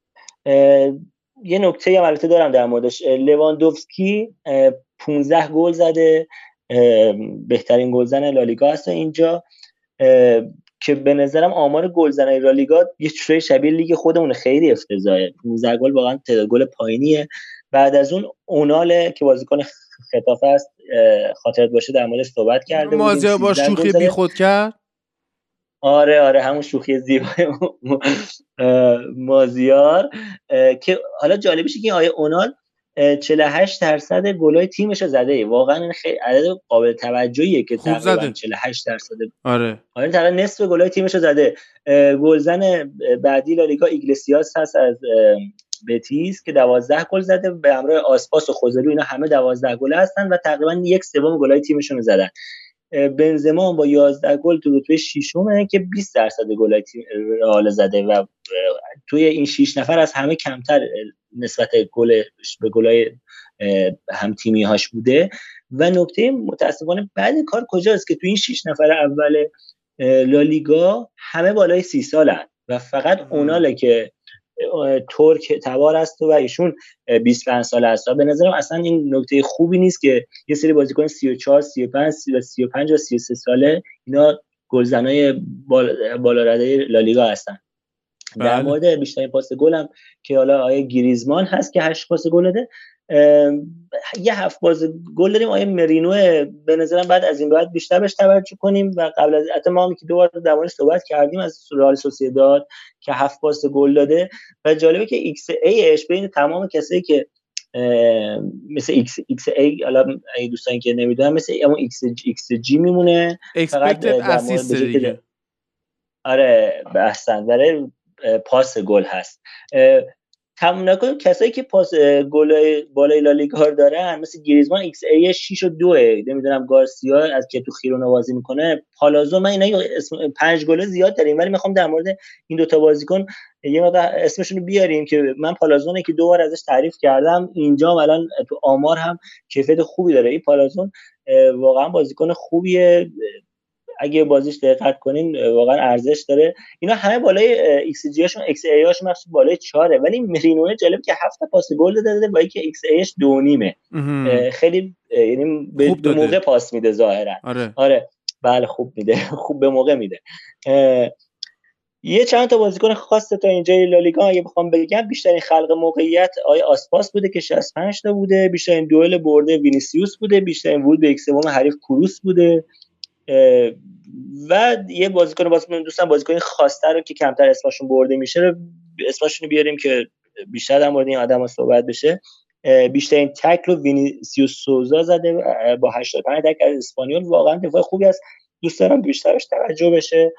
یه نکته هم البته دارم در موردش. لواندوفسکی 15 گل زده، بهترین گلزن لالیگا هست اینجا، که به نظرم آمار گلزنای لالیگا یه جوری شبیه لیگ خودمون، خیلی افتضاحه. 15 گل واقعا تعداد گل پایینیه. بعد از اون اونال که بازیکن خطافه است، خاطرت باشه در موردش صحبت کرده بودیم، مازیار با شوخی بی خود کرد. آره همون شوخی زیبای مازیار که حالا جالبشه که آیه اونال 48% گلای تیمش رو زده. واقعا این خیلی عدد قابل توجهیه که تقریبا 48%. آره تقریبا نصف گلای تیمش رو زده. گلزن بعدی لالیگا ایگلسیاس هست از بتیس که 12 گل زده به همراه آسپاس و خوزلو، اینا همه 12 گله هستن و تقریبا 1/3 گلای تیمشون رو زدن. بنزما با 11 گل تو رتبه 6م که 20% گلای تیم رئال زده و توی این 6 نفر از همه کمتر نسبت گل به گلای هم تیمی هاش بوده. و نکته متاسفانه بعد کار کجاست که توی این 6 نفر اول لالیگا همه بالای 30 سالن و فقط اوناله که ترک تبار است و ایشون 25 ساله است. به نظرم اصلا این نکته خوبی نیست که یه سری بازیکن 34 35 35 و 33 ساله اینا گلزنای بالا رده لالیگا هستن. در مورد بیشترین پاس گل هم که حالا آیه گریزمان هست که 8 پاس گل داده، یه 7 پاس گل داریم آیه مرینو. به نظرم بعد از این بعد بیشتر بهش توجه کنیم و قبل از حتی ما هم که دوباره در موردش صحبت کردیم از رئال سوسییداد که 7 پاس گل داده و جالبه که ایکس ایش بین تمام کسایی که مثل ایکس ای حالا دوستان که نمیدونن مثل اون ایکس جی میمونه، فقط اسیست دیگه. آره بحثن برای پاس گل هست. تمام نکنیم کسایی که پاس گل بالای لالیگا دارن مثل گریزمان ایکس ای 6 و 2، نمیدونم گارسیا از که تو خیرونا بازی میکنه، پالازو، من اینا 5 گل زیاد داریم ولی میخوام در مورد این دوتا بازیکن یه مقدار اسمشون رو بیاریم که من پالازونه که 2 بار ازش تعریف کردم اینجا الان تو آمار هم کیفیت خوبی داره. این پالازون واقعا بازیکن خوبیه، اگه بازیش دقت کنین واقعا ارزش داره. اینا همه بالای ایکس جی هاشون ایکس ای هاشون مثلا بالای 4، ولی مرینو جالب که 7 پاس گل داده با اینکه ایکس ایش 2.5. خیلی یعنی به موقع پاس میده ظاهرا. آره بله خوب میده، خوب به موقع میده. یه چند تا بازیکن خاصه تا اینجا لالیگا اگه بخوام بگم، بیشترین خلق موقعیت آیه آسپاس بوده که 65 تا بوده، بیشترین دوئل برده وینیسیوس بوده، بیشترین ورود به ایکس سوم حریف کروس بوده و یه بازیکن دوستان بازیکن خاص‌تر رو که کمتر اسمشون برده میشه رو اسمشون بیاریم که بیشتر در مورد این آدم‌ها صحبت بشه. بیشترین تکل رو وینیسیوس سوزا زده با 85 تکل از اسپانیول، واقعا دفاع خوبی است، دوست دارم بیشترش توجه بشه.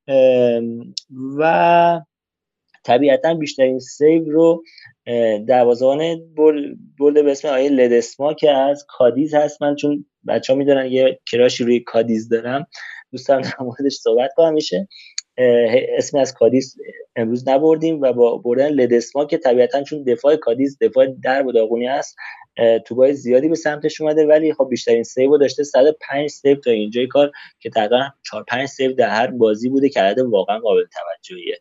و طبیعتاً بیشترین سیو رو دروازه‌بان برده به اسم آیه لدسما که از کادیز هست. من چون بچه‌ها میدونن یه کراشی روی کادیز دارم، دوستم در موردش صحبت کنم. میشه اسمی از کادیز امروز نبردیم و با بردن لدسما که طبیعتاً چون دفاع کادیز دفاع درب و داغونی است توپای زیادی به سمتش اومده، ولی خب بیشترین سیو داشته، 105 سیو تا اینجای کار که تقریبا 4-5 سیو در هر بازی بوده که عدد واقعا قابل توجهیه.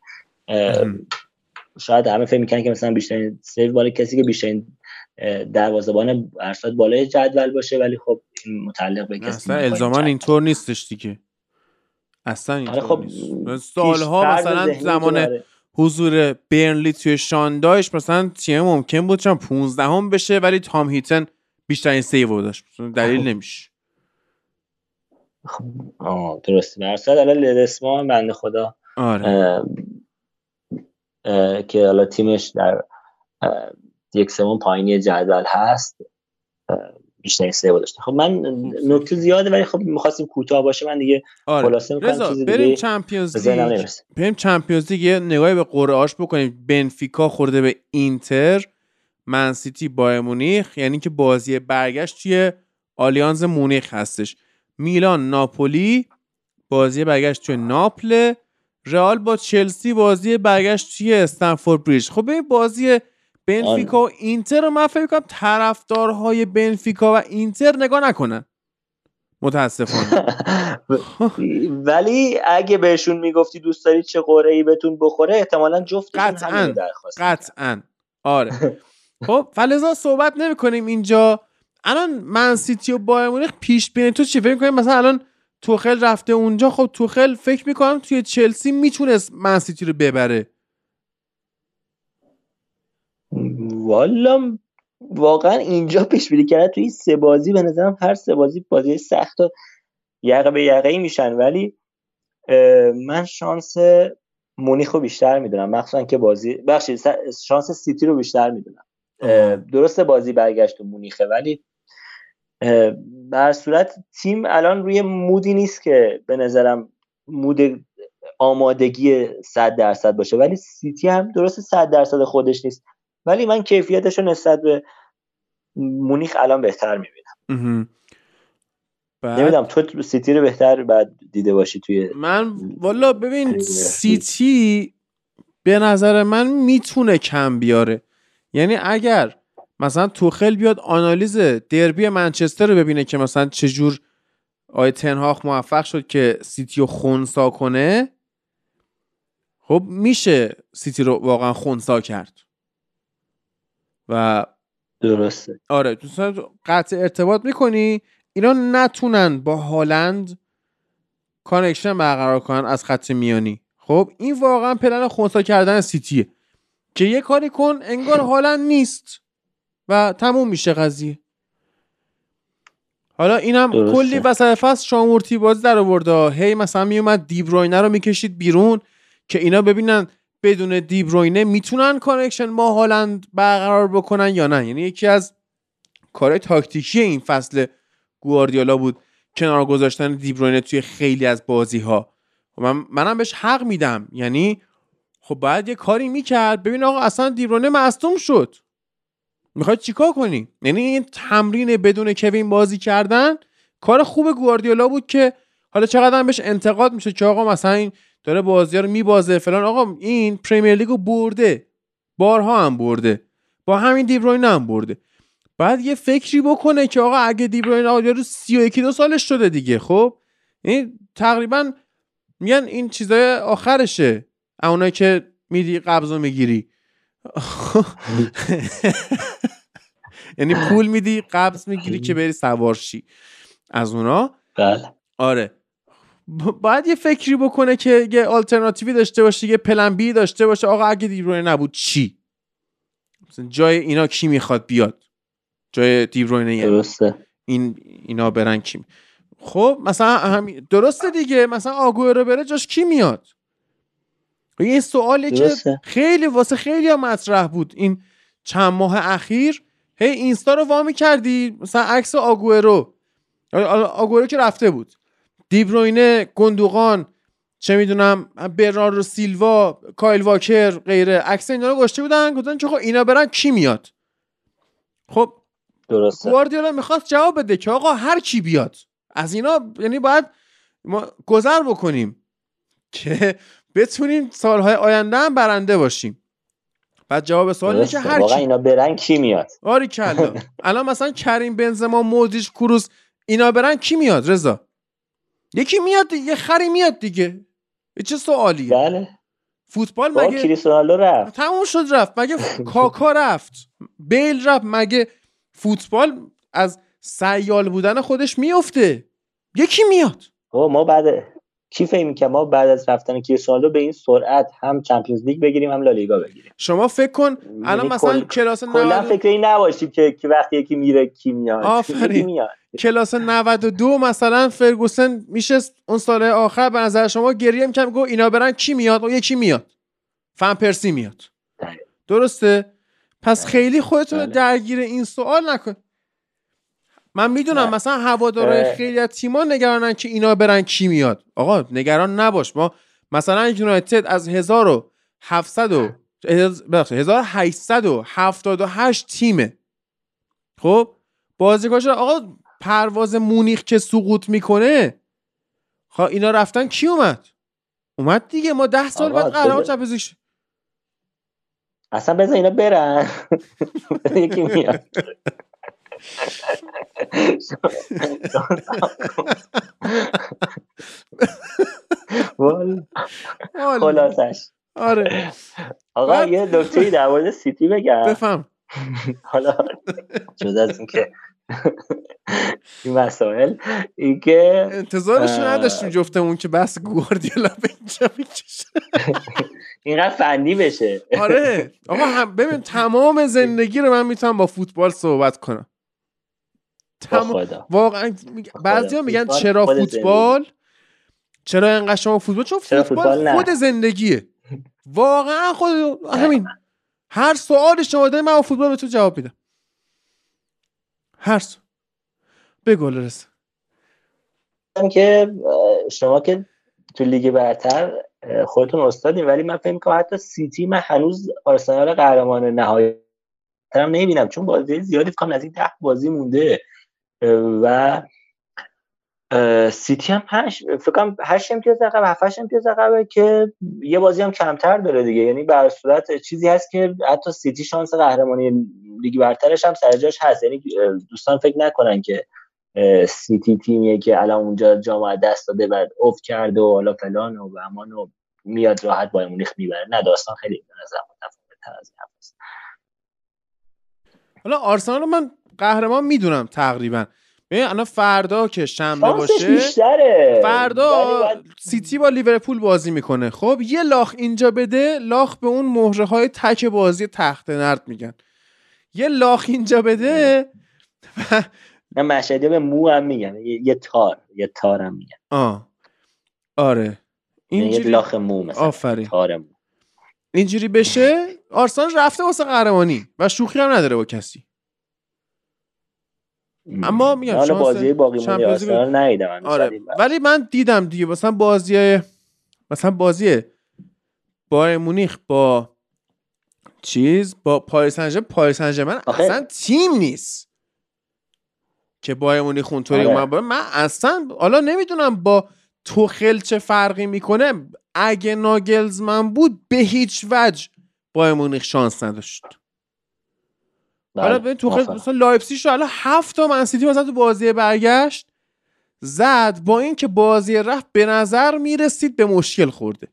شاید همه فکر میکنن که مثلا بیشترین سیو بالای کسی که بیشترین دروازه‌بان ارصاد بالای جدول باشه، ولی خب این متعلق به کسی اصلا الزاما اینطور نیستش دیگه، اصلا اینطور خب نیست. سالها مثلا زمان حضور برنلی توی شاندایش مثلا تیم ممکن بود چون 15ام بشه ولی تام هیتن بیشترین سیو داشت، دلیل نمیشه. درسته درصد الان لدسما هم بنده خدا که حالا تیمش در 1/3 پایینی جدول هست بیشترین سیو داشته. خب من نکته زیاده ولی خب می‌خواستیم کوتاه باشه، من دیگه خلاصه می‌کنم چیزی دیگه. بریم چمپیونز لیگ یه نگاهی به قرعه‌اش بکنیم. بنفیکا خورده به اینتر، من سیتی بایر مونیخ، یعنی که بازی برگشت توی آلیانز مونیخ هستش. میلان ناپولی بازی برگشت توی ناپل، رئال با چلسی بازی برگشت توی استنفورد بریج. خب این بازی بنفیکا و اینتر رو من فکر کنم طرفدارهای بنفیکا و اینتر نگاه نکنن متاسفانه. ولی اگه بهشون میگفتی دوست داری چه قرعه‌ای بهتون بخوره احتمالاً جفتشون همین درخواست قطعاً آره. خب فلزا صحبت نمی‌کنیم اینجا. الان من سیتی و بایر مونیخ پیش بینی تو چی فکر می‌کنی؟ مثلا الان توخل رفته اونجا، خب توخل فکر می‌کنم توی چلسی میتونست من سیتی رو ببره. والا واقعا اینجا پیش بینی کرده توی 3 بازی به نظرم هر 3 بازی سخت و یقه به یقه‌ای میشن، ولی من شانس مونیخ رو بیشتر میدونم، مخصوصا که شانس سیتی رو بیشتر میدونم. درسته بازی برگشت و مونیخه، ولی به هر صورت تیم الان روی مودی نیست که به نظرم مود آمادگی 100% باشه، ولی سیتی هم درسته 100% خودش نیست، ولی من کیفیتش رو نسبت به مونیخ الان بهتر میبینم. نمیدونم تو سیتی رو بهتر بعد دیده باشی توی من والا ببین سیتی به نظر من میتونه کم بیاره. یعنی اگر مثلا توخل بیاد آنالیز دربی منچستر رو ببینه که مثلا چجور آیه تنهاخ موفق شد که سیتی رو خونسا کنه، خب میشه سیتی رو واقعا خونسا کرد و درسته. آره تو قطع ارتباط میکنی اینا نتونن با هالند کانکشن برقرار کنن از خط میانی. خب این واقعا پلن خونسا کردن سیتیه که یه کاری کن انگار هالند نیست و تموم میشه قضیه. حالا اینم کلی وسط فصل شامورتی بازی در آورد، هی مثلا میومد دیبروینه رو میکشید بیرون که اینا ببینن بدون دیبروینه میتونن کانکشن با هالند برقرار بکنن یا نه. یعنی یکی از کارهای تاکتیکی این فصل گواردیولا بود کنار گذاشتن دیبروینه توی خیلی از بازی‌ها. منم بهش حق میدم، یعنی خب باید یه کاری میکرد. ببین آقا اصلا دیبروینه مصدوم شد، میخواد چیکار کنی؟ یعنی این تمرین بدون کوین بازی کردن کار خوب گواردیولا بود که حالا چقدر بهش انتقاد میشه که آقا مثلا این داره بازی‌ها رو میبازه فلان. آقا این پرمیر لیگو برده، بارها هم برده، با همین دیبروینه هم برده. بعد یه فکری بکنه که آقا اگه دیبروینه آقا رو 31-2 سالش شده دیگه، خب این تقریبا میگن این چیزای آخرشه، اونایی که میدی قبضو میگیری یعنی پول میدی قبض میگیری که بری سوار شی از اونا. بله آره باید یه فکری بکنه که یه آلترناتیوی داشته باشه، یه پلن بی داشته باشه. آقا اگه دیبروینه نبود چی؟ مثلا جای اینا کی میخواد بیاد جای دیبروینه؟ درسته اینا برن کی؟ خب مثلا درسته دیگه، مثلا آگوئرو بره جاش کی میاد؟ این سوالی که خیلی واسه خیلی ها مطرح بود این چند ماه اخیر. هی اینستا رو وامی کردی مثلا عکس آگوئرو که رفته بود، دیبروینه، گندوغان، چه میدونم برناردو سیلوا، کایل واکر، غیره، عکس اینا رو گذاشته بودن، گفتن که خب اینا برن کی میاد؟ خب درسته گواردیولا میخواست جواب بده که آقا هر کی بیاد از اینا، یعنی باید ما گذر بکنیم که بتونیم سالهای آینده هم برنده باشیم. بعد جواب سوال اینه که هر کی اینا برن کی میاد؟ آری کلا الان مثلا کریم بنزما، مودریچ، کروس اینا برن کی میاد؟ رضا یکی میاد، یه خری میاد دیگه. چه سوالیه؟ بله فوتبال مگه کریستیانو رفت تموم شد رفت؟ مگه کاکا رفت، بیل رفت؟ مگه فوتبال از سیال بودن خودش میفته؟ یکی میاد. ما بعد کی فکر می‌کنه ما بعد از رفتن کریستیانو به این سرعت هم چمپیونز لیگ بگیریم هم لالیگا بگیریم؟ شما فکر کن الان مثلا کلاس 90 کلا فکر این نباشی که وقتی یکی میره کی میاد. آفرین. کلاس 92 مثلا فرگوسن میشه اون سال آخر به نظر شما گریه می‌کنه گفت اینا برن کی میاد؟ و یکی میاد، فن پرسی میاد. درسته؟ پس خیلی خودتون درگیر این سوال نکن. من میدونم مثلا هوادارهای خیلی از تیم‌ها نگرانن که اینا برن کی میاد. آقا نگران نباش، ما مثلا یونایتد از 1878 تیمه، خب بازیکنش آقا پرواز مونیخ که سقوط میکنه، خب اینا رفتن کی اومد دیگه. ما 10 سال بعد قهرمان چمپیونز لیگ اصلا بذار اینا برن یکی میاد. خلاصش آره آقا یه نکته‌ای در مورد سیتی بگم. بفهم. حالا جدا از این که این مسائل این که انتظارش نداشتیم جفتمون که بحث گواردیولا به اینجا بکشه اینقدر فنی بشه. آره آقا ببین تمام زندگی رو من میتونم با فوتبال صحبت کنم. واقعا بعضیا میگن چرا فوتبال؟ چرا اینقدر شما فوتبال؟ چون فوتبال خود زندگیه. واقعا خود همین هر سوالی شما داری من با فوتبال به تو جواب میدم. هر سوال. بگو رس. که شما که تو لیگ برتر خودتون استادین، ولی من فکر می‌کنم حتی سیتی من هنوز آرسنال قهرمان نهایی هم نمیبینم، چون بازی زیادی فکر کنم نزدیک 10 بازی مونده و سیتی هم فکر کنم 8 امتیاز عقب 7 امتیاز عقبه که یه بازی هم کمتر داره دیگه. یعنی به صورت چیزی هست که حتی سیتی شانس قهرمانی لیگ برترش هم سر جاش هست. یعنی دوستان فکر نکنن که سیتی تیمیه که الان اونجا جام دست داده و افت کرده و حالا فلان و امان و میاد راحت بایر مونیخ میبره. نه، داستان خیلی به نظر متفاوت‌تر از این هست. حالا آرسنال رو من قهرمان میدونم تقریبا. ببین الان فردا که شنبه باشه بیشتره. فردا سیتی با لیورپول بازی میکنه. خب یه لاخ اینجا بده، لاخ به اون مهره های تک بازی تخت نرد میگن. یه لاخ اینجا بده من مشهدی به مو هم میگن، یه تار هم میگن. آره اینجوری یه لاخ مو مثلا. آفرین. تار مو. اینجوری بشه آرسنال رفته واسه قهرمانی و شوخی هم نداره با کسی. اما میگم حالا بازی باقی مونده آرسنال ندیدم. آره ولی من دیدم دیگه مثلا بازی بایر مونیخ با با پاریس سن ژرمن اصلا تیم نیست که بایر مونیخ اونطوری اومد. من اصلا حالا نمیدونم با توخل چه فرقی میکنه. اگه ناگلزمن بود به هیچ وجه بایر مونیخ شانس نداشت. حالا ببین توخل مثلا لایپزیگ شو الان 7 تا من سیتی مثلا تو بازی برگشت زد، با این که بازی رفت به نظر میرسید به مشکل خورده.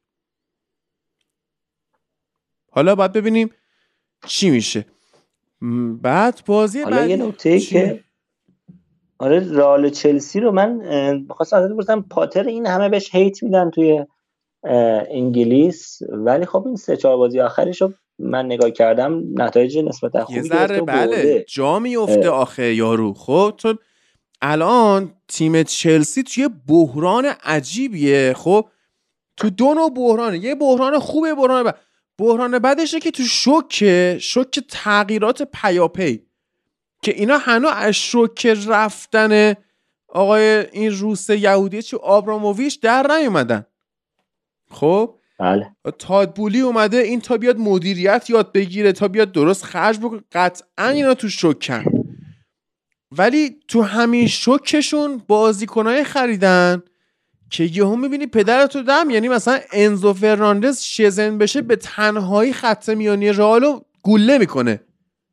حالا باید ببینیم چی میشه. بعد بازی حالا یه نکته که رئال چلسی رو من بخواستم ازت بپرسم، پاتر این همه بهش هیت میدن توی انگلیس، ولی خب این 3-4 بازی آخرش رو من نگاه کردم نتایج نسبتا خوبی گرفته و برده. جا میفته آخه یارو. خب تو الان تیم چلسی توی بحران عجیبیه. خب تو دو نوع بحرانه، یه بحران خوبه، بحران بعدشه که تو شوک تغییرات پیاپی که اینا هنوز از شوک رفتن آقای این روس یهودی آبراموویچ در نیومدن. خب بله. تادبولی اومده این تا بیاد مدیریت یاد بگیره، تا بیاد درست خرج بکنه. قطعا اینا تو شوکن، ولی تو همین شوکشون بازیکنای خریدن که یهو میبینی پدرتو دم. یعنی مثلا انزو فرناندز شزن بشه به تنهایی خط میانی رئالو گوله میکنه،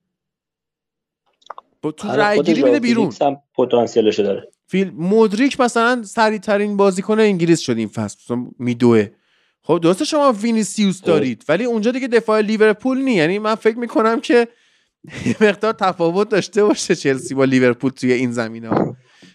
تو رایگیری میده بیرون. پتانسیلشو داره. مودریک مثلا سریع ترین بازیکن انگلیس شد این فصل، میدوه. خب درسته شما وینیسیوس دارید ولی اونجا دیگه دفاع لیورپول نی. یعنی من فکر میکنم که یه مقدار تفاوت داشته باشه چلسی با لیورپول توی این زمینه‌ها.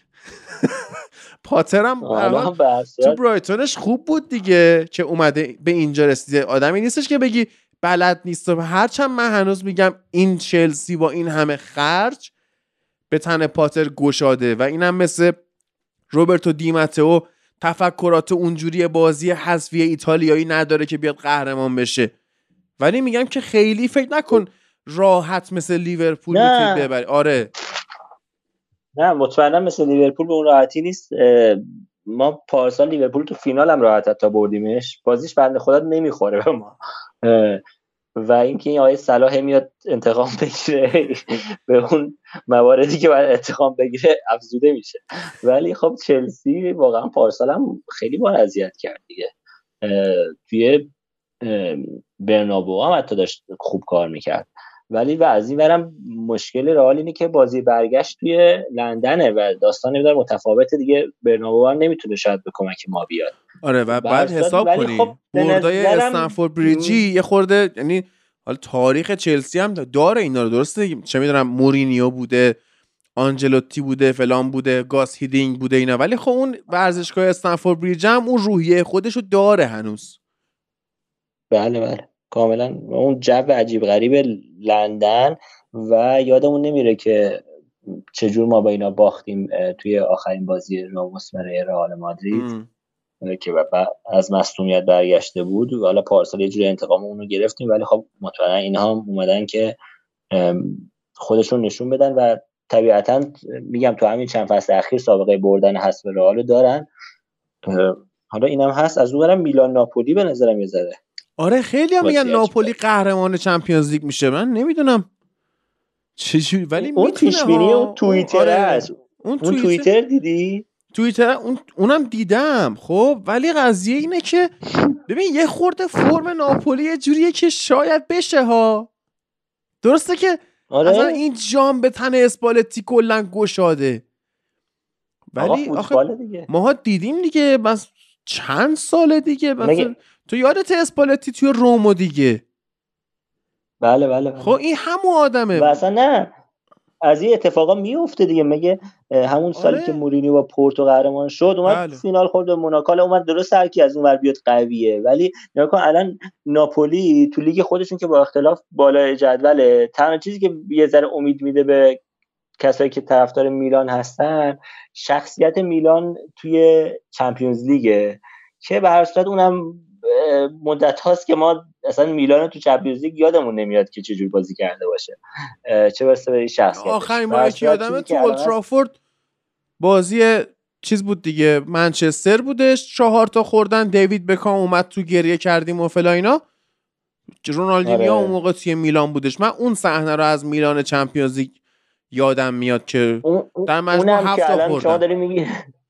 پاترم تو برایتونش خوب بود دیگه که اومده به اینجا رسیده. آدمی نیستش که بگی بلد نیست. هرچند من هنوز میگم این چلسی با این همه خرج به تن پاتر گشاده و اینم مثل روبرتو دیماتئو تفکرات اونجوری بازی حذفی ایتالیایی نداره که بیاد قهرمان بشه. ولی میگم که خیلی فکر نکن راحت مثل لیورپول میتونی ببری. آره نه مطمئنا مثل لیورپول به اون راحتی نیست. ما پارسال لیورپول تو فینال هم راحت تا بردیمش. بازیش بنده خدا نمیخوره به ما و اینکه این آقای صلاح میاد انتقام بگیره به اون مواردی که باید انتقام بگیره افزوده میشه. ولی خب چلسی واقعا پارسال هم خیلی بار اذیت کرد دیگه. توی برنابو هم حتی داشت خوب کار میکرد. ولی و از این ورم مشکل رئال اینه که بازی برگشت توی لندنه و داستان نمیدار متفاوته دیگه. برنابو هم نمیتونه شاید به کمک ما بیاد. آره و بعد حساب کنی خب بردای استنفورد بریجی یه خورده، یعنی حالا تاریخ چلسی هم داره اینا رو، درسته چه میدونم مورینیو بوده، آنجلوتی بوده، فلان بوده، گاس هیدینگ بوده اینا، ولی خب اون ورزشگاه استنفورد بریج هم اون روحیه خودشو داره هنوز. بله کاملا. اون جو عجیب غریب لندن و یادمون نمیره که چجور ما با اینا باختیم توی آخرین بازی راموس برای رئال مادرید. که از مصونیت برگشته بود. حالا پارسال یه جوری انتقام اونو گرفتیم، ولی خب مطمئنا اینها هم اومدن که خودشون نشون بدن و طبیعتا میگم تو همین چند فصل اخیر سابقه بردن حذف رئال دارن. حالا اینم هست. از اونورم میلان ناپولی به نظرم یه ذره. آره خیلی هم میگن ناپولی قهرمان چمپیونز لیگ میشه. من نمیدونم چجوری، ولی اون پیش بینی اون توییتر هست. اون توییتر دیدی؟ توییتر اونم دیدم. خب ولی قضیه اینه که ببین یه خورده فرم ناپولی یه جوریه که شاید بشه ها. درسته که اصلا این جام به تن اسپالتی کلا گشاده، ولی آخه ماها دیدیم دیگه بس چند سال دیگه تو یادت اسپالتی توی رومو دیگه. بله. خب این همون آدمه و اصلا نه از این اتفاقا میفته دیگه. مگه همون سالی که مورینیو با پورتو قهرمان شد اومد فینال خورد به موناکو، اومد درست هر کی از اون ور بیاد قویه، ولی نگاه کن الان ناپولی تو لیگ خودشون که با اختلاف بالای جدوله، تنها چیزی که یه ذره امید میده به کسایی که طرفدار میلان هستن شخصیت میلان توی چمپیونز لیگه که به هر صورت اونم مدت هاست که ما اصلا میلان تو چمپیونز لیگ یادمون نمیاد که چه جوری بازی کرده باشه، چه برسه به شخصیت. آخرین باری که یادمه تو اولترافورد بازی چیز بود دیگه، منچستر بودش، 4 تا خوردن، دیوید بکام اومد تو گریه کردیم و فلا اینا. رونالدینیو اون موقع توی میلان بودش. من اون صحنه رو از میلان چمپیونز لیگ یادم میاد که در مجموع 7 تا خوردن.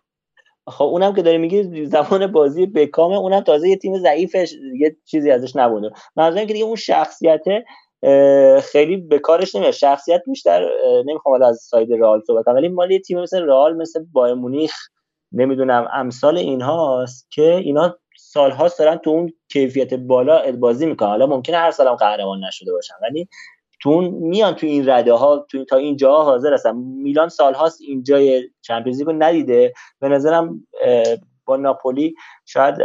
خب اونم که داری میگی زمان بازی بکام، اونم تازه یه تیم ضعیفش یه چیزی ازش نبوده. منظورم که دیگه اون شخصیته خیلی به کارش نمیاد. شخصیت بیشتر نمیخوام از ساید رئال صحبت کنم، ولی مال یه تیم مثل رئال، مثل بایر مونیخ، نمیدونم امثال اینهاست که اینا سال‌هاست دارن تو اون کیفیت بالا بازی میکنن. حالا ممکنه هر سالم قهرمان نشده باشن، ولی میان تو این رده ها تا این جاها حاضر هستن. میلان سال‌هاست این جای چمپیونز لیگو ندیده. به نظرم با ناپولی شاید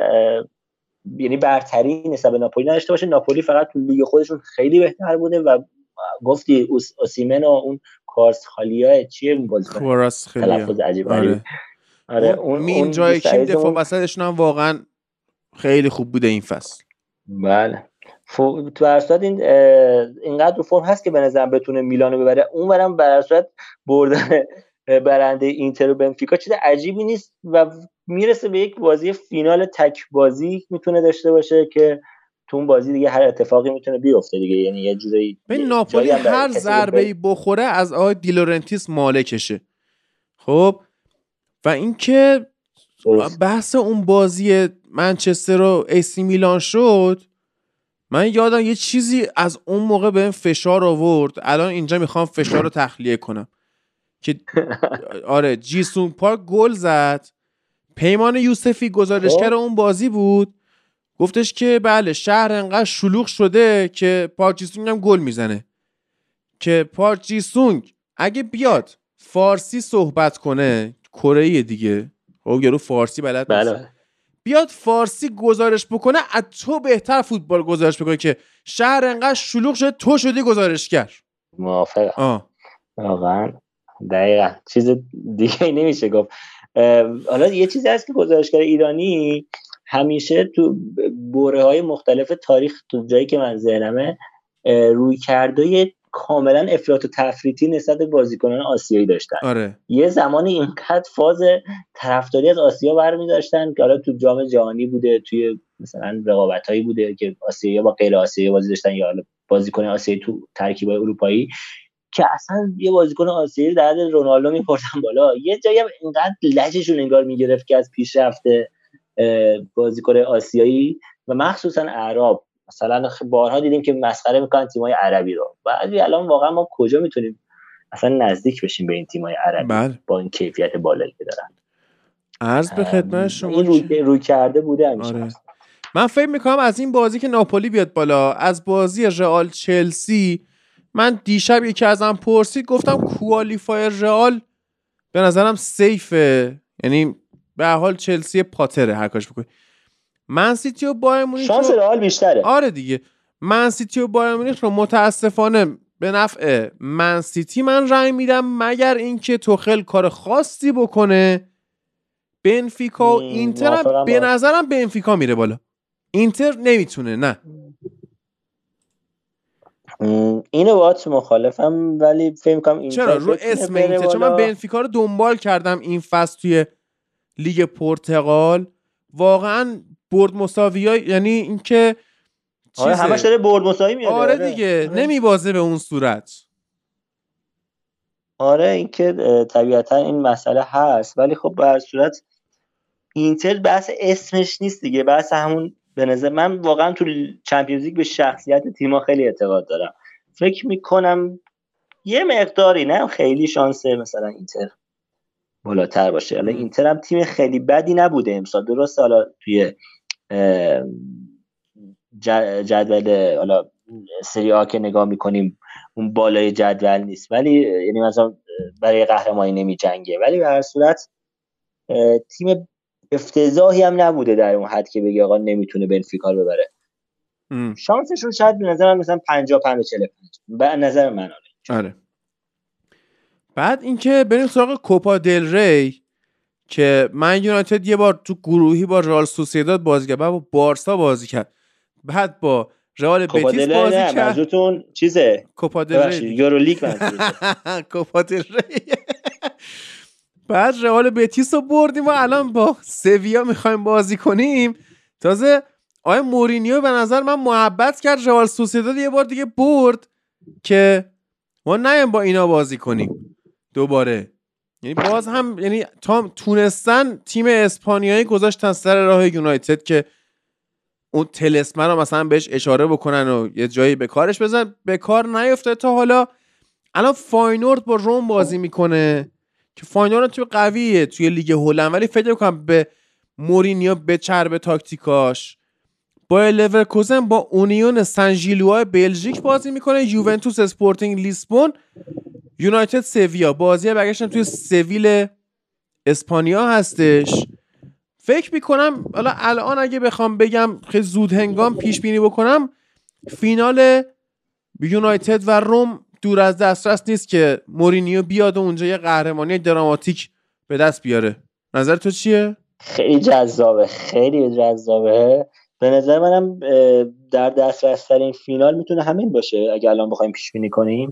یعنی برتری نسبت به ناپولی نداشته باشه. ناپولی فقط تو لیگ خودشون خیلی بهتر بوده و گفتی اوسیمن و اون کارسخالیا چیه اون بازیکن تلفظ عجیب غریبی. آره اون جای کیم دفاع وسطشون هم واقعا خیلی خوب بوده این فصل. بله تو هر صورت اینقدر رو فرم هست که به نظرم بتونه میلانو ببره. اونورم به هر صورت بردن برنده اینتر و بنفیکا چیز عجیبی نیست و میرسه به یک بازی فینال تک بازی میتونه داشته باشه که تو اون بازی دیگه هر اتفاقی میتونه بیفته دیگه. یعنی یه جوری به ناپولی هر ضربه‌ای بخوره از آقای دیلورنتیس مالکشه. خب و اینکه بحث اون بازی منچستر و ایسی میلان شد، من یادم یه چیزی از اون موقع بهم فشار آورد. الان اینجا میخوام فشار رو تخلیه کنم که آره جیسون پارک گل زد. پیمان یوسفی گزارشگر اون بازی بود، گفتش که بله شهر انقدر شلوغ شده که پارک جیسونگ هم گل میزنه، که پارک جیسونگ اگه بیاد فارسی صحبت کنه، کره دیگه خب یارو فارسی بلد نیست، بیاد فارسی گزارش بکنه از تو بهتر فوتبال گزارش بکنه که شهر انقدر شلوغ شده تو شدی گزارشگر. موافقم واقعا دقیقاً چیز دیگه نمیشه گفت. حالا یه چیزی هست که گزارشگر ایرانی همیشه تو برهه‌های مختلف تاریخ تو جایی که من ذهنمه روی کرده کاملا افراط و تفریطی نسبت به بازیکنان آسیایی داشتن. آره. یه زمانی اینقدر فاز طرفداری از آسیا برمی‌داشتن که حالا تو جام جهانی بوده، توی مثلا رقابتایی بوده که آسیایی با غیر آسیایی بازی داشتن یا بازیکن آسیایی تو ترکیبای اروپایی، که اصلا یه بازیکن آسیایی در حد رونالدو می‌پردن بالا. یه جایی هم اینقدر لجشون انگار میگرفت که از پیشرفته بازیکن آسیایی و مخصوصا اعراب مثلا بارها دیدیم که مسخره میکنن تیمای عربی رو. بعد الان واقعا ما کجا میتونیم اصلا نزدیک بشیم به این تیمای عربی با این کیفیت بالایی که دارن؟ عرض به خدمت شما این روی کرده بوده همیشه. آره. من فکر میکنم از این بازی که ناپولی بیاد بالا، از بازی رئال چلسی، من دیشب یکی ازم پرسید گفتم کوالیفایر رئال به نظرم سیفه، یعنی به هر حال چلسی پاتره هر کاش بکنی. من سیتی و بایر مونیخ شانس رئال بیشتره. آره دیگه من سیتی و بایر مونیخ رو متاسفانه به نفع من سیتی من رأی میدم، مگر اینکه توخل کار خاصی بکنه بنفیکا و اینتر هم به نظرم بنفیکا میره بالا، اینتر نمیتونه. نه اینو باهات مخالفم، ولی فکر می‌کنم اینتر چرا رو اسم اینتر، چون من بنفیکا رو دنبال کردم این فصل توی لیگ پرتغال، واقعا برد مساویای، یعنی اینکه آره همش داره برد مساوی میاره. آره دیگه نمیبازه به اون صورت. آره این که طبیعتا این مسئله هست، ولی خب به هر صورت اینتر بحث اسمش نیست دیگه، بحث همون. به نظر من واقعا تو چمپیونز لیگ به شخصیت تیم‌ها خیلی اعتقاد دارم. فکر میکنم یه مقداری، نه خیلی، شانس مثلا اینتر بالاتر باشه. حالا اینتر هم تیم خیلی بدی نبوده امسال، درسته حالا توی جدول حالا سری آ که نگاه میکنیم اون بالای جدول نیست، ولی یعنی مثلا برای قهرمانی نمی جنگه، ولی به هر صورت تیم افتضاحی هم نبوده در اون حد که بگی آقا نمیتونه بنفیکا رو ببره. شانسشون شاید به نظرم مثلا 50 45 به نظر من. آره. بعد اینکه بریم سراغ کوپا دل ری که من یونایتد یه بار تو گروهی با رئال سوسییداد بازی کرد، بعد با بارسا بازی کرد، بعد با رئال بتیس بازی کرد. منظورتون چیزه؟ کوپا دل ری، یورولیگ منظورته. کوپا دل ری. بعد رئال بتیس رو بردیم و الان با سویا میخوایم بازی کنیم. تازه آقای مورینیو به نظر من محبت کرد رئال سوسییداد یه بار دیگه برد که ما نیم با اینا بازی کنیم دوباره. یعنی باز هم یعنی تونستن تیم اسپانیایی گذاشتن سر راه یونایتد که اون طلسمه رو مثلا بهش اشاره بکنن و یه جایی به کارش بزنن، به کار نیفته تا حالا. الان فاینورد با روم بازی میکنه که فاینورد توی قویه توی لیگ هلند، ولی فکر میکنم به مورینیو بچربه تاکتیکاش. با لورکوزن با اونیون سن ژیلوآ بلژیک بازی میکنه، یوونتوس اسپورتینگ لیسبون، یونایتد سویا. بازی برگشتن توی سویل اسپانیا هستش. فکر میکنم حالا الان اگه بخوام بگم خیلی زود هنگام پیش بینی بکنم، فینال یونایتد و روم دور از دسترس نیست که مورینیو بیاد و اونجا یه قهرمانی دراماتیک به دست بیاره. نظر تو چیه؟ خیلی جذابه، خیلی جذابه. به نظر منم در دسترس ترین فینال میتونه همین باشه اگه الان بخوایم پیش بینی کنیم،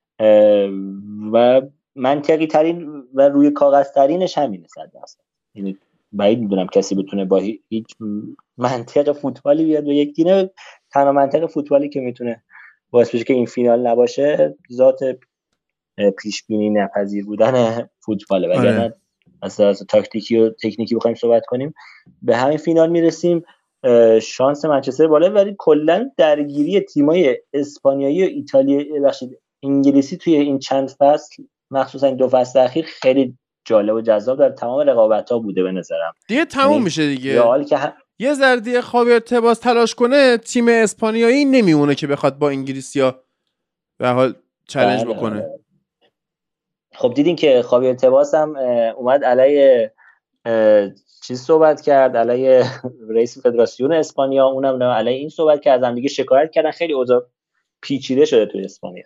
و منطقی ترین و روی کاغذ ترینش همینه 100%. یعنی بعید میدونم کسی بتونه با هیچ منطق فوتبالی بیاد و یک دینه. تنها منطق فوتبالی که میتونه باعث بشه که این فینال نباشه ذات پیش بینی ناپذیر بودن فوتباله. وگرنه از تاکتیکی و تکنیکی بخوایم صحبت کنیم به همین فینال میرسیم. شانس منچستر بالا، ولی کلا درگیری تیمای اسپانیایی و ایتالیایی انگلیسی توی این چند فصل، مخصوصا این 2 فصل اخیر، خیلی جالب و جذاب در تمام رقابت‌ها بوده به نظرم. دیگه تموم میشه دیگه. یه ذره دیگه خاویر تباس تلاش کنه، تیم اسپانیایی نمیمونه که بخواد با انگلیسیا به حال چالش بکنه. خب دیدین که خاویر تباس هم اومد علیه چیز صحبت کرد، علیه رئیس فدراسیون اسپانیا، اونم علیه این صحبت کرد، هم دیگه شکایت کردن. خیلی اوضاع پیچیده شده توی اسپانیا.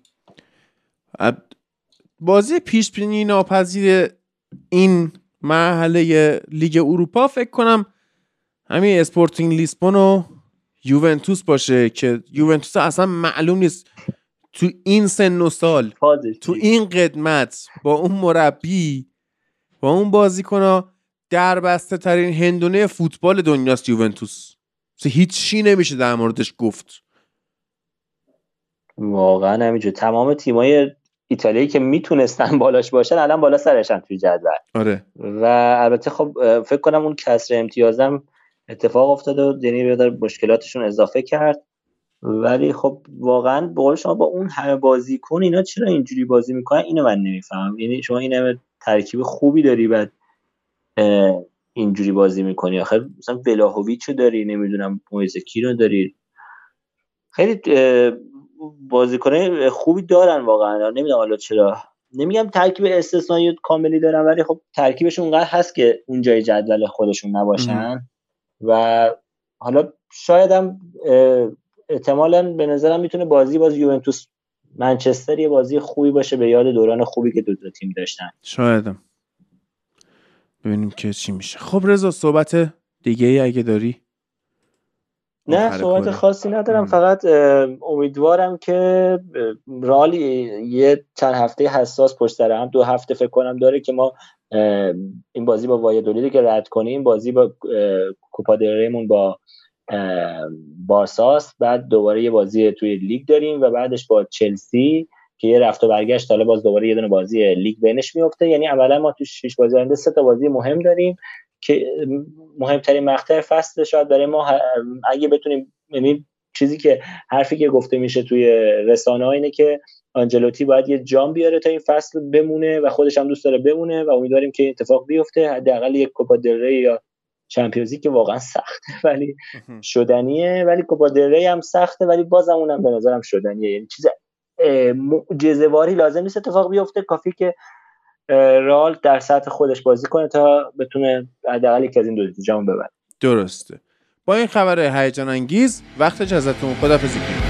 بازی پیش بینی ناپذیر این مرحله لیگ اروپا فکر کنم همین اسپورتینگ لیسبون و یوونتوس باشه که یوونتوس اصلا معلوم نیست تو این سن و سال، تو این قدمت، با اون مربی، با اون بازیکن‌ها، دربسته ترین هندونه فوتبال دنیاست یوونتوس. هیچی نمیشه در موردش گفت. واقعا همینجور. تمام تیمای ایتالیایی که میتونستن بالاش باشن الان بالا سرشن توی جدول. آره. و البته خب فکر کنم اون کسر امتیازم اتفاق افتاد و یعنی به مشکلاتشون اضافه کرد. ولی خب واقعا به قول شما با اون همه بازیکن اینا چرا اینجوری بازی میکنن اینو من نمیفهمم. یعنی شما این همه ترکیب خوبی داری بعد اینجوری بازی میکنی. آخر مثلا ولاهویچو داری، نمیدونم مویزکی رو داری، خیلی بازیکنای خوبی دارن واقعا. نمیدونم حالا چرا، نمیگم ترکیب استثنایی کاملی دارن، ولی خب ترکیبشون اونقدر هست که اونجای جدول خودشون نباشن. و حالا شاید هم احتمالاً به نظرم میتونه باز یوونتوس منچستر یه بازی خوبی باشه به یاد دوران خوبی که دو تیم داشتن. شایدم. ببینیم که چی میشه. خب رضا صحبت دیگه ای اگه داری؟ نه صحبت خاصی ندارم. فقط امیدوارم که رئال یه چند هفته حساس پشت سر هم 2 هفته فکر کنم داره که ما این بازی با وایادولیدی که رد کنیم، بازی با کوپا دل ریمون با بارساست، بعد دوباره یه بازی توی لیگ داریم و بعدش با چلسی که یه رفت و برگشت، حالا باز دوباره یه دونه بازی لیگ بینش میفته. یعنی اولا ما تو 6 بازی آینده 3 تا بازی مهم داریم که مهمترین مقطع فصل شاید برای ما اگه بتونیم، یعنی چیزی که حرفی که گفته میشه توی رسانه‌ها اینه که آنجلوتی باید یه جام بیاره تا این فصل بمونه و خودش هم دوست داره بمونه و امیدواریم که اتفاق بیفته. حداقل یک کوپا دل ری یا چمپیونز لیگ که واقعا سخته ولی شدنیه، ولی کوپا دل ری هم سخته ولی بازم اونم به نظرم شدنیه. یعنی چیز معجزه‌واری لازم نیست اتفاق بیفته، کافی که رئال در سطح خودش بازی کنه تا بتونه حداقل یک از این 2 جام ببره. درسته. با این خبر هیجان انگیز وقت اجازهتون خداحافظی کنید.